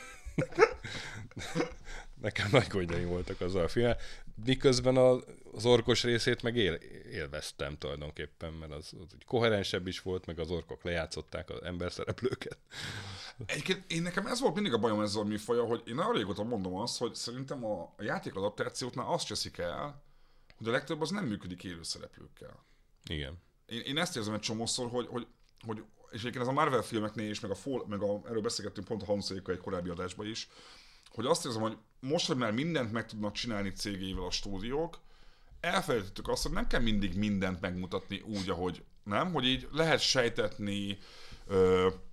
Nekem nagy gondjaim voltak azzal a filmmel, miközben az orkos részét meg élveztem tulajdonképpen, mert az koherensebb is volt, meg az orkok lejátszották az emberszereplőket. Egyébként nekem ez volt mindig a bajom ezzel a műfaja, hogy én nagyon régóta mondom azt, hogy szerintem a játékadaptációknál azt cseszik el, hogy a legtöbb az nem működik élőszereplőkkel. Igen. Én ezt érzem egy csomószor, hogy és egyébként ez a Marvel filmeknél is, erről beszélgettünk pont a Hanszékkal egy korábbi adásban is, hogy azt érzem, hogy most, hogy már mindent meg tudnak csinálni cégével a stúdiók, elfelejtettük azt, hogy nem kell mindig mindent megmutatni úgy, ahogy nem, hogy így lehet sejtetni,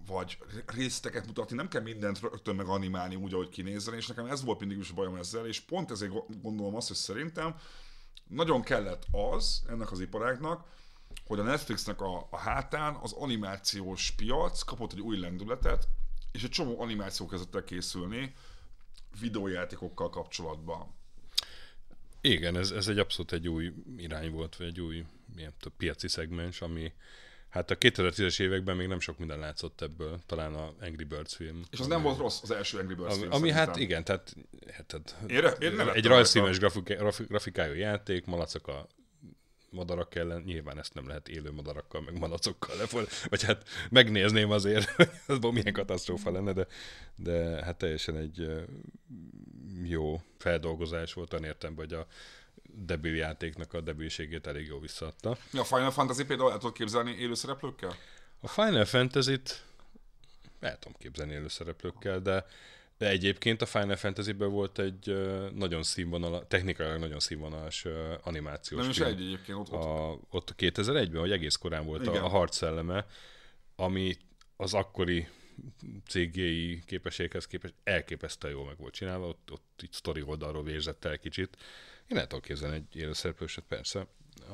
vagy részleteket mutatni, nem kell mindent rögtön meg animálni úgy, ahogy kinézzen, és nekem ez volt mindig is a bajom ezzel, és pont ezért gondolom azt, hogy szerintem nagyon kellett az ennek az iparágnak, hogy a Netflixnek a hátán az animációs piac kapott egy új lendületet, és egy csomó animáció kezdett el készülni videójátékokkal kapcsolatban. Igen, ez egy abszolút egy új irány volt, vagy egy új piaci szegmens, ami hát a 2010-es években még nem sok minden látszott ebből, talán a Angry Birds film. És az nem volt rossz, az első Angry Birds film. Ami hát igen, tehát egy rajzszínes grafikájú játék, malacok a madarak ellen, nyilván ezt nem lehet élő madarakkal, meg malacokkal vagy hát megnézném azért, hogy milyen katasztrófa lenne, de hát teljesen egy jó feldolgozás volt, olyan értelemben, hogy a debil játéknak a debilségét elég jól visszaadta. A Final Fantasy például el tudod képzelni élőszereplőkkel? A Final Fantasy-t el tudom képzelni élőszereplőkkel, de egyébként a Final Fantasy-ben volt egy nagyon technikailag nagyon színvonalas animációs nem is film. egyébként Ott 2001-ben, vagy egész korán volt a harc szelleme, ami az akkori CGI képességhez képest elképesztően jól meg volt csinálva, ott így sztori oldalról vérzett el kicsit. Én el tudom képzelni egy élőszereplőset, persze.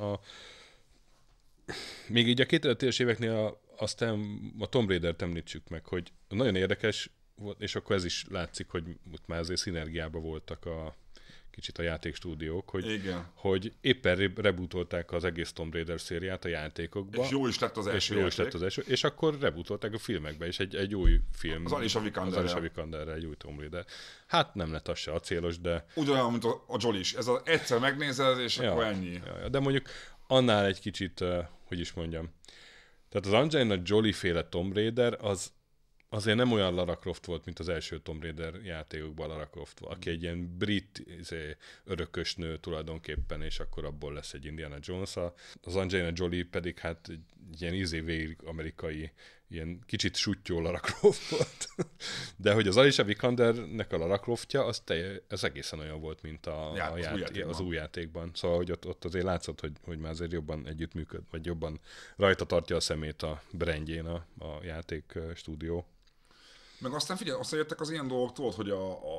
Még így a 2010-es éveknél aztán a Tomb Raider-t említsük meg, hogy nagyon érdekes volt, és akkor ez is látszik, hogy ott már azért szinergiában voltak kicsit a játékstúdiók, hogy éppen rebootolták az egész Tomb Raider szériát a játékokba. És jó is lett az első játék. És akkor rebootolták a filmekbe, és egy új film. Az Alicia Vikanderrel egy új Tomb Raider. Hát nem lett az se acélos, de... Ugyanolyan, mint a Jolly is. Ez egyszer megnézed, és akkor ennyi. De mondjuk annál egy kicsit, hogy is mondjam. Tehát az Angelina Jolie féle Tomb Raider azért nem olyan Lara Croft volt, mint az első Tomb Raider játékokban Lara Croft volt, aki egy ilyen brit örökös nő tulajdonképpen, és akkor abból lesz egy Indiana Jones. Az Angelina Jolie pedig hát egy ilyen végig amerikai, ilyen kicsit suttyó Lara Croft volt. De hogy az Alicia Vikandernek a Lara Croftja, az egészen olyan volt, mint az új játékban. Szóval, hogy ott azért látszott, hogy már azért jobban együttműköd, vagy jobban rajta tartja a szemét a brandjén a játék stúdió. Meg aztán figyelj, aztán jöttek az ilyen dolgok, tudod, hogy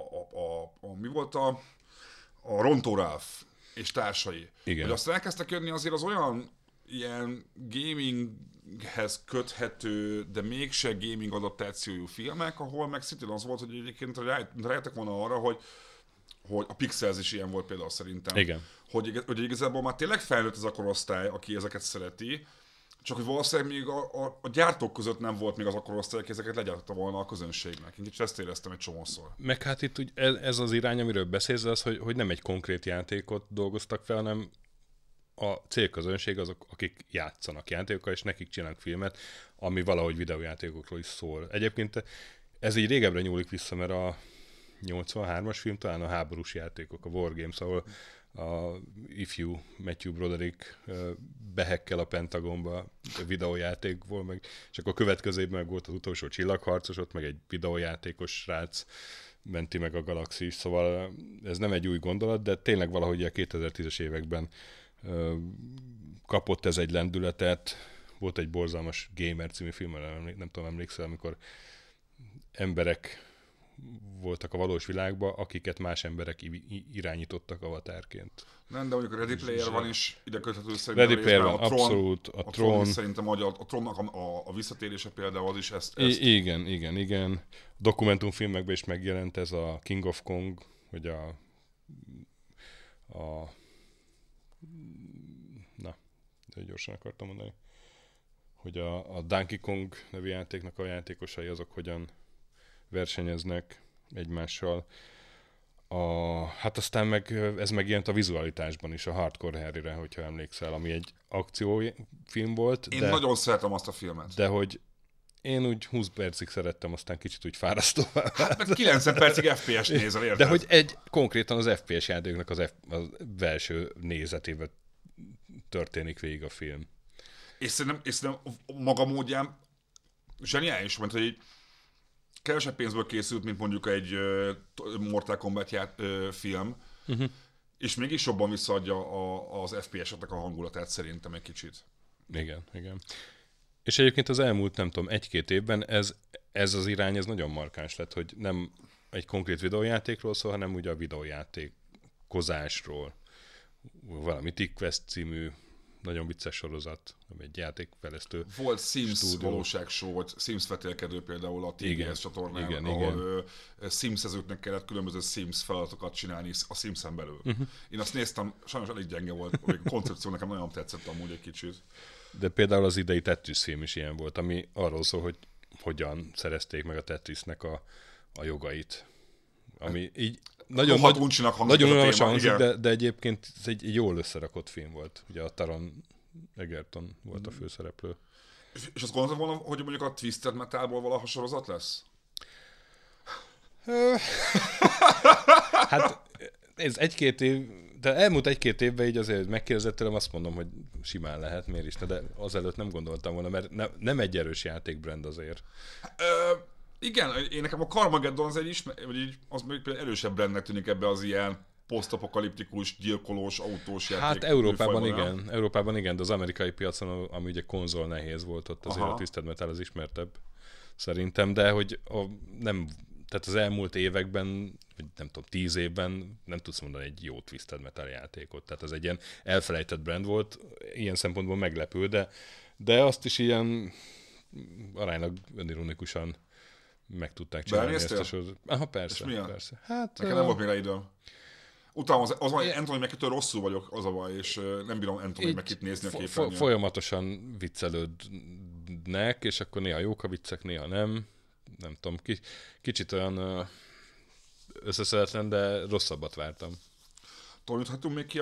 mi volt a Ronto Ralph és társai. Igen. Hogy aztán elkezdtek jönni azért az olyan ilyen gaminghez köthető, de mégse gaming adaptációjú filmek, ahol meg szintén az volt, hogy egyébként rájöttek volna arra, hogy a Pixels is ilyen volt például szerintem. Igen. Hogy igazából már tényleg felnőtt ez a korosztály, aki ezeket szereti, csak hogy valószínűleg még a gyártók között nem volt még az a korosztály, aki ezeket legyártotta volna a közönségnek. Én kicsit ezt éreztem egy csomószor. Meg hát itt úgy ez az irány, amiről beszélsz, az, hogy nem egy konkrét játékot dolgoztak fel, hanem a célközönség azok, akik játszanak játékokkal, és nekik csinálnak filmet, ami valahogy videójátékokról is szól. Egyébként ez így régebbre nyúlik vissza, mert a 83-as film talán a háborús játékok, a Wargames, ahol a ifjú Matthew Broderick behekkel a Pentagonba videójátékból, és akkor következőben meg volt az utolsó csillagharcos, ott meg egy videójátékos srác menti meg a galaxis, szóval ez nem egy új gondolat, de tényleg valahogy a 2010-es években kapott ez egy lendületet. Volt egy borzalmas Gamer című film, nem tudom, emlékszel, amikor emberek voltak a valós világban, akiket más emberek irányítottak avatárként. Nem, de mondjuk a Ready Player van is ide köthető szerintem. Ready Player van, abszolút. A Tron szerintem, hogy a Tronnak a visszatérése például az is ezt. Igen. Dokumentumfilmekben is megjelent ez a King of Kong, hogy de gyorsan akartam mondani, hogy a Donkey Kong nevű játéknak a játékosai azok hogyan versenyeznek egymással. Hát aztán ez megjelent a vizualitásban is, a Hardcore Harryre, hogyha emlékszel, ami egy akciófilm volt. Én nagyon szeretem azt a filmet. De hogy én úgy 20 percig szerettem, aztán kicsit úgy fárasztóvá. Hát meg 90 percig FPS nézel, érted? De hogy konkrétan az FPS játéknak az belső nézetével történik végig a film. És szerintem maga módján zseniális, mert hogy kevesebb pénzből készült, mint mondjuk egy Mortal Kombat film, és mégis jobban visszaadja az FPS-eknek a hangulatát szerintem egy kicsit. Igen. És egyébként az elmúlt, nem tudom, 1-2 évben ez az irány, ez nagyon markáns lett, hogy nem egy konkrét videójátékról szól, hanem ugye a videójátékozásról. Valami Tick Quest című nagyon vicces sorozat, ami egy játékfejlesztő Volt Sims stúdió. valóságshow, volt Sims vetélkedő például a Igen. TBS csatornán, Igen, ahol Simsezőknek kellett különböző Sims feladatokat csinálni a Simsen belül. Én azt néztem, sajnos elég gyenge volt, még a koncepció nekem nagyon tetszett amúgy egy kicsit. De például az idei Tetris film is ilyen volt, ami arról szól, hogy hogyan szerezték meg a Tetrisnek a jogait. Ami így nagyon uncsinak hangzik nagyon ez a unalmasan téma, hangzik, igen. de egyébként ez egy jól összerakott film volt. Ugye a Taron Egerton volt a főszereplő. És azt gondoltad volna, hogy mondjuk a Twisted Metalból valaha sorozat lesz? Hát ez 1-2 év, de elmúlt 1-2 évben így azért megkérdezett tőlem, azt mondom, hogy simán lehet, miért is, de azelőtt nem gondoltam volna, mert nem egy erős játékbrand azért. Igen, én nekem a Carmageddon az vagy így, az még például erősebb brandnek tűnik ebbe az ilyen posztapokaliptikus, gyilkolós, autós játék. Hát Európában műfajban, igen, Európában igen, de az amerikai piacon, ami ugye konzol nehéz volt, ott azért Aha. a Twisted Metal az ismertebb szerintem, de hogy nem, tehát az elmúlt években, vagy nem tudom, 10 évben nem tudsz mondani egy jó Twisted Metal játékot, tehát az egy ilyen elfelejtett brand volt, ilyen szempontból meglepő, de azt is ilyen aránylag önironikusan meg tudták csinálni ezt a sorozatot. Aha, persze, És milyen? persze. Hát, Nekem nem volt még rá időm. Utána az van, Anthony Mackie-től rosszul vagyok, az a baj, és nem bírom Anthony Mackie-t nézni a képernyőn. Folyamatosan viccelődnek, és akkor néha jók a viccek, néha nem. Nem tudom, kicsit olyan összeszedetlen, de rosszabbat vártam. Tanulhatunk még ki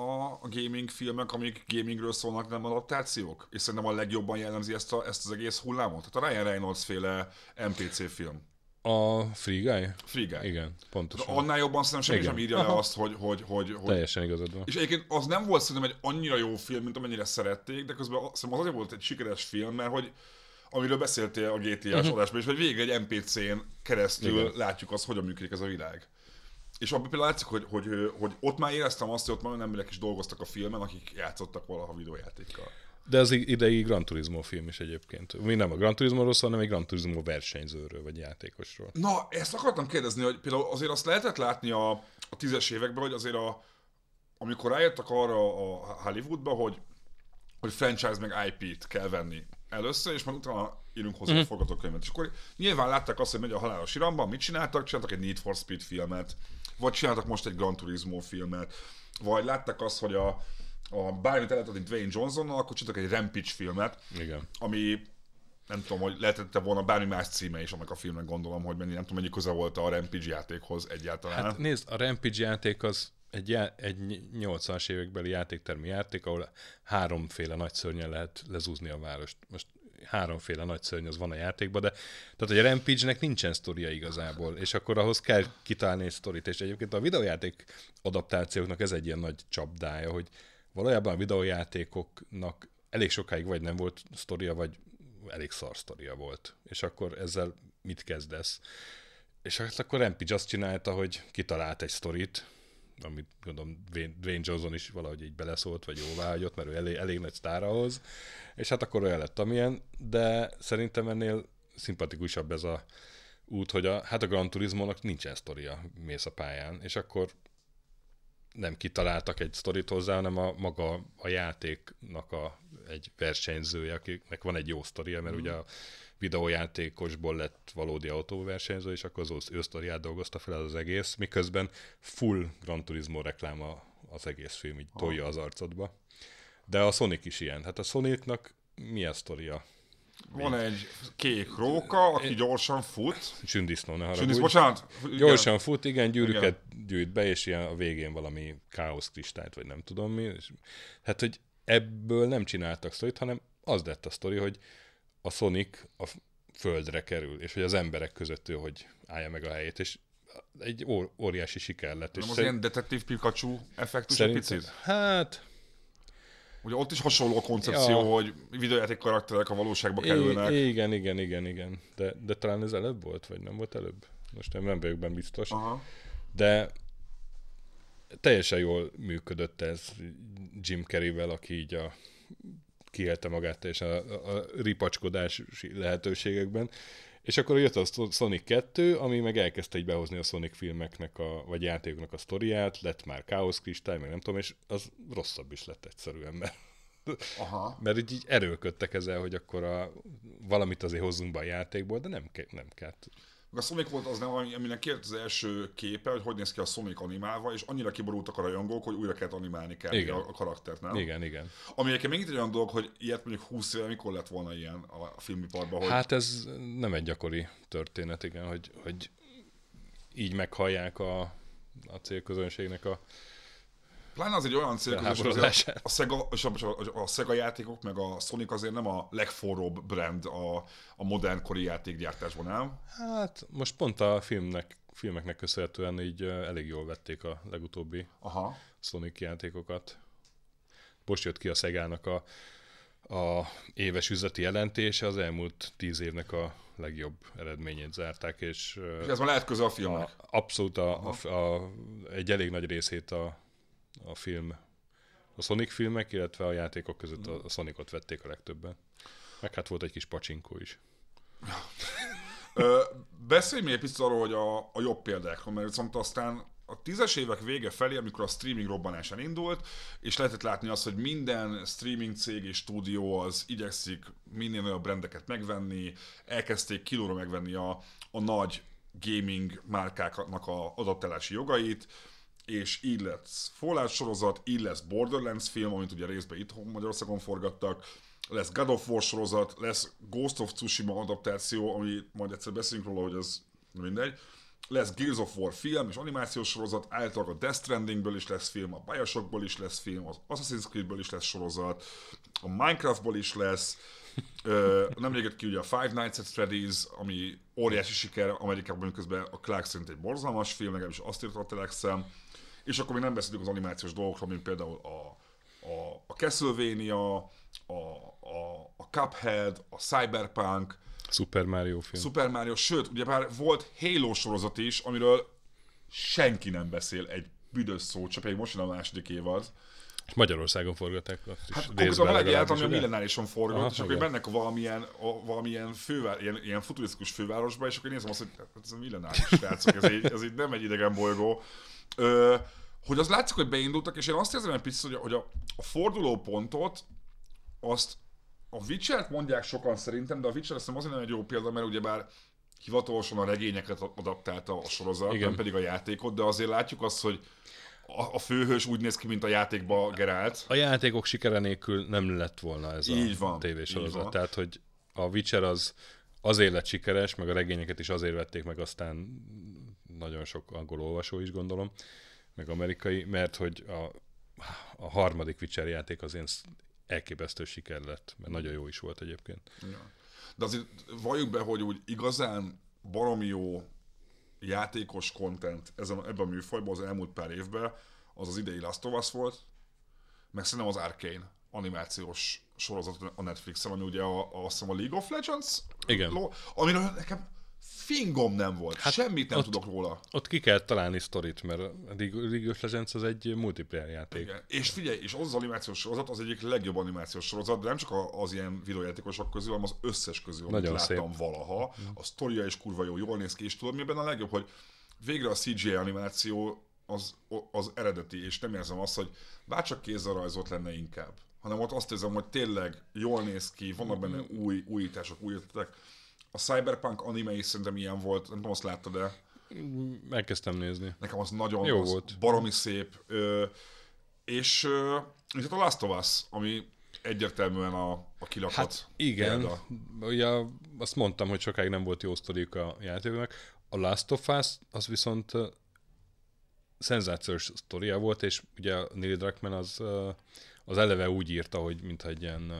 a gaming filmek, amik gamingről szólnak, nem adaptációk? És szerintem a legjobban jellemzi ezt az egész hullámot. Tehát a Ryan Reynolds féle NPC film. A Free Guy? Free Guy. Igen, pontosan. Tehát annál jobban szerintem senki Igen. sem írja le azt, hogy... Teljesen igazad van. És egyébként az nem volt szerintem egy annyira jó film, mint amennyire szerették, de közben szerintem az azért volt egy sikeres film, mert hogy amiről beszéltél a GTA-s adásban, és hogy végre egy NPC-n keresztül Igen. látjuk azt, hogyan működik ez a világ. És abban például látszik, hogy ott már éreztem azt, hogy ott már olyan emberek is dolgoztak a filmen, akik játszottak valaha videójátékkal. De az idei Gran Turismo film is egyébként. Mi nem a Gran Turismo-ról szól, hanem egy Gran Turismo versenyzőről, vagy játékosról. Na, ezt akartam kérdezni, hogy például azért azt lehetett látni a 10-es években, hogy azért amikor rájöttek arra a Hollywoodba, hogy franchise meg IP-t kell venni először, és majd utána írunk hozzá egy forgatókönyvet. És akkor nyilván látták azt, hogy megy a halálos iramban, mit csináltak? Csináltak egy Need for Speed filmet, vagy csináltak most egy Gran Turismo filmet, vagy látták azt, hogy bármit el lehet adni Dwayne Johnsonnal, akkor csináltak egy Rampage filmet, Igen. ami nem tudom, hogy lehetette volna bármi más címe is annak a filmnek, gondolom, hogy nem tudom, mennyi köze volt a Rampage játékhoz egyáltalán. Hát nézd, a Rampage játék az egy 80-as évekbeli játéktermi játék, ahol 3 nagy szörnyen lehet lezúzni a várost. Most 3 nagy szörny az van a játékban, de tehát, hogy a Rampage-nek nincsen sztoria igazából, és akkor ahhoz kell kitalálni egy sztorit, és egyébként a videójáték adaptációknak ez egy ilyen nagy csapdája, hogy valójában a videójátékoknak elég sokáig vagy nem volt sztoria, vagy elég szar sztoria volt. És akkor ezzel mit kezdesz? És hát akkor Rampage azt csinálta, hogy kitalált egy sztorit, amit gondolom Dwayne Johnson is valahogy így beleszólt, vagy jóváhagyott, mert ő elég nagy sztár ahhoz. És hát akkor olyan lett, amilyen, de szerintem ennél szimpatikusabb ez a út, hogy a Gran Turismo-nak nincsen sztoria, mész a pályán, és akkor nem kitaláltak egy sztorit hozzá, hanem maga a játéknak egy versenyzője, akinek van egy jó sztoria, mert ugye a videójátékosból lett valódi autóversenyző, és akkor az ő sztoriát dolgozta fel az egész, miközben full Gran Turismo rekláma az egész film, így tolja az arcodba. De a Sonic is ilyen. Hát a Sonicnak mi a sztoria? Van egy kék róka, aki gyorsan fut. Sündisznó, ne Sündis, haragudj. bocsánat. Gyorsan fut, igen, gyűrűket gyűjt be, és ilyen a végén valami káosz kristályt, vagy nem tudom mi. És, hát, hogy ebből nem csináltak sztorit, hanem az lett a sztori, hogy a Sonic a földre kerül, és hogy az emberek között ő, hogy állja meg a helyét, és egy óriási siker lett. Nem És az ilyen detektív Pikachu effektus egy picit? Hát, Ugye ott is hasonló a koncepció, Ja. hogy videójáték karakterek a valóságba kerülnek. igen. De talán ez előbb volt, vagy nem volt előbb? Most nem vagyok benne biztos. Aha. De teljesen jól működött ez Jim Carreyvel, aki így kiélte magát teljesen a ripacskodás lehetőségekben. És akkor jött a Sonic 2, ami meg elkezdte így behozni a Sonic filmeknek, vagy játékoknak a sztoriát, lett már Chaos Kristály, meg nem tudom, és az rosszabb is lett egyszerűen, mert így erőlködtek ezzel, hogy akkor valamit azért hozzunk be a játékból, de nem kellett. A Sonic volt az nem, aminek kért az első képe, hogy néz ki a Sonic animálva, és annyira kiborultak a rajongók, hogy újra kellett animálni a karaktert, nem? Igen. Ami egyébként még egy olyan dolog, hogy ilyet mondjuk 20 éve mikor lett volna ilyen a filmiparban, hogy... Hát ez nem egy gyakori történet, igen, hogy így meghallják a célközönségnek a Pláne az egy olyan célközönség, a Sega játékok, meg a Sonic azért nem a legforróbb brand a modern kori játékgyártásban, nem? Hát most pont a filmeknek köszönhetően így elég jól vették a legutóbbi Sonic játékokat. Most jött ki a Segának a éves üzleti jelentése, az elmúlt 10 évnek a legjobb eredményét zárták, és ez már lehet köze a filmnek? Abszolút egy elég nagy részét a Sonic filmek, illetve a játékok között a Sonicot vették a legtöbben. Meg hát volt egy kis pacsinkó is. Beszélj még egy picit arról, hogy a jobb példákról, mert viszont aztán a 10-es évek vége felé, amikor a streaming robbanásán indult, és lehetett látni azt, hogy minden streaming cég és stúdió az igyekszik minél olyan brandeket megvenni, elkezdték kilóra megvenni a nagy gaming márkáknak a adaptálási jogait, és így lesz Fallout sorozat, így lesz Borderlands film, amit ugye részben itthon Magyarországon forgattak, lesz God of War sorozat, lesz Ghost of Tsushima adaptáció, ami majd egyszer beszélünk róla, hogy ez mindegy, lesz Gears of War film és animációs sorozat, általában a Death Strandingből is lesz film, a Bioshockból is lesz film, az Assassin's Creedből is lesz sorozat, a Minecraftból is lesz, nemrég jött ki ugye a Five Nights at Freddy's, ami óriási siker, Amerikában közben a Clark szerint egy borzalmas film, legalábbis azt írta a Telexem, és akkor még nem beszélünk az animációs dolgokról, mint például a Castlevania, a Cuphead, a Cyberpunk, Super Mario film. Super Mario, sőt, ugye már volt Halo sorozat is, amiről senki nem beszél egy büdös szót, csak pedig most jön a második évad. És Magyarországon forgatták azt is. Hát konkrétan a legjárt, ami a Millenárison forgott, és akkor mennek valamilyen ilyen futurisztikus fővárosba, és akkor nézem azt, hogy ez a Millenáris srácok, ez így nem egy idegen bolygó. Hogy az látszik, hogy beindultak, és én azt érzem egy picit, hogy a fordulópontot, azt a Witcher-t mondják sokan szerintem, de a Witcher azt azért nem egy jó példa, mert ugyebár hivatalosan a regényeket adaptálta a sorozat, igen, nem pedig a játékot, de azért látjuk azt, hogy a főhős úgy néz ki, mint a játékba Geralt. A játékok sikere nélkül nem lett volna ez a tévésorozat. Tehát, hogy a Witcher azért lett sikeres, meg a regényeket is azért vették meg, aztán nagyon sok angol olvasó is gondolom, meg amerikai, mert hogy a harmadik Witcher játék az ilyen elképesztő siker lett, mert nagyon jó is volt egyébként. Ja. De azért valljuk be, hogy úgy igazán baromi jó játékos content ebben a műfajban az elmúlt pár évben az idei Last of Us volt, meg szerintem az Arcane animációs sorozat a Netflixen, ami ugye azt hiszem a League of Legends, igen, amiről nekem fingom nem volt, hát semmit nem tudok róla. Ott ki kell találni sztorit, mert a League of Legends az egy multiplayer játék. Igen. És figyelj, és az animációs sorozat az egyik legjobb animációs sorozat, de nem csak az ilyen videójátékosok közül, hanem az összes közül, amit láttam valaha. A sztoria is kurva jó, jól néz ki, és tudod, mi benne a legjobb, hogy végre a CGI animáció az eredeti, és nem érzem azt, hogy bárcsak kézzel rajzolt lenne inkább, hanem ott azt érzem, hogy tényleg jól néz ki, vannak benne újítások, új ötletek. A Cyberpunk anime is szerintem ilyen volt, nem tudom, azt láttad, de... Elkezdtem nézni. Nekem az nagyon jó volt. Baromi szép. És a Last of Us, ami egyértelműen a kilakat. Hát igen, ugye azt mondtam, hogy sokáig nem volt jó sztorik a játéknak. A Last of Us az viszont szenzációs sztoria volt, és ugye Neil Druckmann az eleve úgy írta, hogy mintha egy ilyen...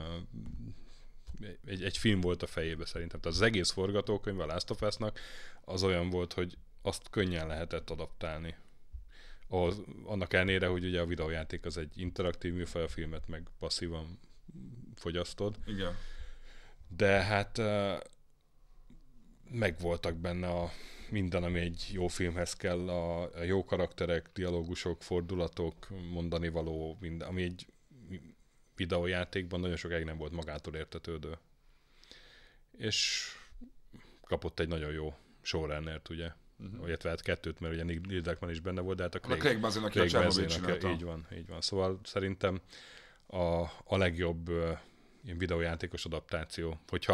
Egy film volt a fejébe szerintem. Tehát az egész forgatókönyv a Last of Us-nak az olyan volt, hogy azt könnyen lehetett adaptálni. Annak ellenére, hogy ugye a videójáték az egy interaktív műfaj, a filmet meg passzívan fogyasztod. Igen. De hát megvoltak benne minden, ami egy jó filmhez kell, a jó karakterek, dialógusok, fordulatok, mondani való, minden, ami egy videójátékban nagyon sokáig nem volt magától értetődő. És kapott egy nagyon jó showrunnert, ugye. Illetve hát kettőt, mert ugye Neil Druckmann is benne volt, de hát a Craig Mazin, aki a Csernobyl csinálta. Így van. Szóval szerintem a legjobb ilyen videójátékos adaptáció,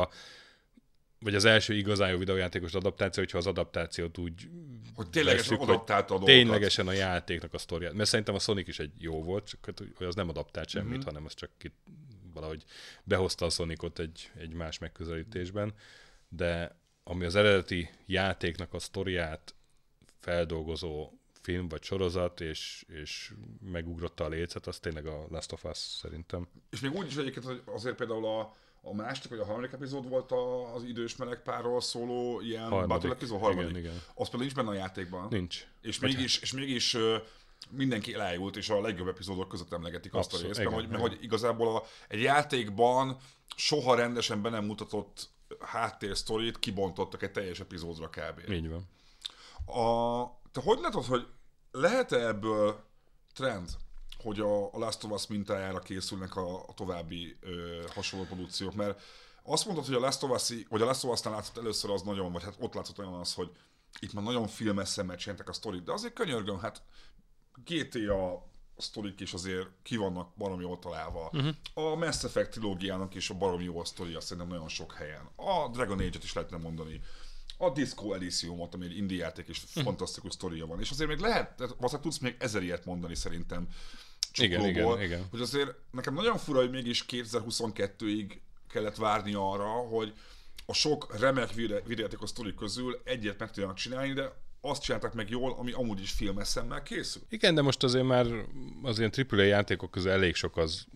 vagy az első igazán jó videójátékos adaptáció, hogyha az adaptációt úgy hogy ténylegesen adaptálta a dolgokat. Ténylegesen a játéknak a sztoriát. Mert szerintem a Sonic is egy jó volt, csak hogy az nem adaptált semmit, hanem az csak valahogy behozta a Sonicot egy más megközelítésben. De ami az eredeti játéknak a sztoriát feldolgozó film vagy sorozat, és megugrotta a lécet, az tényleg a Last of Us szerintem. És még úgy is egyébként, hogy azért például a második vagy a harmadik epizód volt az idős meleg párról szóló ilyen battle epizód, harmadik. Igen. Az például nincs benne a játékban. Nincs. És mégis mindenki elájult, és a legjobb epizódok között emlegetik azt a részben, hogy igazából egy játékban soha rendesen be nem mutatott háttérsztorit kibontottak egy teljes epizódra kb. Így van. Te hogy látod, hogy lehet-e ebből trend, hogy a Last of Us mintájára készülnek a további hasonló produkciók? Mert azt mondod, hogy a Last of Us-nál látszott először az nagyon, vagy hát ott látszott olyan az, hogy itt már nagyon filmes szemmel csináltak a sztorit, de azért könyörgöm, hát GTA sztorik is azért ki vannak baromi jól találva. A Mass Effect trilógiának is a baromi jó sztoria szerintem nagyon sok helyen. A Dragon Age-et is lehetne mondani. A Disco Elysiumot, ami egy indie játék és fantasztikus sztoria van. És azért még lehet, valószínűleg tudsz még 1000 ilyet mondani szerintem csuklóból, igen. hogy azért nekem nagyon fura, hogy mégis 2022-ig kellett várni arra, hogy a sok remek videójátékos sztori közül egyet meg tudjanak csinálni, de azt csináltak meg jól, ami amúgy is filmes szemmel készül. Igen, de most azért már az ilyen AAA játékok közül elég sok az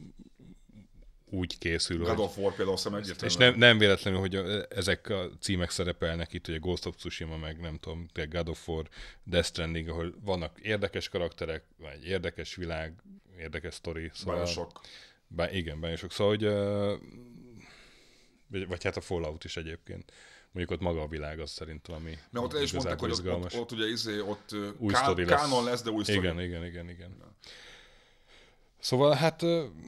úgy készül. God of War például azt és nem véletlenül, hogy ezek a címek szerepelnek itt, hogy a Ghost of Tsushima, meg nem tudom, God of War, Death Stranding, ahol vannak érdekes karakterek, vagy érdekes világ, érdekes sztori. Szóval, Bioshock. Igen, Bioshock. Szóval, hogy vagy hát a Fallout is egyébként. Mondjuk ott maga a világ az szerintem, ami mert ott el is mondták, hogy ott ugye ott új sztori lesz. Kánon lesz, de új sztori. Igen. Szóval hát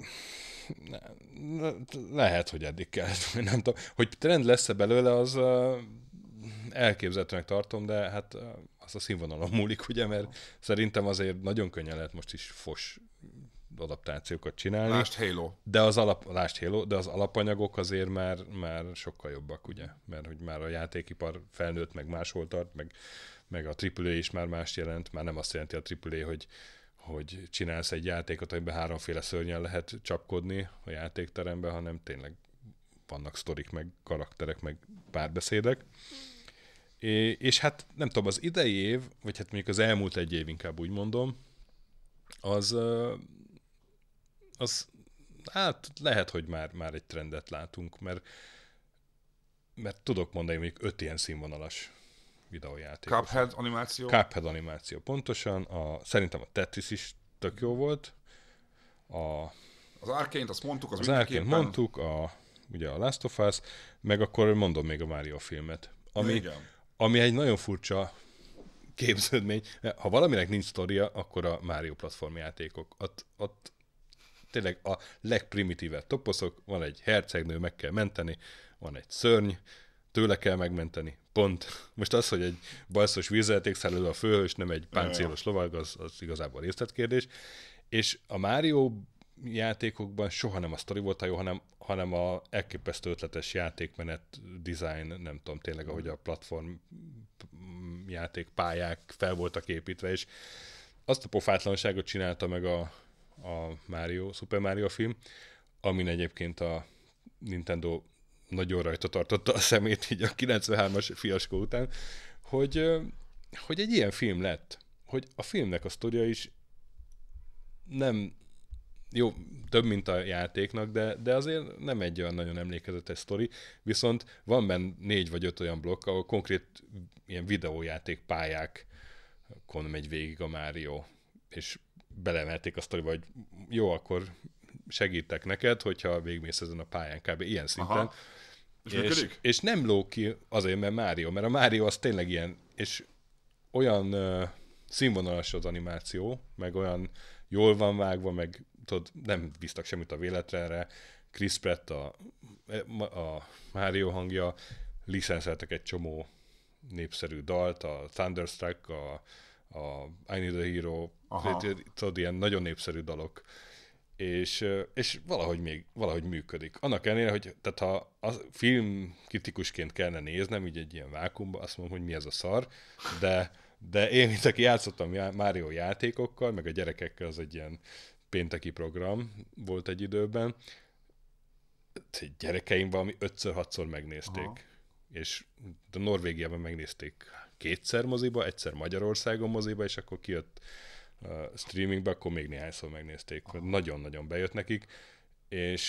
lehet, hogy eddig kell. Nem tudom, hogy trend lesz-e belőle, az elképzelhetőnek tartom, de hát az a színvonalon múlik, ugye, mert szerintem azért nagyon könnyen lehet most is fos adaptációkat csinálni. Lásd Halo. De az alapanyagok azért már sokkal jobbak, ugye? Mert hogy már a játékipar felnőtt, meg máshol tart, meg a AAA is már más jelent. Már nem azt jelenti a AAA, hogy csinálsz egy játékot, amiben háromféle szörnyen lehet csapkodni a játékteremben, hanem tényleg vannak sztorik, meg karakterek, meg párbeszédek. És hát nem tudom, az idei év, vagy hát mondjuk az elmúlt egy év, inkább úgy mondom, az hát lehet, hogy már egy trendet látunk, mert tudok mondani még 5 ilyen színvonalas videójáték. Cuphead animáció? Cuphead animáció, pontosan. Szerintem a Tetris is tök jó volt. Az Arkane-t azt mondtuk, az Arkane-t mondtuk, ugye a Last of Us, meg akkor mondom még a Mario filmet. Ami egy nagyon furcsa képződmény. Ha valaminek nincs sztoria, akkor a Mario platformjátékok. Ott tényleg a legprimitívebb toposzok, van egy hercegnő, meg kell menteni, van egy szörny, tőle kell megmenteni, pont. Most az, hogy egy bajszos vízjáték száll elő a főhős, nem egy páncélos lovag, az igazából részletkérdés. És a Mario játékokban soha nem a sztori volt a jó, hanem a elképesztő ötletes játékmenet, design, nem tudom tényleg, ahogy a platform játékpályák fel voltak építve, és azt a pofátlanságot csinálta meg a Super Mario film, amin egyébként a Nintendo nagyon rajta tartotta a szemét így a 93-as fiaskó után, hogy egy ilyen film lett, hogy a filmnek a sztoria is nem jó, több, mint a játéknak, de azért nem egy olyan nagyon emlékezetes sztori, viszont van benne 4 vagy 5 olyan blokk, ahol konkrét ilyen videójáték pályákon megy végig a Mario, és belemelték a sztoriba, hogy jó, akkor segítek neked, hogyha végigmész ezen a pályán, kb. Ilyen szinten. És nem ló ki azért, mert a Mario az tényleg ilyen, és olyan színvonalas az animáció, meg olyan jól van vágva, meg tudod, nem bíztak semmit a véletre erre. Chris Pratt a Mario hangja, licenszeltek egy csomó népszerű dalt, a Thunderstruck, a I Need a Hero, tudod, ilyen nagyon népszerű dalok. És valahogy működik. Annak ellenére, hogy tehát ha a film kritikusként kellene néznem, így egy ilyen vákuumba, azt mondom, hogy mi ez a szar, de én, mint aki játszottam Mario játékokkal, meg a gyerekekkel, az egy ilyen pénteki program volt egy időben, gyerekeim valami 5-6-szor megnézték. Aha. És a Norvégiában megnézték 2-szer moziba, egyszer Magyarországon moziba, és akkor kijött streamingbe, akkor még néhányszor megnézték. Nagyon-nagyon bejött nekik, és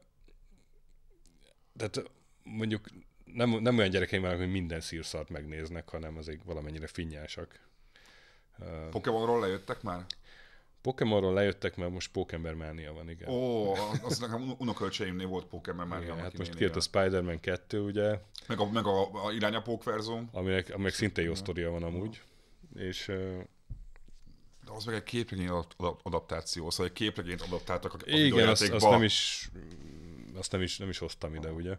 tehát mondjuk nem olyan gyerekeim vannak, hogy minden szírszart megnéznek, hanem azért valamennyire finnyásak. Pokémonról lejöttek már? Pokémonról lejöttek, mert most Pokémon Mania van, igen. Ó, az nekem unokölcseimnél volt Pokémon Mania. Hát most kijött a Spider-Man 2, ugye? Meg a irányapók verzum. Aminek szintén jó sztoria van amúgy. És... De az meg egy képregény adaptáció, szóval egy képregényt adaptáltak a igen, videójátékba. Azt nem is hoztam ide, ugye?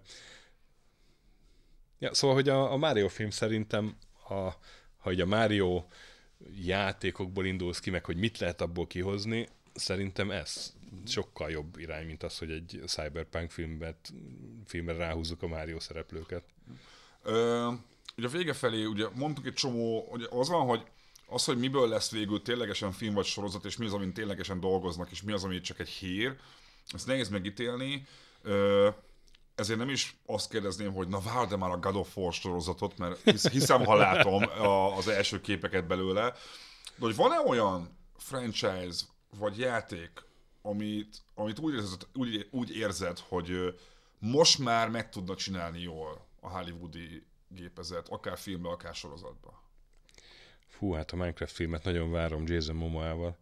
Ja, szóval, hogy a Mario film szerintem, ha így a Mario játékokból indulsz ki, meg hogy mit lehet abból kihozni, szerintem ez sokkal jobb irány, mint az, hogy egy Cyberpunk filmben ráhúzzuk a Mario szereplőket. Ugye a vége felé, ugye mondtuk egy csomó, ugye az van, hogy hogy miből lesz végül ténylegesen film vagy sorozat, és mi az, amin ténylegesen dolgoznak, és mi az, ami csak egy hír, ezt nehéz megítélni. Ezért nem is azt kérdezném, hogy na várd már a God of War sorozatot, mert hiszem, ha látom az első képeket belőle. De hogy van-e olyan franchise vagy játék, amit úgy érzed, hogy most már meg tudna csinálni jól a hollywoodi gépezet, akár filmbe, akár sorozatba? Fú, hát a Minecraft filmet nagyon várom Jason Momoával.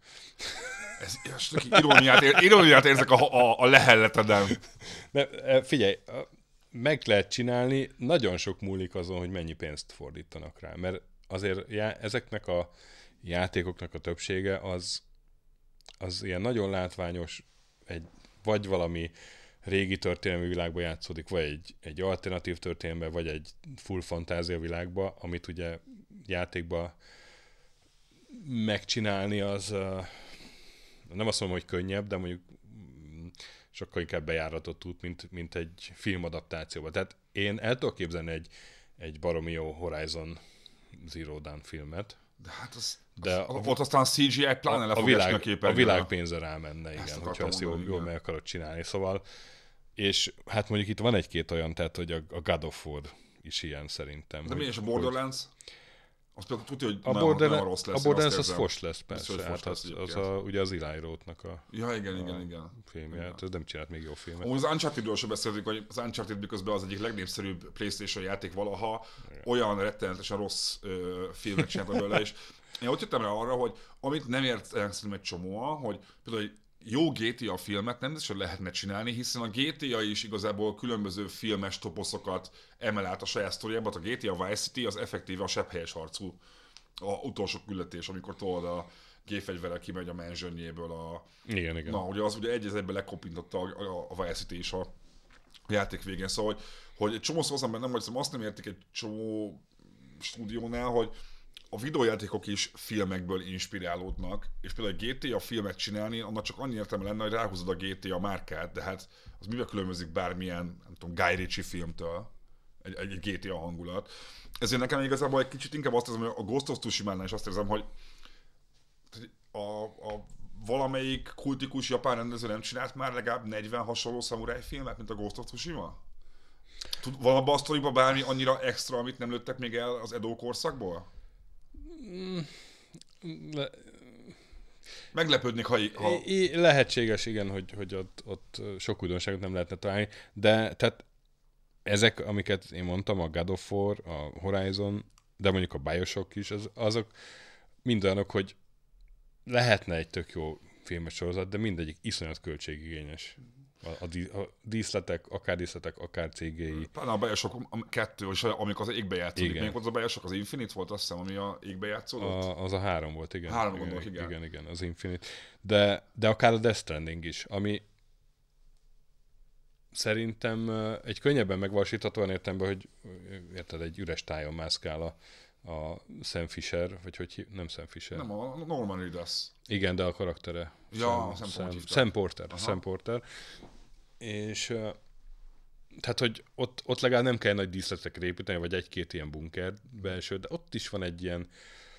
Iróniát érzek a lehelleteden. De figyelj, meg lehet csinálni, nagyon sok múlik azon, hogy mennyi pénzt fordítanak rá, mert azért ezeknek a játékoknak a többsége az ilyen nagyon látványos, vagy valami régi történelmi világban játszódik, vagy egy alternatív történelemben, vagy egy full fantázia világban, amit ugye játékban megcsinálni, az nem azt mondom, hogy könnyebb, de mondjuk sokkal inkább bejáratott út, mint egy filmadaptációban. Tehát én el tudok képzelni egy baromi jó Horizon Zero Dawn filmet. De hát ott aztán CGI pláne le fog esni a képernyőre. A világ pénze rámenne, igen, hogyha ezt jól meg akarod csinálni. Szóval, és hát mondjuk itt van egy-két olyan, tehát hogy a God of War is ilyen szerintem. De mi is a Borderlands? Azt például tudja, hogy nem rossz lesz. A Borderlands az fos lesz, persze. Hát az ugye az Eli Roth-nak a igen. filmje. Hát ez nem csinált még jó filmet. Az Uncharted-ről sem beszéltük, hogy az Uncharted miközben az egyik legnépszerűbb PlayStation játék valaha, olyan rettenetesen rossz filmet csinálta belőle, és én ott jöttem rá arra, hogy amit nem értem szerintem egy csomóan, hogy például egy jó GTA filmet nem is lehetne csinálni, hiszen a GTA is igazából különböző filmes toposzokat emel át a saját sztoriába. A GTA Vice City az effektíve a sebhelyes harcú, a utolsó küldetés, amikor tudod a gépfegyverrel kimegy a mansionjéből Igen. Na, ugye az ugye egy lekopintotta a Vice City is a játék végén. Szóval, hogy egy csomó szóval bennem, hogy azt nem értik egy csomó stúdiónál, hogy a videójátékok is filmekből inspirálódnak, és például egy GTA filmet csinálni, annak csak annyi értelme lenne, hogy ráhúzod a GTA márkát, de hát az mivel különbözik bármilyen, nem tudom, Guy Ritchie filmtől, egy GTA hangulat. Ezért nekem igazából egy kicsit inkább azt érzem, hogy a Ghost of Tsushima-nál is azt érzem, hogy a valamelyik kultikus japán rendező nem csinált már legalább 40 hasonló szamuráj filmet, mint a Ghost of Tsushima? Van abban a sztoriban bármi annyira extra, amit nem lőttek még el az Edo korszakból? Meglepődnék, ha... Lehetséges, igen, hogy ott sok újdonságot nem lehetne találni, de tehát ezek, amiket én mondtam, a God of War, a Horizon, de mondjuk a Bioshock is, azok mind olyanok, hogy lehetne egy tök jó filmes sorozat, de mindegyik iszonyat költségigényes. A díszletek, akár CGI. Pláne a Bioshock 2, és amikor az égbe játszódik. Igen. Még volt az a Bioshock, az Infinite volt, azt hiszem, ami a égbe játszódott? Az a 3 volt, igen. 3 gondolok, igen. Igen, az Infinite. De akár a Death Stranding is, ami szerintem egy könnyebben megvalósítható olyan értelemben, hogy érted, egy üres tájon mászkál a Sam Fisher, vagy hogy nem Sam Fisher. Nem, a Norman Reedus. Igen, de a karaktere. Ja, Sam Porter. És tehát, hogy ott legalább nem kell nagy díszletekre építeni, vagy egy-két ilyen bunker belső, de ott is van egy ilyen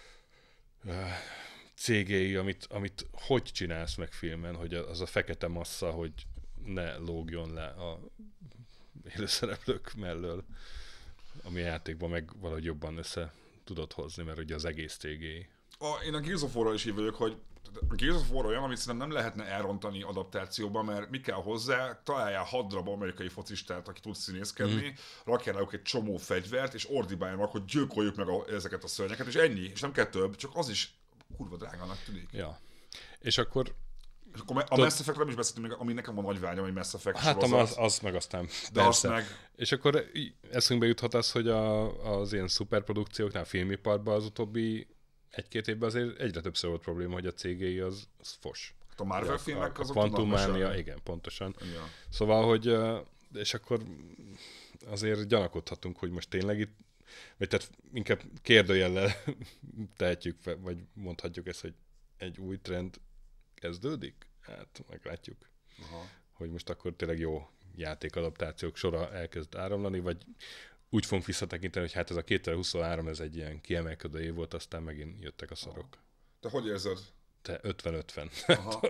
CGI, amit hogy csinálsz meg filmen, hogy az a fekete massza, hogy ne lógjon le a élőszereplők mellől, ami a játékban meg valahogy jobban össze tudod hozni, mert ugye az egész CGI. Én a Gears of War-ral is így vagyok, hogy a Gears of War olyan, amit szerintem nem lehetne elrontani adaptációban, mert mi kell hozzá, találjál 6 darab amerikai focistát, aki tud színészkedni, rakjál rájuk egy csomó fegyvert, és ordibáljanak, hogy gyilkoljuk meg ezeket a szörnyeket, és ennyi, és nem kell több, csak az is kurva drágának tűnik. Ja. És akkor a Mass Effect-ről is beszéltünk még, ami nekem van nagy vágyam, hogy Mass Effect hát sorozat. az meg aztán de azt meg... És akkor eszünkbe juthat az, hogy az ilyen szuperprodukcióknál, a filmiparban az utóbbi 1-2 évben azért egyre többször volt probléma, hogy a CGI az fos. A Marvel filmek azok Quantum Mania, igen, pontosan. Ja. Szóval, hogy és akkor azért gyanakodhatunk, hogy most tényleg itt, vagy tehát inkább kérdőjellel tehetjük, vagy mondhatjuk ezt, hogy egy új trend kezdődik? Hát meglátjuk. Aha. Hogy most akkor tényleg jó játékadaptációk sora elkezd áramlani, vagy úgy fogunk visszatekinteni, hogy hát ez a 2023, ez egy ilyen kiemelkedő év volt, aztán megint jöttek a szarok. Te hogy érzed? Te 50-50. Aha.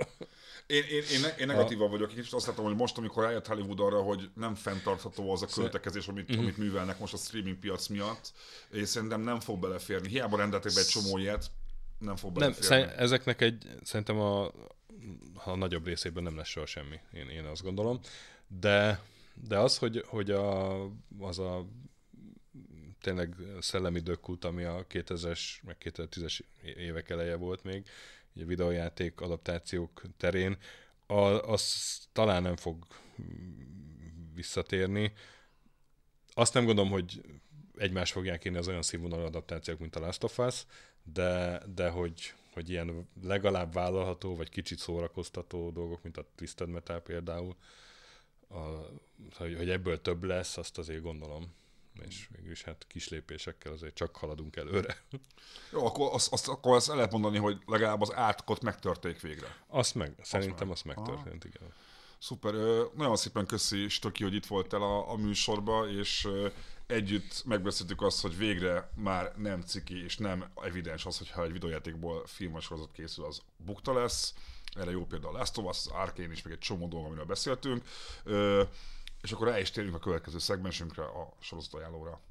Én negatívan vagyok, kicsit azt látom, hogy most, amikor eljött Hollywood arra, hogy nem fenntartható az a költekezés, amit művelnek most a streaming piac miatt, és szerintem nem fog beleférni. Hiába rendelték be egy csomó ilyet, nem fog beleférni. Ezeknek szerintem a nagyobb részében nem lesz soha semmi, én azt gondolom. De az, hogy az a tényleg szellemi dökkult, ami a 2000-es, meg 2010-es évek eleje volt még, a videójáték adaptációk terén, az talán nem fog visszatérni. Azt nem gondolom, hogy egymást fogják írni az olyan színvonalú adaptációk, mint a Last of Us, de hogy ilyen legalább vállalható, vagy kicsit szórakoztató dolgok, mint a Twisted Metal például, hogy ebből több lesz, azt azért gondolom. És végülis hát kis lépésekkel azért csak haladunk előre. Jó, akkor azt el lehet mondani, hogy legalább az átkot megtörték végre. Szerintem azt megtörtént, igen. Szuper. Nagyon szépen köszi, Stöki, hogy itt voltál a műsorba, és együtt megbeszéltük azt, hogy végre már nem ciki, és nem evidens az, hogyha egy videójátékból filmes sorozat készül, az bukta lesz. Erre jó példa a Last of Us, az Arcane is, meg egy csomó dolog, amiről beszéltünk. És akkor el is térjünk a következő szegmensünkre, a sorozatajánlóra.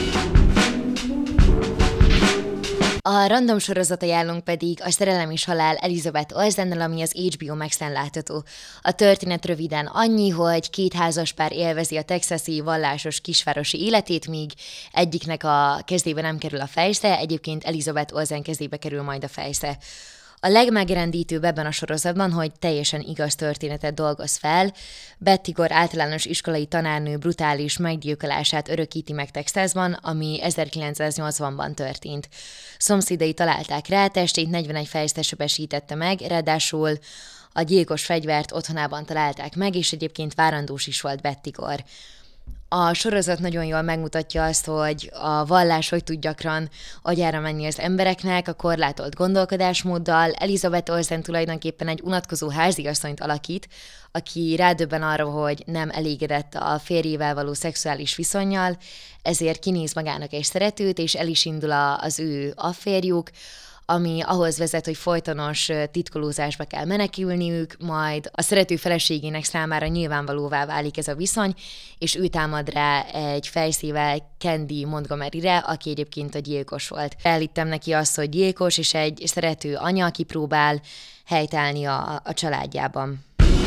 A random sorozatajánlónk pedig a Szerelem és halál Elizabeth Olsennel, ami az HBO Max-en látható. A történet röviden annyi, hogy 2 házaspár élvezi a texasi vallásos kisvárosi életét, míg egyiknek a kezébe nem kerül a fejsze, egyébként Elizabeth Olsen kezébe kerül majd a fejsze. A legmegrendítőbb ebben a sorozatban, hogy teljesen igaz történetet dolgoz fel. Betty Gore általános iskolai tanárnő brutális meggyilkolását örökíti meg Texasban, ami 1980-ban történt. Szomszédai találták rá, testét 41 fejsze sebesítette meg, ráadásul a gyilkos fegyvert otthonában találták meg, és egyébként várandós is volt Betty Gore. A sorozat nagyon jól megmutatja azt, hogy a vallás hogy tud gyakran agyára menni az embereknek, a korlátolt gondolkodásmóddal. Elizabeth Olsen tulajdonképpen egy unatkozó háziasszonyt alakít, aki rádöbben arra, hogy nem elégedett a férjével való szexuális viszonnyal, ezért kinéz magának egy szeretőt, és el is indul az ő afférjuk, ami ahhoz vezet, hogy folytonos titkolózásba kell menekülniük, majd a szerető feleségének számára nyilvánvalóvá válik ez a viszony, és ő támad rá egy fejszével Candy Montgomeryre, aki egyébként a gyilkos volt. Elhittem neki azt, hogy gyilkos, és egy szerető anya, aki próbál helytállni a családjában.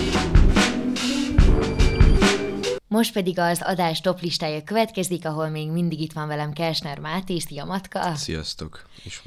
Most pedig az adás top listája következik, ahol még mindig itt van velem Kersner Máté. Szia, Matka! Sziasztok, ismét!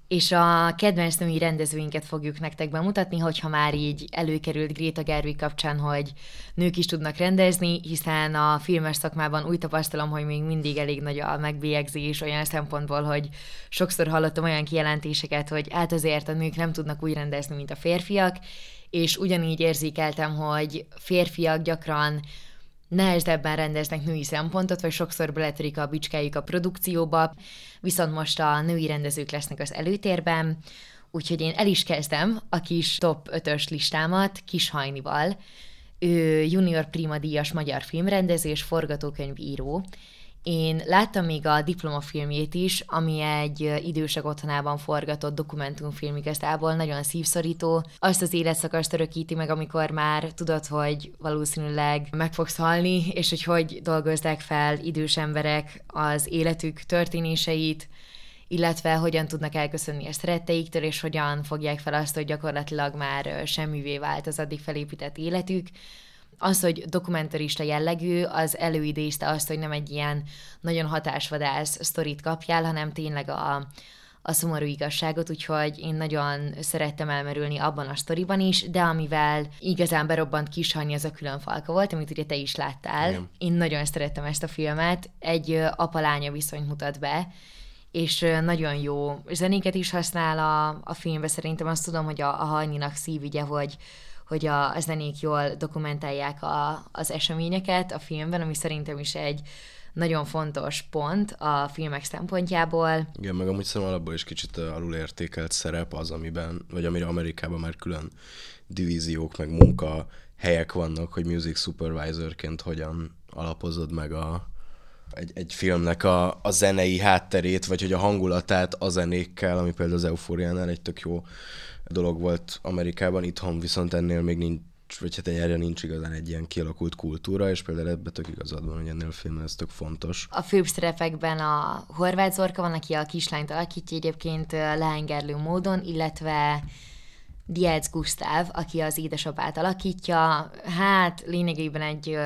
és a kedvenc női rendezőinket fogjuk nektek bemutatni, hogyha már így előkerült Greta Gerwig kapcsán, hogy nők is tudnak rendezni, hiszen a filmes szakmában úgy tapasztalom, hogy még mindig elég nagy a megbélyegzés olyan szempontból, hogy sokszor hallottam olyan kijelentéseket, hogy hát azért a nők nem tudnak úgy rendezni, mint a férfiak, és ugyanígy érzékeltem, hogy férfiak gyakran nehezebben rendeznek női szempontot, vagy sokszor beletörik a bicskájuk a produkcióba, viszont most a női rendezők lesznek az előtérben, úgyhogy én el is kezdem a kis top 5-ös listámat Kis Hajnival. Ő junior prima díjas magyar filmrendező és forgatókönyvíró. Én láttam még a diplomafilmjét is, ami egy idősek otthonában forgatott dokumentumfilm, igazából nagyon szívszorító. Azt az életszakaszt örökíti meg, amikor már tudod, hogy valószínűleg meg fogsz halni, és hogy dolgozzák fel idős emberek az életük történéseit, illetve hogyan tudnak elköszönni a szeretteiktől, és hogyan fogják fel azt, hogy gyakorlatilag már semmivé vált az addig felépített életük. Az, hogy dokumentarista jellegű, az előidézte azt, hogy nem egy ilyen nagyon hatásvadász sztorit kapjál, hanem tényleg a szomorú igazságot, úgyhogy én nagyon szerettem elmerülni abban a sztoriban is, de amivel igazán berobbant Kis Hajni, az a Külön falka volt, amit ugye te is láttál. Igen. Én nagyon szerettem ezt a filmet, egy apa-lánya viszonyt mutat be, és nagyon jó zenéket is használ a filmbe, szerintem azt tudom, hogy a Hajninak szívügye, hogy a zenék jól dokumentálják az eseményeket a filmben, ami szerintem is egy nagyon fontos pont a filmek szempontjából. Igen, meg amúgy szerintem alapból is kicsit alulértékelt szerep az, amiben, vagy amire Amerikában már külön divíziók, meg munkahelyek vannak, hogy music supervisorként hogyan alapozod meg egy filmnek a zenei hátterét, vagy hogy a hangulatát a zenékkel, ami például az Eufóriánál egy tök jó dolog volt Amerikában, itthon viszont ennél még nincs, vagy hát erre nincs igazán egy ilyen kialakult kultúra, és például ebben tök igazad van, hogy ennél a filmben ez tök fontos. A főbb szerepekben a Horváth Zorka van, aki a kislányt alakítja egyébként lehengerlő módon, illetve Dietz Gusztáv, aki az édesapát alakítja. Hát lényegében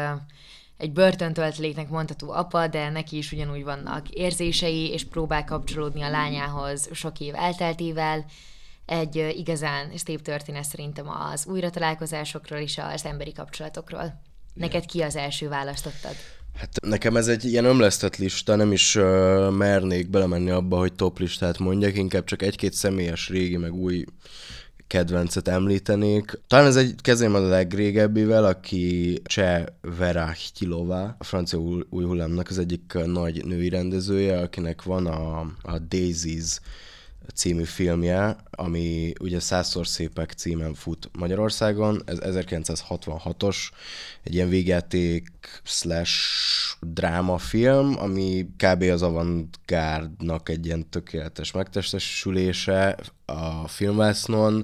egy börtöntölteléknek mondható apa, de neki is ugyanúgy vannak érzései, és próbál kapcsolódni a lányához sok év elteltével. Egy igazán szép történet szerintem az újratalálkozásokról és az emberi kapcsolatokról. Neked ki az első választottad? Hát nekem ez egy ilyen ömlesztett lista, nem is mernék belemenni abba, hogy top listát mondjak, inkább csak egy-két személyes régi, meg új kedvencet említenék. Talán ez kezdjem a legrégebbivel, aki Cseh Verachtilová, a francia új hullámnak az egyik nagy női rendezője, akinek van a Daisies című filmje, ami ugye 100-szor szépek címen fut Magyarországon. Ez 1966-os, egy ilyen végjáték / drámafilm, ami kb. Az avantgárdnak egy ilyen tökéletes megtestesülése a filmvásznon.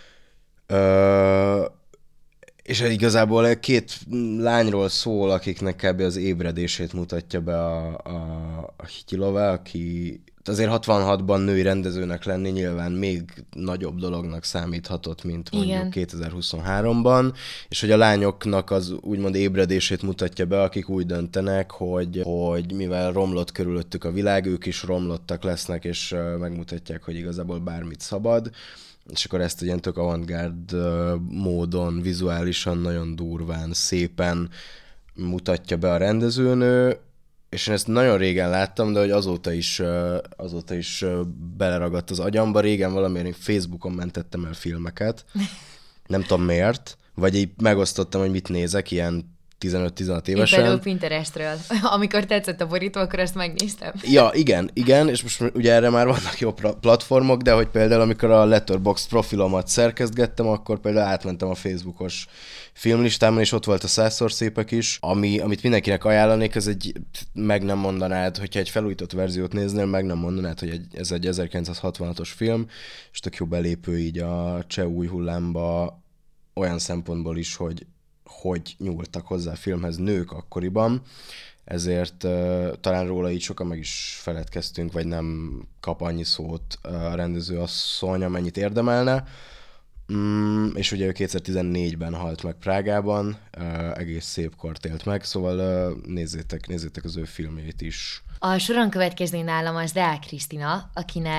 És igazából két lányról szól, akiknek kb. Az ébredését mutatja be a Hityilová, aki azért 66-ban női rendezőnek lenni nyilván még nagyobb dolognak számíthatott, mint mondjuk 2023-ban, és hogy a lányoknak az úgymond ébredését mutatja be, akik úgy döntenek, hogy mivel romlott körülöttük a világ, ők is romlottak lesznek, és megmutatják, hogy igazából bármit szabad. És akkor ezt ilyen tök avantgárd módon, vizuálisan, nagyon durván, szépen mutatja be a rendezőnő, és én ezt nagyon régen láttam, de hogy azóta is beleragadt az agyamba. Régen valamiért Facebookon mentettem el filmeket, nem tudom miért, vagy így megosztottam, hogy mit nézek, ilyen 15-16 évesen. Én például Pinterestről. Amikor tetszett a borító, akkor ezt megnéztem. Ja, igen, és most ugye erre már vannak jó platformok, de hogy például amikor a Letterboxd profilomat szerkesztgettem, akkor például átmentem a Facebookos filmlistámon, és ott volt a 100-szor szépek is, amit mindenkinek ajánlanék, ez meg nem mondanád, hogyha egy felújított verziót néznél, meg nem mondanád, hogy ez egy 1966-os film, és tök jó belépő így a cseh új hullámba olyan szempontból is, hogy nyúltak hozzá a filmhez nők akkoriban, ezért talán róla így sokan meg is feledkeztünk, vagy nem kap annyi szót a rendező asszony, amennyit érdemelne. És ugye ő 2014-ben halt meg Prágában, egész szép kort élt meg, szóval nézzétek az ő filmjét is. A soron következő nálam az Deák Krisztina, akinek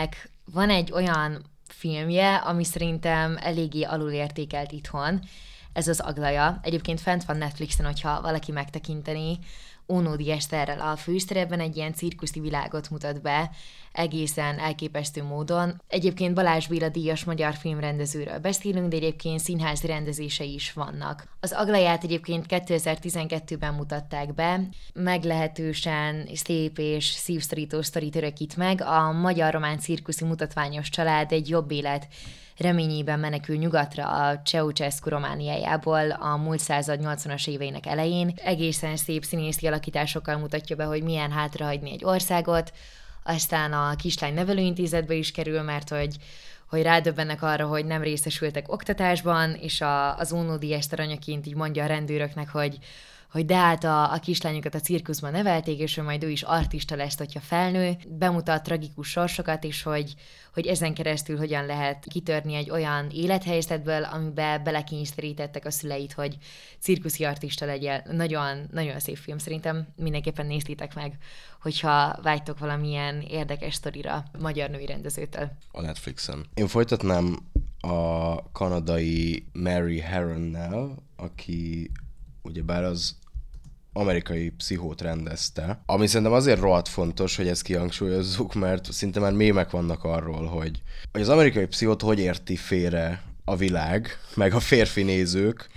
van egy olyan filmje, ami szerintem eléggé alulértékelt itthon, ez az Aglaja. Egyébként fent van Netflixen, hogyha valaki megtekinteni. Ónódi Eszterrel a főszerepben egy ilyen cirkuszi világot mutat be, egészen elképesztő módon. Egyébként Balázs Béla díjas magyar filmrendezőről beszélünk, de egyébként színházi rendezései is vannak. Az Aglaját egyébként 2012-ben mutatták be, meglehetősen szép és szívszorító sztorit örökít meg. A magyar román cirkuszi mutatványos család egy jobb élet reményében menekül nyugatra a Ceausescu Romániájából a múlt század 80-as éveinek elején. Egészen szép színészi alakításokkal mutatja be, hogy milyen hátrahagyni egy országot, aztán a kislány nevelőintézetbe is kerül, mert hogy rádöbbennek arra, hogy nem részesültek oktatásban, és az Ónódi Eszter anyaként így mondja a rendőröknek, hogy de hát a kislányokat a cirkuszban nevelték, és majd ő is artista lesz, hogyha felnő, bemutat tragikus sorsokat, és hogy ezen keresztül hogyan lehet kitörni egy olyan élethelyzetből, amiben belekényszerítettek a szüleit, hogy cirkuszi artista legyen. Nagyon, nagyon szép film, szerintem mindenképpen néztétek meg, hogyha vágytok valamilyen érdekes sztorira magyar női rendezőtől. A Netflixen. Én folytatnám a kanadai Mary Harron-nel, aki ugyebár az Amerikai Pszichót rendezte, ami szerintem azért rohadt fontos, hogy ezt kihangsúlyozzuk, mert szinte már mémek vannak arról, hogy az Amerikai Pszichót hogy érti félre a világ, meg a férfi nézők,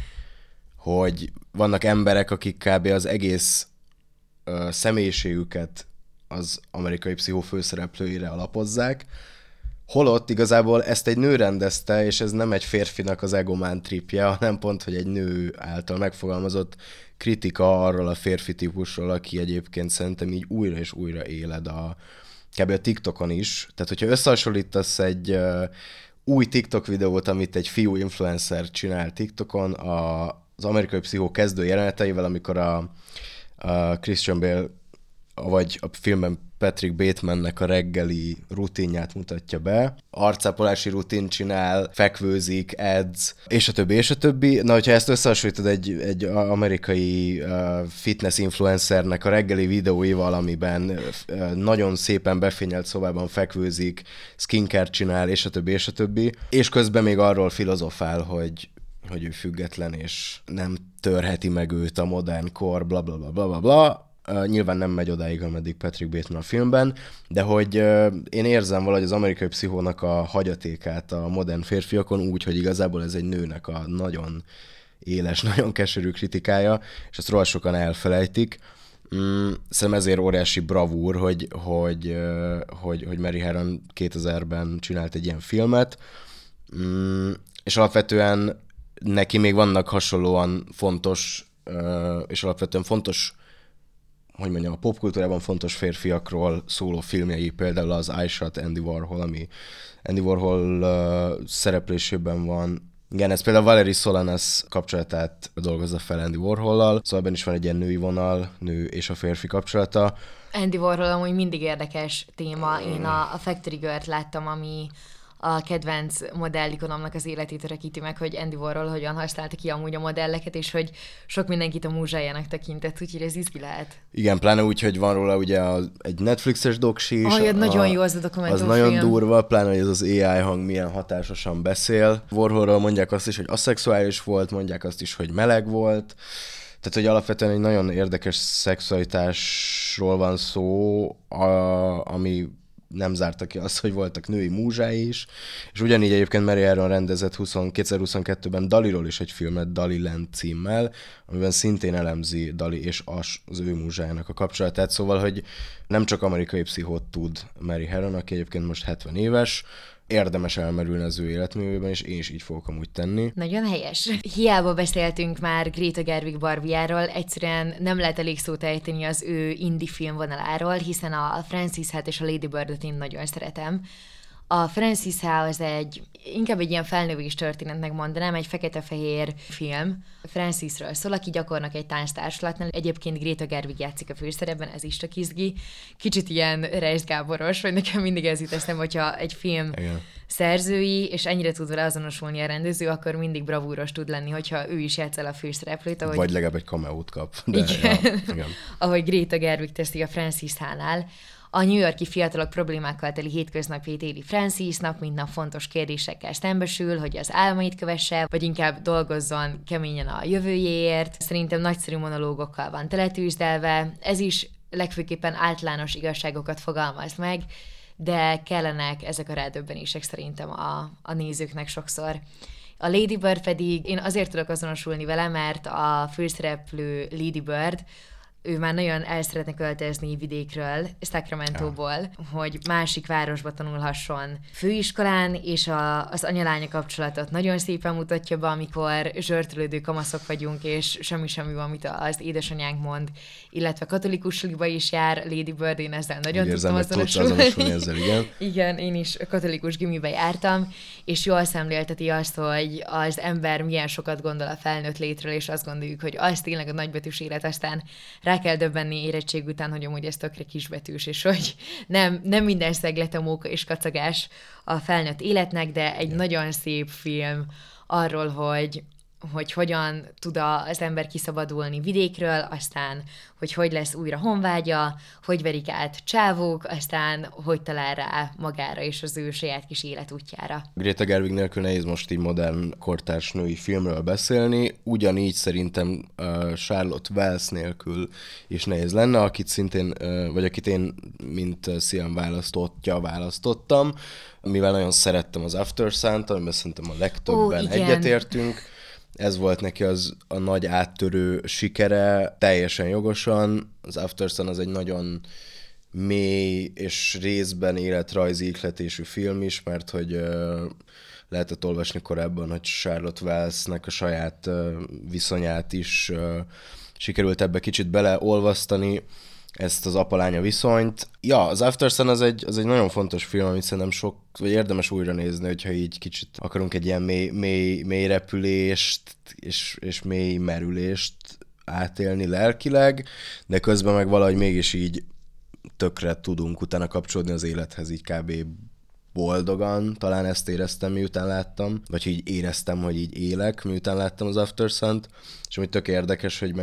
hogy vannak emberek, akik kb. Az egész személyiségüket az Amerikai Pszichó főszereplőire alapozzák, holott igazából ezt egy nő rendezte, és ez nem egy férfinak az egomán tripje, hanem pont, hogy egy nő által megfogalmazott kritika arról a férfi típusról, aki egyébként szerintem így újra és újra éled kb. A TikTokon is. Tehát, hogyha összehasonlítasz egy új TikTok videót, amit egy fiú influencer csinál TikTokon, az Amerikai Pszichó kezdő jeleneteivel, amikor a Christian Bale, vagy a filmben Patrick Batemannek a reggeli rutinját mutatja be, arcápolási rutin csinál, fekvőzik, edz, és a többi, és a többi. Na, hogyha ezt összehasonlítod egy amerikai fitness influencernek a reggeli videóival, amiben nagyon szépen befényelt szobában fekvőzik, skincare csinál, és a többi, és a többi, és közben még arról filozofál, hogy ő független, és nem törheti meg őt a modern kor, bla bla bla bla bla bla. Nyilván nem megy odáig, ameddig Patrick Bateman a filmben, de hogy én érzem valahogy az Amerikai Pszichónak a hagyatékát a modern férfiakon úgy, hogy igazából ez egy nőnek a nagyon éles, nagyon keserű kritikája, és ezt rohadt sokan elfelejtik. Szerintem ezért óriási bravúr, hogy Mary Harron 2000-ben csinált egy ilyen filmet, és alapvetően neki még vannak hasonlóan fontos, és alapvetően fontos, hogy mondjam, a popkultúrában fontos férfiakról szóló filmjei, például az I Shot Andy Warhol, ami Andy Warhol szereplésében van. Igen, ez például Valerie Solanas kapcsolatát dolgozza fel Andy Warhollal, szóval ebben is van egy ilyen női vonal, nő és a férfi kapcsolata. Andy Warhol amúgy mindig érdekes téma. Én a Factory Girl-t láttam, ami a kedvenc modellikonomnak az életét örökíti meg, hogy Andy Warhol hogyan használta ki amúgy a modelleket, és hogy sok mindenkit a múzsájának tekintett, úgyhogy ez izgi lehet. Igen, pláne úgy, hogy van róla ugye egy Netflixes doksi is. Nagyon jó az a dokumentumfilm. Az nagyon durva, pláne, hogy ez az AI hang milyen hatásosan beszél. Warholról mondják azt is, hogy aszexuális volt, mondják azt is, hogy meleg volt. Tehát, hogy alapvetően egy nagyon érdekes szexualitásról van szó, ami nem zárta ki azt, hogy voltak női múzsái is, és ugyanígy egyébként Mary Harron rendezett 2022-ben Daliról is egy filmet, Dali Land címmel, amiben szintén elemzi Dali és az ő múzsájának a kapcsolatát, szóval, hogy nem csak Amerikai Pszichót tud Mary Harron, aki egyébként most 70 éves, érdemes elmerülni az ő életművében, és én is így fogok amúgy tenni. Nagyon helyes. Hiába beszéltünk már Greta Gerwig Barbie-járól, egyszerűen nem lehet elég szót ejteni az ő indie film vonaláról, hiszen a Frances Ha-t és a Lady Bird-ot én nagyon szeretem. A Frances Ha az inkább egy ilyen felnövés történetnek mondanám, egy fekete-fehér film. Francesről szól, aki gyakornak egy tánctársulatnál. Egyébként Greta Gerwig játszik a főszerepben, ez is tök izgi. Kicsit ilyen Reis Gáboros, vagy nekem mindig ez jut eszembe, hogyha egy film szerzői, és ennyire tud vele azonosulni a rendező, akkor mindig bravúros tud lenni, hogyha ő is játszol a főszereplőt. Vagy legalább egy cameót kap. De, igen. Ahogy Greta Gerwig teszi a Frances Ha-nál. a New York-i fiatalok problémákkal teli hétköznapjait éli Francis, nap mint nap fontos kérdésekkel szembesül, hogy az álmait kövesse, vagy inkább dolgozzon keményen a jövőjéért. Szerintem nagyszerű monológokkal van teletűzdelve, ez is legfőképpen általános igazságokat fogalmaz meg, de kellenek ezek a rádöbbenések szerintem a nézőknek sokszor. A Lady Bird pedig én azért tudok azonosulni vele, mert a főszereplő Lady Bird, ő már nagyon el szeretne költözni vidékről, Sacramento-ból, hogy másik városba tanulhasson főiskolán, és az anya-lánya kapcsolatot nagyon szépen mutatja be, amikor zsörtölődő kamaszok vagyunk, és semmi van, amit az édesanyánk mond, illetve katolikus suliba is jár Lady Bird, én ezzel nagyon tudtam azonosulni. Ezzel, igen. Igen, én is katolikus gimibe jártam, és jól szemlélteti azt, hogy az ember milyen sokat gondol a felnőtt létről, és azt gondoljuk, hogy az tényleg a nagybetűs élet, aztán rá kell döbbenni érettség után, hogy amúgy ez tökre kisbetűs, és hogy nem minden szeglete, móka és kacagás a felnőtt életnek, de egy nagyon szép film arról, hogy hogyan tud az ember kiszabadulni vidékről, aztán, hogy lesz újra honvágya, hogy verik át csávók, aztán hogy talál rá magára és az ő saját kis életútjára. Greta Gerwig nélkül nehéz most így modern kortárs női filmről beszélni, ugyanígy szerintem Charlotte Wells nélkül is nehéz lenne, akit én, mint Szian választottam, mivel nagyon szerettem az After Sun-t, amiben szerintem a legtöbben egyetértünk. Ez volt neki a nagy áttörő sikere, teljesen jogosan. Az After Sun az egy nagyon mély és részben életrajzi ihletésű film is, mert hogy lehetett olvasni korábban, hogy Charlotte Wellsnek a saját viszonyát is sikerült ebbe kicsit beleolvasztani, ezt az apa-lánya viszonyt. Ja, az After Sun az egy nagyon fontos film, amit szerintem vagy érdemes újra nézni, hogyha így kicsit akarunk egy ilyen mély repülést és mély merülést átélni lelkileg, de közben meg valahogy mégis így tökre tudunk utána kapcsolódni az élethez, így kb. Boldogan, talán ezt éreztem, miután láttam, vagy így éreztem, hogy így élek, miután láttam az After Sun-t, és ami tök érdekes, hogy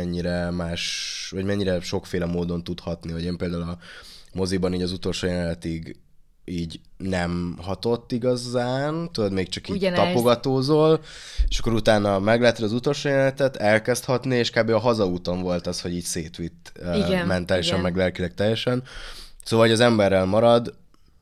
mennyire sokféle módon tud hatni, hogy én például a moziban így az utolsó jelenetig így nem hatott igazán, tudod, még csak így tapogatózol, és akkor utána meglátod az utolsó jelenetet, elkezd hatni, és kb. A hazaúton volt az, hogy így szétvitt mentálisan, meg lelkileg teljesen. Szóval, hogy az emberrel marad,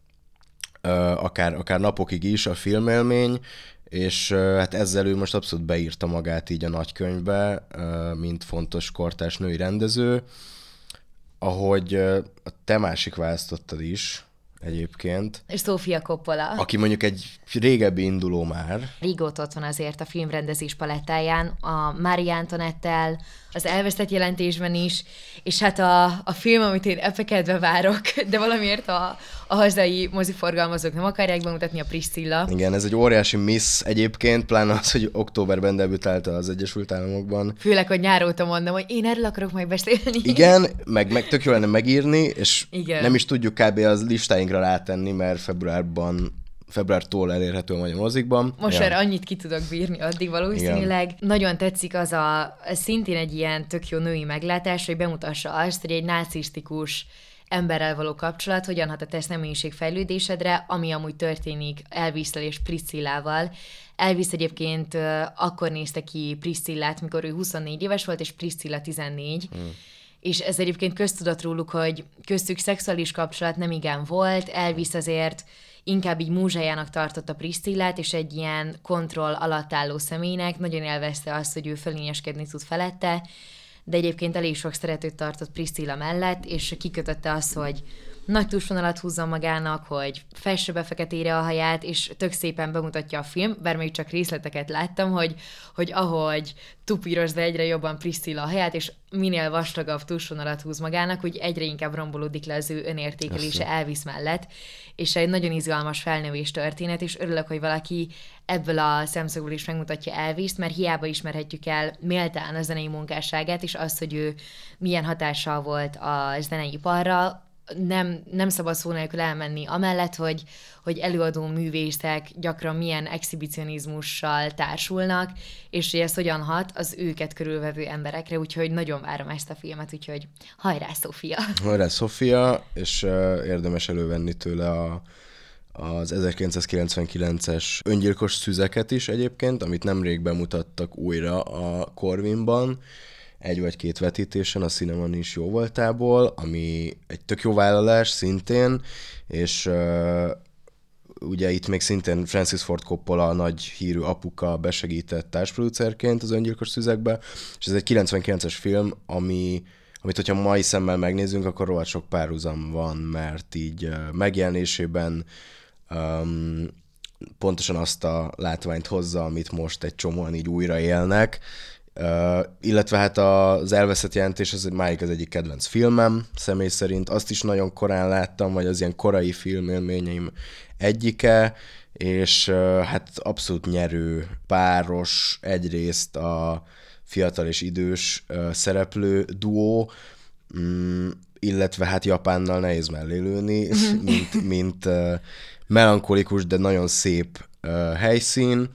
akár napokig is a filmélmény, és hát ezzel ő most abszolút beírta magát így a nagykönyvbe, mint fontos kortárs női rendező, ahogy a te másik választottad is egyébként. És Sofia Coppola. Aki mondjuk egy régebbi induló már. Régóta ott van azért a filmrendezés palettáján, a Marie Antoinette-tel, az Elvesztett jelentésben is, és hát a film, amit én epekedve várok, de valamiért a hazai moziforgalmazók nem akarják bemutatni, a Priscilla. Igen, ez egy óriási miss egyébként, pláne az, hogy októberben debütálta az Egyesült Államokban. Főleg, hogy nyár óta mondom, hogy én erről akarok majd beszélni. Igen, meg tök jó lenne megírni, és igen. Nem is tudjuk kb. Az listáinkra rátenni, mert februártól elérhető a magyar mozikban. Most már annyit ki tudok bírni addig valószínűleg. Igen. Nagyon tetszik ez szintén egy ilyen tök jó női meglátás, hogy bemutassa azt, hogy egy narcisztikus emberrel való kapcsolat hogyan hat a te személyiségfejlődésedre, ami amúgy történik Elvis-szel és Priscillával. Elvis egyébként akkor nézte ki Priscillát, mikor ő 24 éves volt, és Priscilla 14. És ez egyébként köztudat róluk, hogy köztük szexuális kapcsolat nem igen volt. Elvis azért inkább így múzsájának tartotta Priscillát, és egy ilyen kontroll alatt álló személynek, nagyon élvezte azt, hogy ő fölényeskedni tud felette, de egyébként elég sok szeretőt tartott Priscilla mellett, és kikötötte azt, hogy nagy tusvonalat húzzon magának, hogy fesse be feketére a haját, és tök szépen bemutatja a film, bár még csak részleteket láttam, hogy ahogy tupírozza egyre jobban Priscilla a haját, és minél vastagabb tusvonalat húz magának, úgy egyre inkább rombolódik le az ő önértékelése Elvis mellett, és egy nagyon izgalmas felnövés történet, és örülök, hogy valaki ebből a szemszögből is megmutatja Elvist, mert hiába ismerhetjük el méltán a zenei munkásságát, és azt, hogy ő milyen hatással volt a zenei iparra, nem szabad szó nélkül elmenni. Amellett, hogy előadó művészek gyakran milyen exhibicionizmussal társulnak, és hogy ez hogyan hat az őket körülvevő emberekre, úgyhogy nagyon várom ezt a filmet, úgyhogy hajrá, Sofia! Hajrá, Sofia, és érdemes elővenni tőle az 1999-es öngyilkos szüzeket is egyébként, amit nemrég bemutattak újra a Corvinban, 1 vagy 2 vetítésen, a Cineman is jó voltából, ami egy tök jó vállalás szintén, és ugye itt még szintén Francis Ford Coppola, a nagy hírű apuka besegített társproducerként az öngyilkos szüzekbe, és ez egy 99-es film, amit hogyha mai szemmel megnézzünk, akkor rohadt sok párhuzam van, mert így megjelenésében pontosan azt a látványt hozza, amit most egy csomóan így újraélnek, illetve hát az Elveszett jelentés az máig az egyik kedvenc filmem, személy szerint. Azt is nagyon korán láttam, vagy az ilyen korai filmélményeim egyike, és hát abszolút nyerő páros, egyrészt a fiatal és idős szereplő duó, illetve hát Japánnal nehéz mellé lőni, mint melankolikus, de nagyon szép helyszín.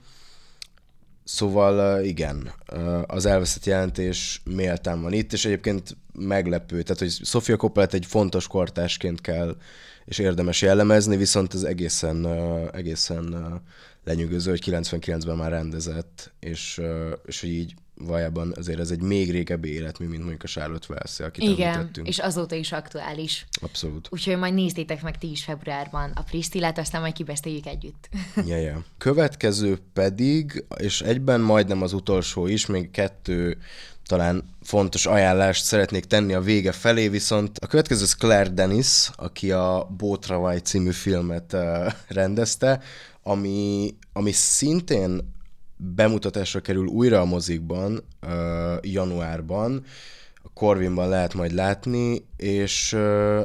Szóval igen, az Elveszett jelentés méltán van itt, és egyébként meglepő, tehát hogy Sofia Coppolát egy fontos kortársként kell és érdemes jellemezni, viszont ez egészen lenyűgöző, hogy 99-ben már rendezett, és hogy így valójában azért ez egy még régebbi életmű, mint mondjuk a Charlotte Wells-e, akit említettünk. És azóta is aktuális. Abszolút. Úgyhogy majd nézzétek meg ti is februárban a Priscillát, aztán majd kibeszéljük együtt. Yeah. Következő pedig, és egyben majdnem az utolsó is, még 2 talán fontos ajánlást szeretnék tenni a vége felé, viszont a következő Claire Denis, aki a Beau Travail című filmet rendezte, ami szintén bemutatásra kerül újra a mozikban januárban, a Corvinban lehet majd látni, és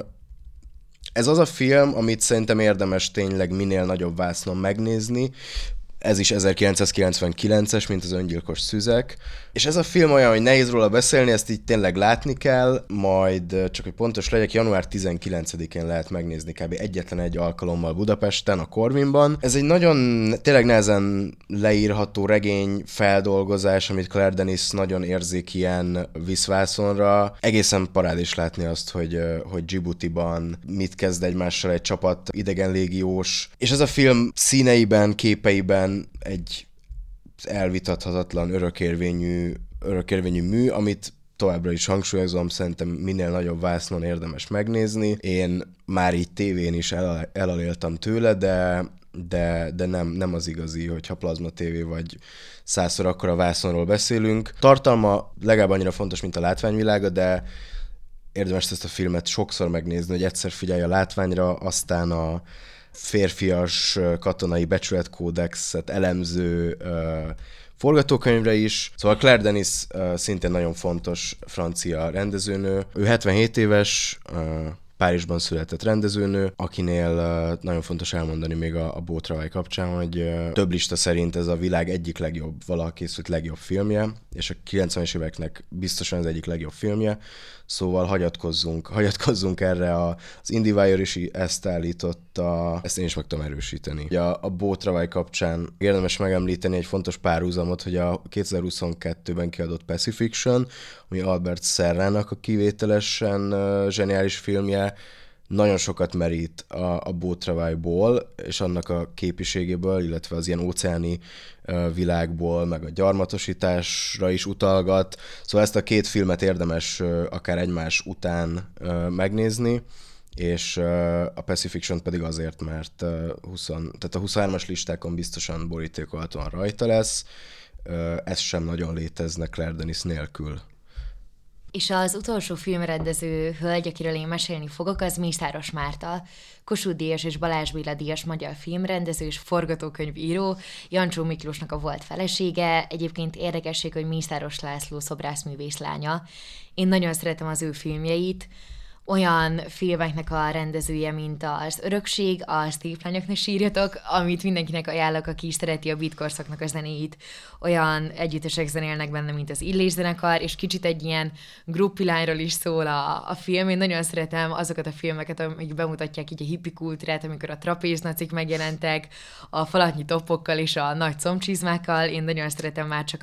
ez az a film, amit szerintem érdemes tényleg minél nagyobb vásznon megnézni. Ez is 1999-es, mint az öngyilkos szüzek. És ez a film olyan, hogy nehéz róla beszélni, ezt így tényleg látni kell, majd csak hogy pontos legyek, január 19-én lehet megnézni kb. Egyetlen egy alkalommal Budapesten, a Corvinban. Ez egy nagyon tényleg nehezen leírható regény feldolgozás, amit Claire Denis nagyon érzik ilyen viszvászonra. Egészen parádés látni azt, hogy Djiboutiban mit kezd egymással egy csapat idegen légiós. És ez a film színeiben, képeiben egy elvitathatatlan örökérvényű mű, amit továbbra is hangsúlyozom, szerintem minél nagyobb vásznon érdemes megnézni. Én már így tévén is elaléltam tőle, de nem az igazi, hogyha plazma tévé vagy 100-szor akkora vászonról beszélünk. Tartalma legalább annyira fontos, mint a látványvilága, de érdemes ezt a filmet sokszor megnézni, hogy egyszer figyelj a látványra, aztán a férfias katonai becsületkódexet elemző forgatókönyvre is. Szóval Claire Denis szintén nagyon fontos francia rendezőnő. Ő 77 éves, Párizsban született rendezőnő, akinél nagyon fontos elmondani még a Beau Travail kapcsán, hogy több lista szerint ez a világ egyik legjobb, valaha készült legjobb filmje, és a 90-es éveknek biztosan az egyik legjobb filmje, szóval hagyatkozzunk erre, az IndieWire is ezt állította, ezt én is meg tudom erősíteni. Ugye a Beau Travail kapcsán érdemes megemlíteni egy fontos párhuzamot, hogy a 2022-ben kiadott Pacifiction, ami Albert Serrának a kivételesen zseniális filmje, nagyon sokat merít a Beau Travailból, és annak a képiségéből, illetve az ilyen óceáni világból, meg a gyarmatosításra is utalgat. Szóval ezt a 2 filmet érdemes akár egymás után megnézni, és a Pacifiction pedig azért, mert tehát a 23-as listákon biztosan borítékolhatóan rajta lesz. Ez sem nagyon létezne Claire Denis nélkül. És az utolsó filmrendező hölgy, akiről én mesélni fogok, az Mészáros Márta, Kossuth Díjas és Balázs Béla díjas magyar filmrendező és forgatókönyvíró, Jancsó Miklósnak a volt felesége. Egyébként érdekesség, hogy Mészáros László szobrászművész lánya. Én nagyon szeretem az ő filmjeit, olyan filmeknek a rendezője, mint az Örökség, a Szép lányok ne sírjatok, amit mindenkinek ajánlok, aki szereti a beatkorszaknak a zenéit. Olyan együttesek zenélnek benne, mint az Illés zenekar, és kicsit egy ilyen gruppilányról is szól a film. Én nagyon szeretem azokat a filmeket, amik bemutatják így a hippi kultúrát, amikor a trapéznacik megjelentek, a falatnyi topokkal és a nagy combcsizmákkal. Én nagyon szeretem már csak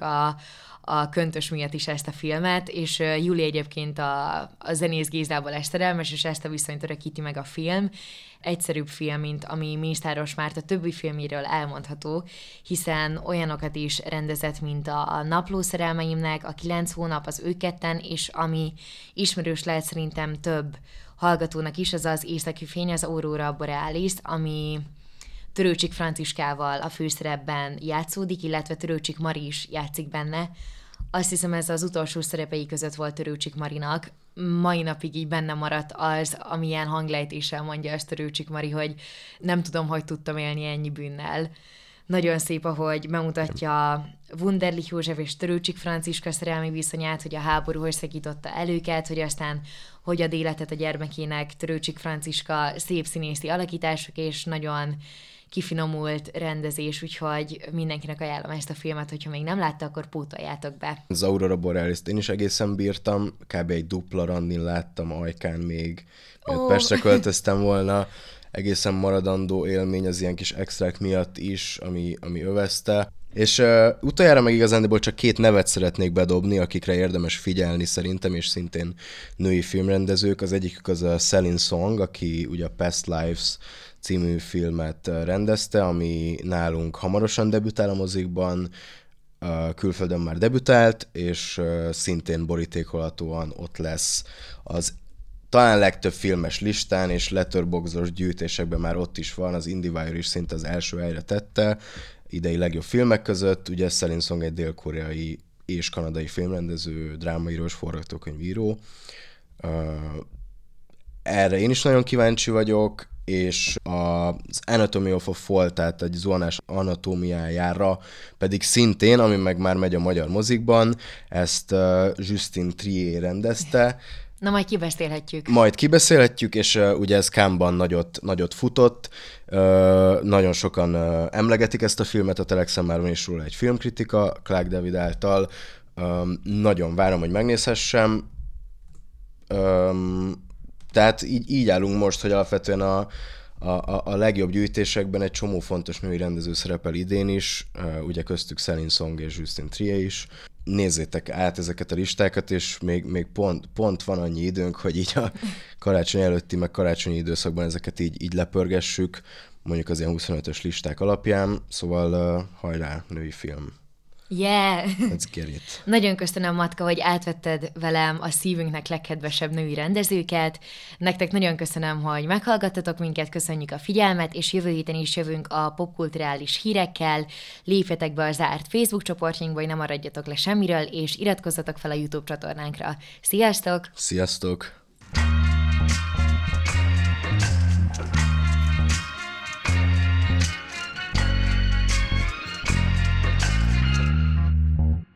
a köntös miatt is ezt a filmet, és Júli egyébként a zenész Gézával szerelmes, és ezt a viszonyt örökíti meg a film. Egyszerűbb film, mint ami Mészáros Márta többi filméről elmondható, hiszen olyanokat is rendezett, mint a Napló szerelmeimnek, a 9 hónap, az Ők ketten, és ami ismerős lehet szerintem több hallgatónak is, az az Északi fény, az Aurora Borealis, ami Törőcsik Franciskával a főszerepben játszódik, illetve Törőcsik Mari is játszik benne. Azt hiszem, ez az utolsó szerepei között volt Törőcsik Marinak. Mai napig így benne maradt az, amilyen hanglejtéssel mondja ezt Törőcsik Mari, hogy nem tudom, hogy tudtam élni ennyi bűnnel. Nagyon szép, ahogy bemutatja Wunderlich József és Törőcsik Franciska szerelmi viszonyát, hogy a háború hogy szakította el őket, hogy aztán hogy ad életet a gyermekének Törőcsik Franciska, szép színészi alakítások, és nagyon kifinomult rendezés, úgyhogy mindenkinek ajánlom ezt a filmet, hogyha még nem látta, akkor pótoljátok be. Az Aurora Borealis-t én is egészen bírtam, kb. Egy dupla randin láttam Ajkán még, mielőtt Pestre költöztem volna. Egészen maradandó élmény az ilyen kis extrák miatt is, ami övezte. És utoljára meg igazándiból csak 2 nevet szeretnék bedobni, akikre érdemes figyelni szerintem, és szintén női filmrendezők. Az egyikük az a Celine Song, aki ugye a Past Lives című filmet rendezte, ami nálunk hamarosan debütál a mozikban, külföldön már debütált, és szintén borítékolhatóan ott lesz az talán legtöbb filmes listán, és Letterboxdos gyűjtésekben már ott is van, az IndieWire is szinte az első helyre tette, idei legjobb filmek között. Ugye Celine Song egy dél-koreai és kanadai filmrendező, drámaíró és forgatókönyvíró. Erre én is nagyon kíváncsi vagyok, és az Anatomy of a Fall, tehát egy zuhanás anatómiájára pedig szintén, ami meg már megy a magyar mozikban, ezt Justine Trier rendezte. Na, majd kibeszélhetjük. Majd kibeszélhetjük, és ugye ez Cannes-ban nagyot futott. Nagyon sokan emlegetik ezt a filmet, a Telexen már van is róla egy filmkritika, Clark David által. Nagyon várom, hogy megnézhessem. Tehát így állunk most, hogy alapvetően a legjobb gyűjtésekben egy csomó fontos női rendező szerepel idén is, ugye köztük Celine Song és Justine Trier is. Nézzétek át ezeket a listákat, és még pont van annyi időnk, hogy így a karácsony előtti, meg karácsonyi időszakban ezeket így lepörgessük, mondjuk az ilyen 25-ös listák alapján, szóval hajrá, női film. Yeah! Let's get it. Nagyon köszönöm, Matka, hogy átvetted velem a szívünknek legkedvesebb női rendezőket. Nektek nagyon köszönöm, hogy meghallgattatok minket, köszönjük a figyelmet, és jövő héten is jövünk a popkulturális hírekkel. Lépjetek be a zárt Facebook csoportjainkba, hogy ne maradjatok le semmiről, és iratkozzatok fel a YouTube csatornánkra. Sziasztok! Sziasztok!